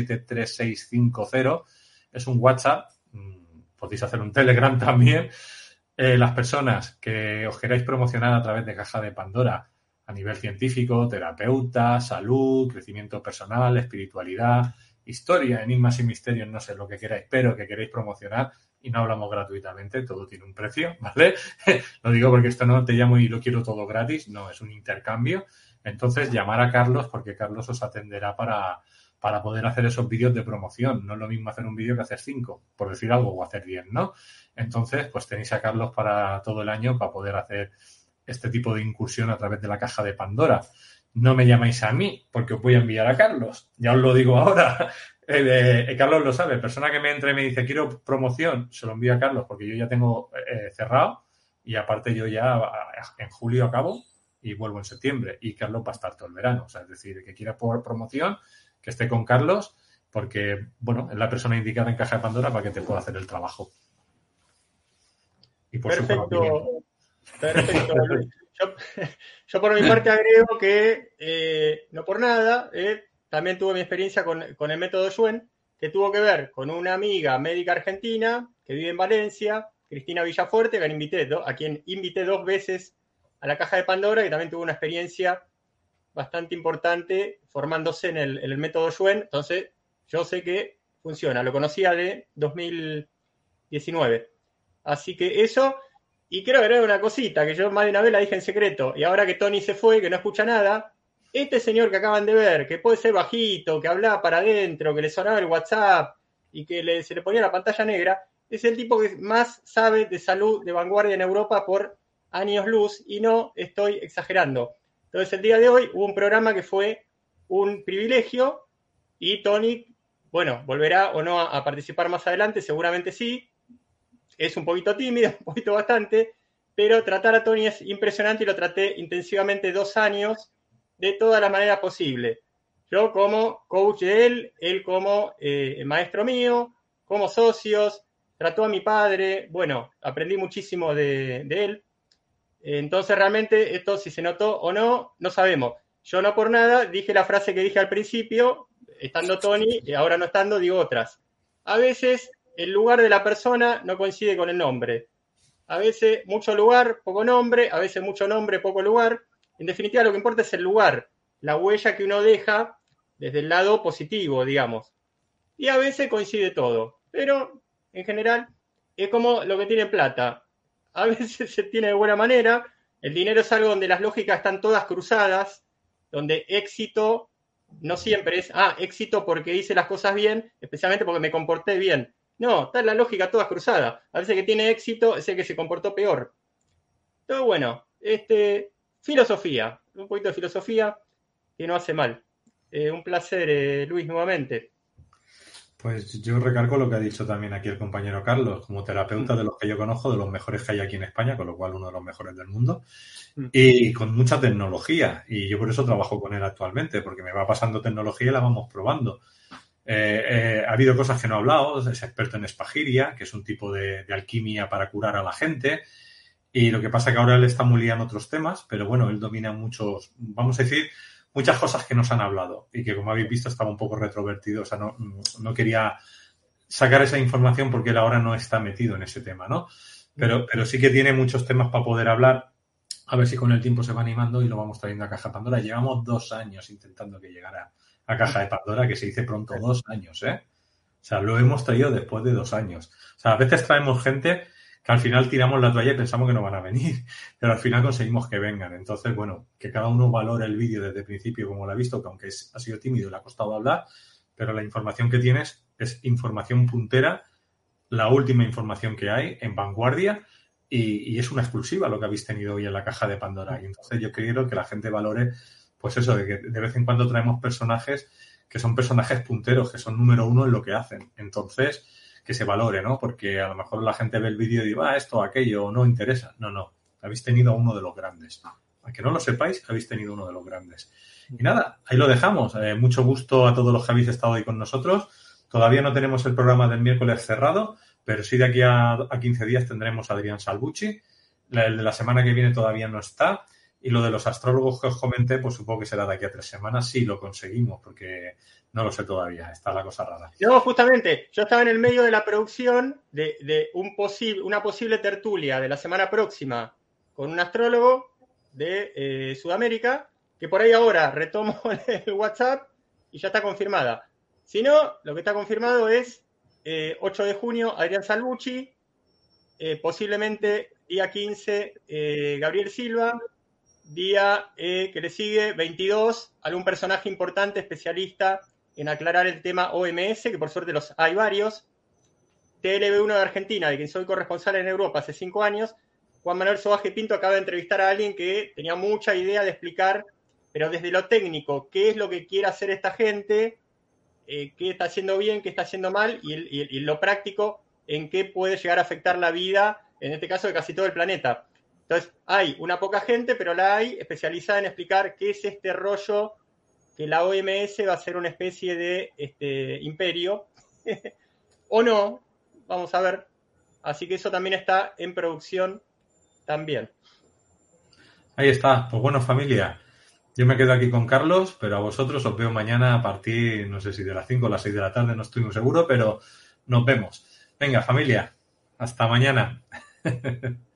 Speaker 1: 873650. Es un WhatsApp, podéis hacer un Telegram también. Las personas que os queráis promocionar a través de Caja de Pandora a nivel científico, terapeuta, salud, crecimiento personal, espiritualidad, historia, enigmas y misterios, no sé lo que queráis, pero que queréis promocionar, y no hablamos gratuitamente, todo tiene un precio, ¿vale? Lo digo porque esto no te llamo y lo quiero todo gratis, no, es un intercambio. Entonces, llamar a Carlos, porque Carlos os atenderá para poder hacer esos vídeos de promoción. No es lo mismo hacer un vídeo que hacer 5, por decir algo, o hacer 10, ¿no? Entonces, pues tenéis a Carlos para todo el año para poder hacer este tipo de incursión a través de la Caja de Pandora. No me llamáis a mí, porque os voy a enviar a Carlos. Ya os lo digo ahora. Carlos lo sabe. Persona que me entre y me dice quiero promoción, se lo envío a Carlos, porque yo ya tengo cerrado, y aparte yo ya en julio acabo y vuelvo en septiembre, y Carlos va a estar todo el verano. O sea, es decir, que quiera por promoción, que esté con Carlos, porque, bueno, es la persona indicada en Caja de Pandora para que te pueda hacer el trabajo. Y por
Speaker 2: Perfecto. Luis. Yo por mi parte agrego que, no por nada, también tuve mi experiencia con el método Yuen, que tuvo que ver con una amiga médica argentina que vive en Valencia, Cristina Villafuerte, a quien invité 2 veces a la Caja de Pandora, y también tuvo una experiencia bastante importante formándose en el método Yuen. Entonces, yo sé que funciona. Lo conocía de 2019. Así que eso. Y quiero agregar una cosita, que yo más de una vez la dije en secreto, y ahora que Tony se fue, que no escucha nada, este señor que acaban de ver, que puede ser bajito, que hablaba para adentro, que le sonaba el WhatsApp y que se le ponía la pantalla negra, es el tipo que más sabe de salud de vanguardia en Europa por años luz, y no estoy exagerando. Entonces, el día de hoy hubo un programa que fue un privilegio, y Tony, bueno, volverá o no a participar más adelante, seguramente sí. Es un poquito tímido, un poquito bastante, pero tratar a Tony es impresionante, y lo traté intensivamente 2 años de todas las maneras posibles. Yo como coach de él como maestro mío, como socios, trató a mi padre, bueno, aprendí muchísimo de él. Entonces realmente esto, si se notó o no, no sabemos. Yo no por nada dije la frase que dije al principio, estando Tony, y ahora no estando digo otras. A veces el lugar de la persona no coincide con el nombre. A veces mucho lugar, poco nombre, a veces mucho nombre, poco lugar. En definitiva, lo que importa es el lugar, la huella que uno deja desde el lado positivo, digamos. Y a veces coincide todo, pero en general es como lo que tiene plata. A veces se tiene de buena manera, el dinero es algo donde las lógicas están todas cruzadas, donde éxito no siempre es, éxito porque hice las cosas bien, especialmente porque me comporté bien. No, está la lógica toda cruzada. A veces que tiene éxito es el que se comportó peor. Pero bueno, filosofía, un poquito de filosofía que no hace mal. Un placer, Luis, nuevamente.
Speaker 1: Pues yo recalco lo que ha dicho también aquí el compañero Carlos, como terapeuta de los que yo conozco, de los mejores que hay aquí en España, con lo cual uno de los mejores del mundo, y con mucha tecnología. Y yo por eso trabajo con él actualmente, porque me va pasando tecnología y la vamos probando. Ha habido cosas que no he hablado, es experto en espagiria, que es un tipo de alquimia para curar a la gente, y lo que pasa es que ahora él está muy liado en otros temas, pero bueno, él domina muchos muchas cosas que nos han hablado y que, como habéis visto, estaba un poco retrovertido. O sea, no quería sacar esa información porque él ahora no está metido en ese tema, ¿no? Pero sí que tiene muchos temas para poder hablar. A ver si con el tiempo se va animando y lo vamos trayendo a Caja de Pandora. Llevamos 2 años intentando que llegara a Caja de Pandora, que se dice pronto 2 años, ¿eh? O sea, lo hemos traído después de 2 años. O sea, a veces traemos gente que al final tiramos la toalla y pensamos que no van a venir, pero al final conseguimos que vengan. Entonces, bueno, que cada uno valore el vídeo desde el principio como lo ha visto, que aunque ha sido tímido y le ha costado hablar, pero la información que tienes es información puntera, la última información que hay en vanguardia, y es una exclusiva lo que habéis tenido hoy en la Caja de Pandora. Y entonces yo quiero que la gente valore, pues eso, de que de vez en cuando traemos personajes que son personajes punteros, que son número 1 en lo que hacen. Entonces, que se valore, ¿no? Porque a lo mejor la gente ve el vídeo y dice, esto, aquello, no interesa. No. Habéis tenido a uno de los grandes. Aunque no lo sepáis, habéis tenido uno de los grandes. Y nada, ahí lo dejamos. Mucho gusto a todos los que habéis estado ahí con nosotros. Todavía no tenemos el programa del miércoles cerrado, pero sí de aquí a 15 días tendremos a Adrián Salvucci. El de la semana que viene todavía no está. Y lo de los astrólogos que os comenté, pues supongo que será de aquí a 3 semanas, si lo conseguimos, porque no lo sé todavía, está la cosa rara.
Speaker 2: No, justamente, yo estaba en el medio de la producción de una posible tertulia de la semana próxima con un astrólogo de Sudamérica, que por ahí ahora retomo el WhatsApp y ya está confirmada. Si no, lo que está confirmado es 8 de junio, Adrián Salvucci, posiblemente día 15, Gabriel Silva, día que le sigue, 22, algún personaje importante, especialista en aclarar el tema OMS, que por suerte los hay varios. TLB1 de Argentina, de quien soy corresponsal en Europa hace 5 años. Juan Manuel Sobaje Pinto acaba de entrevistar a alguien que tenía mucha idea de explicar, pero desde lo técnico, qué es lo que quiere hacer esta gente, qué está haciendo bien, qué está haciendo mal, y lo práctico, en qué puede llegar a afectar la vida, en este caso de casi todo el planeta. Entonces, hay una poca gente, pero la hay especializada en explicar qué es este rollo que la OMS va a ser una especie de imperio, o no, vamos a ver. Así que eso también está en producción también.
Speaker 1: Ahí está. Pues bueno, familia, yo me quedo aquí con Carlos, pero a vosotros os veo mañana a partir, no sé si de las 5 o las 6 de la tarde, no estoy muy seguro, pero nos vemos. Venga, familia, hasta mañana.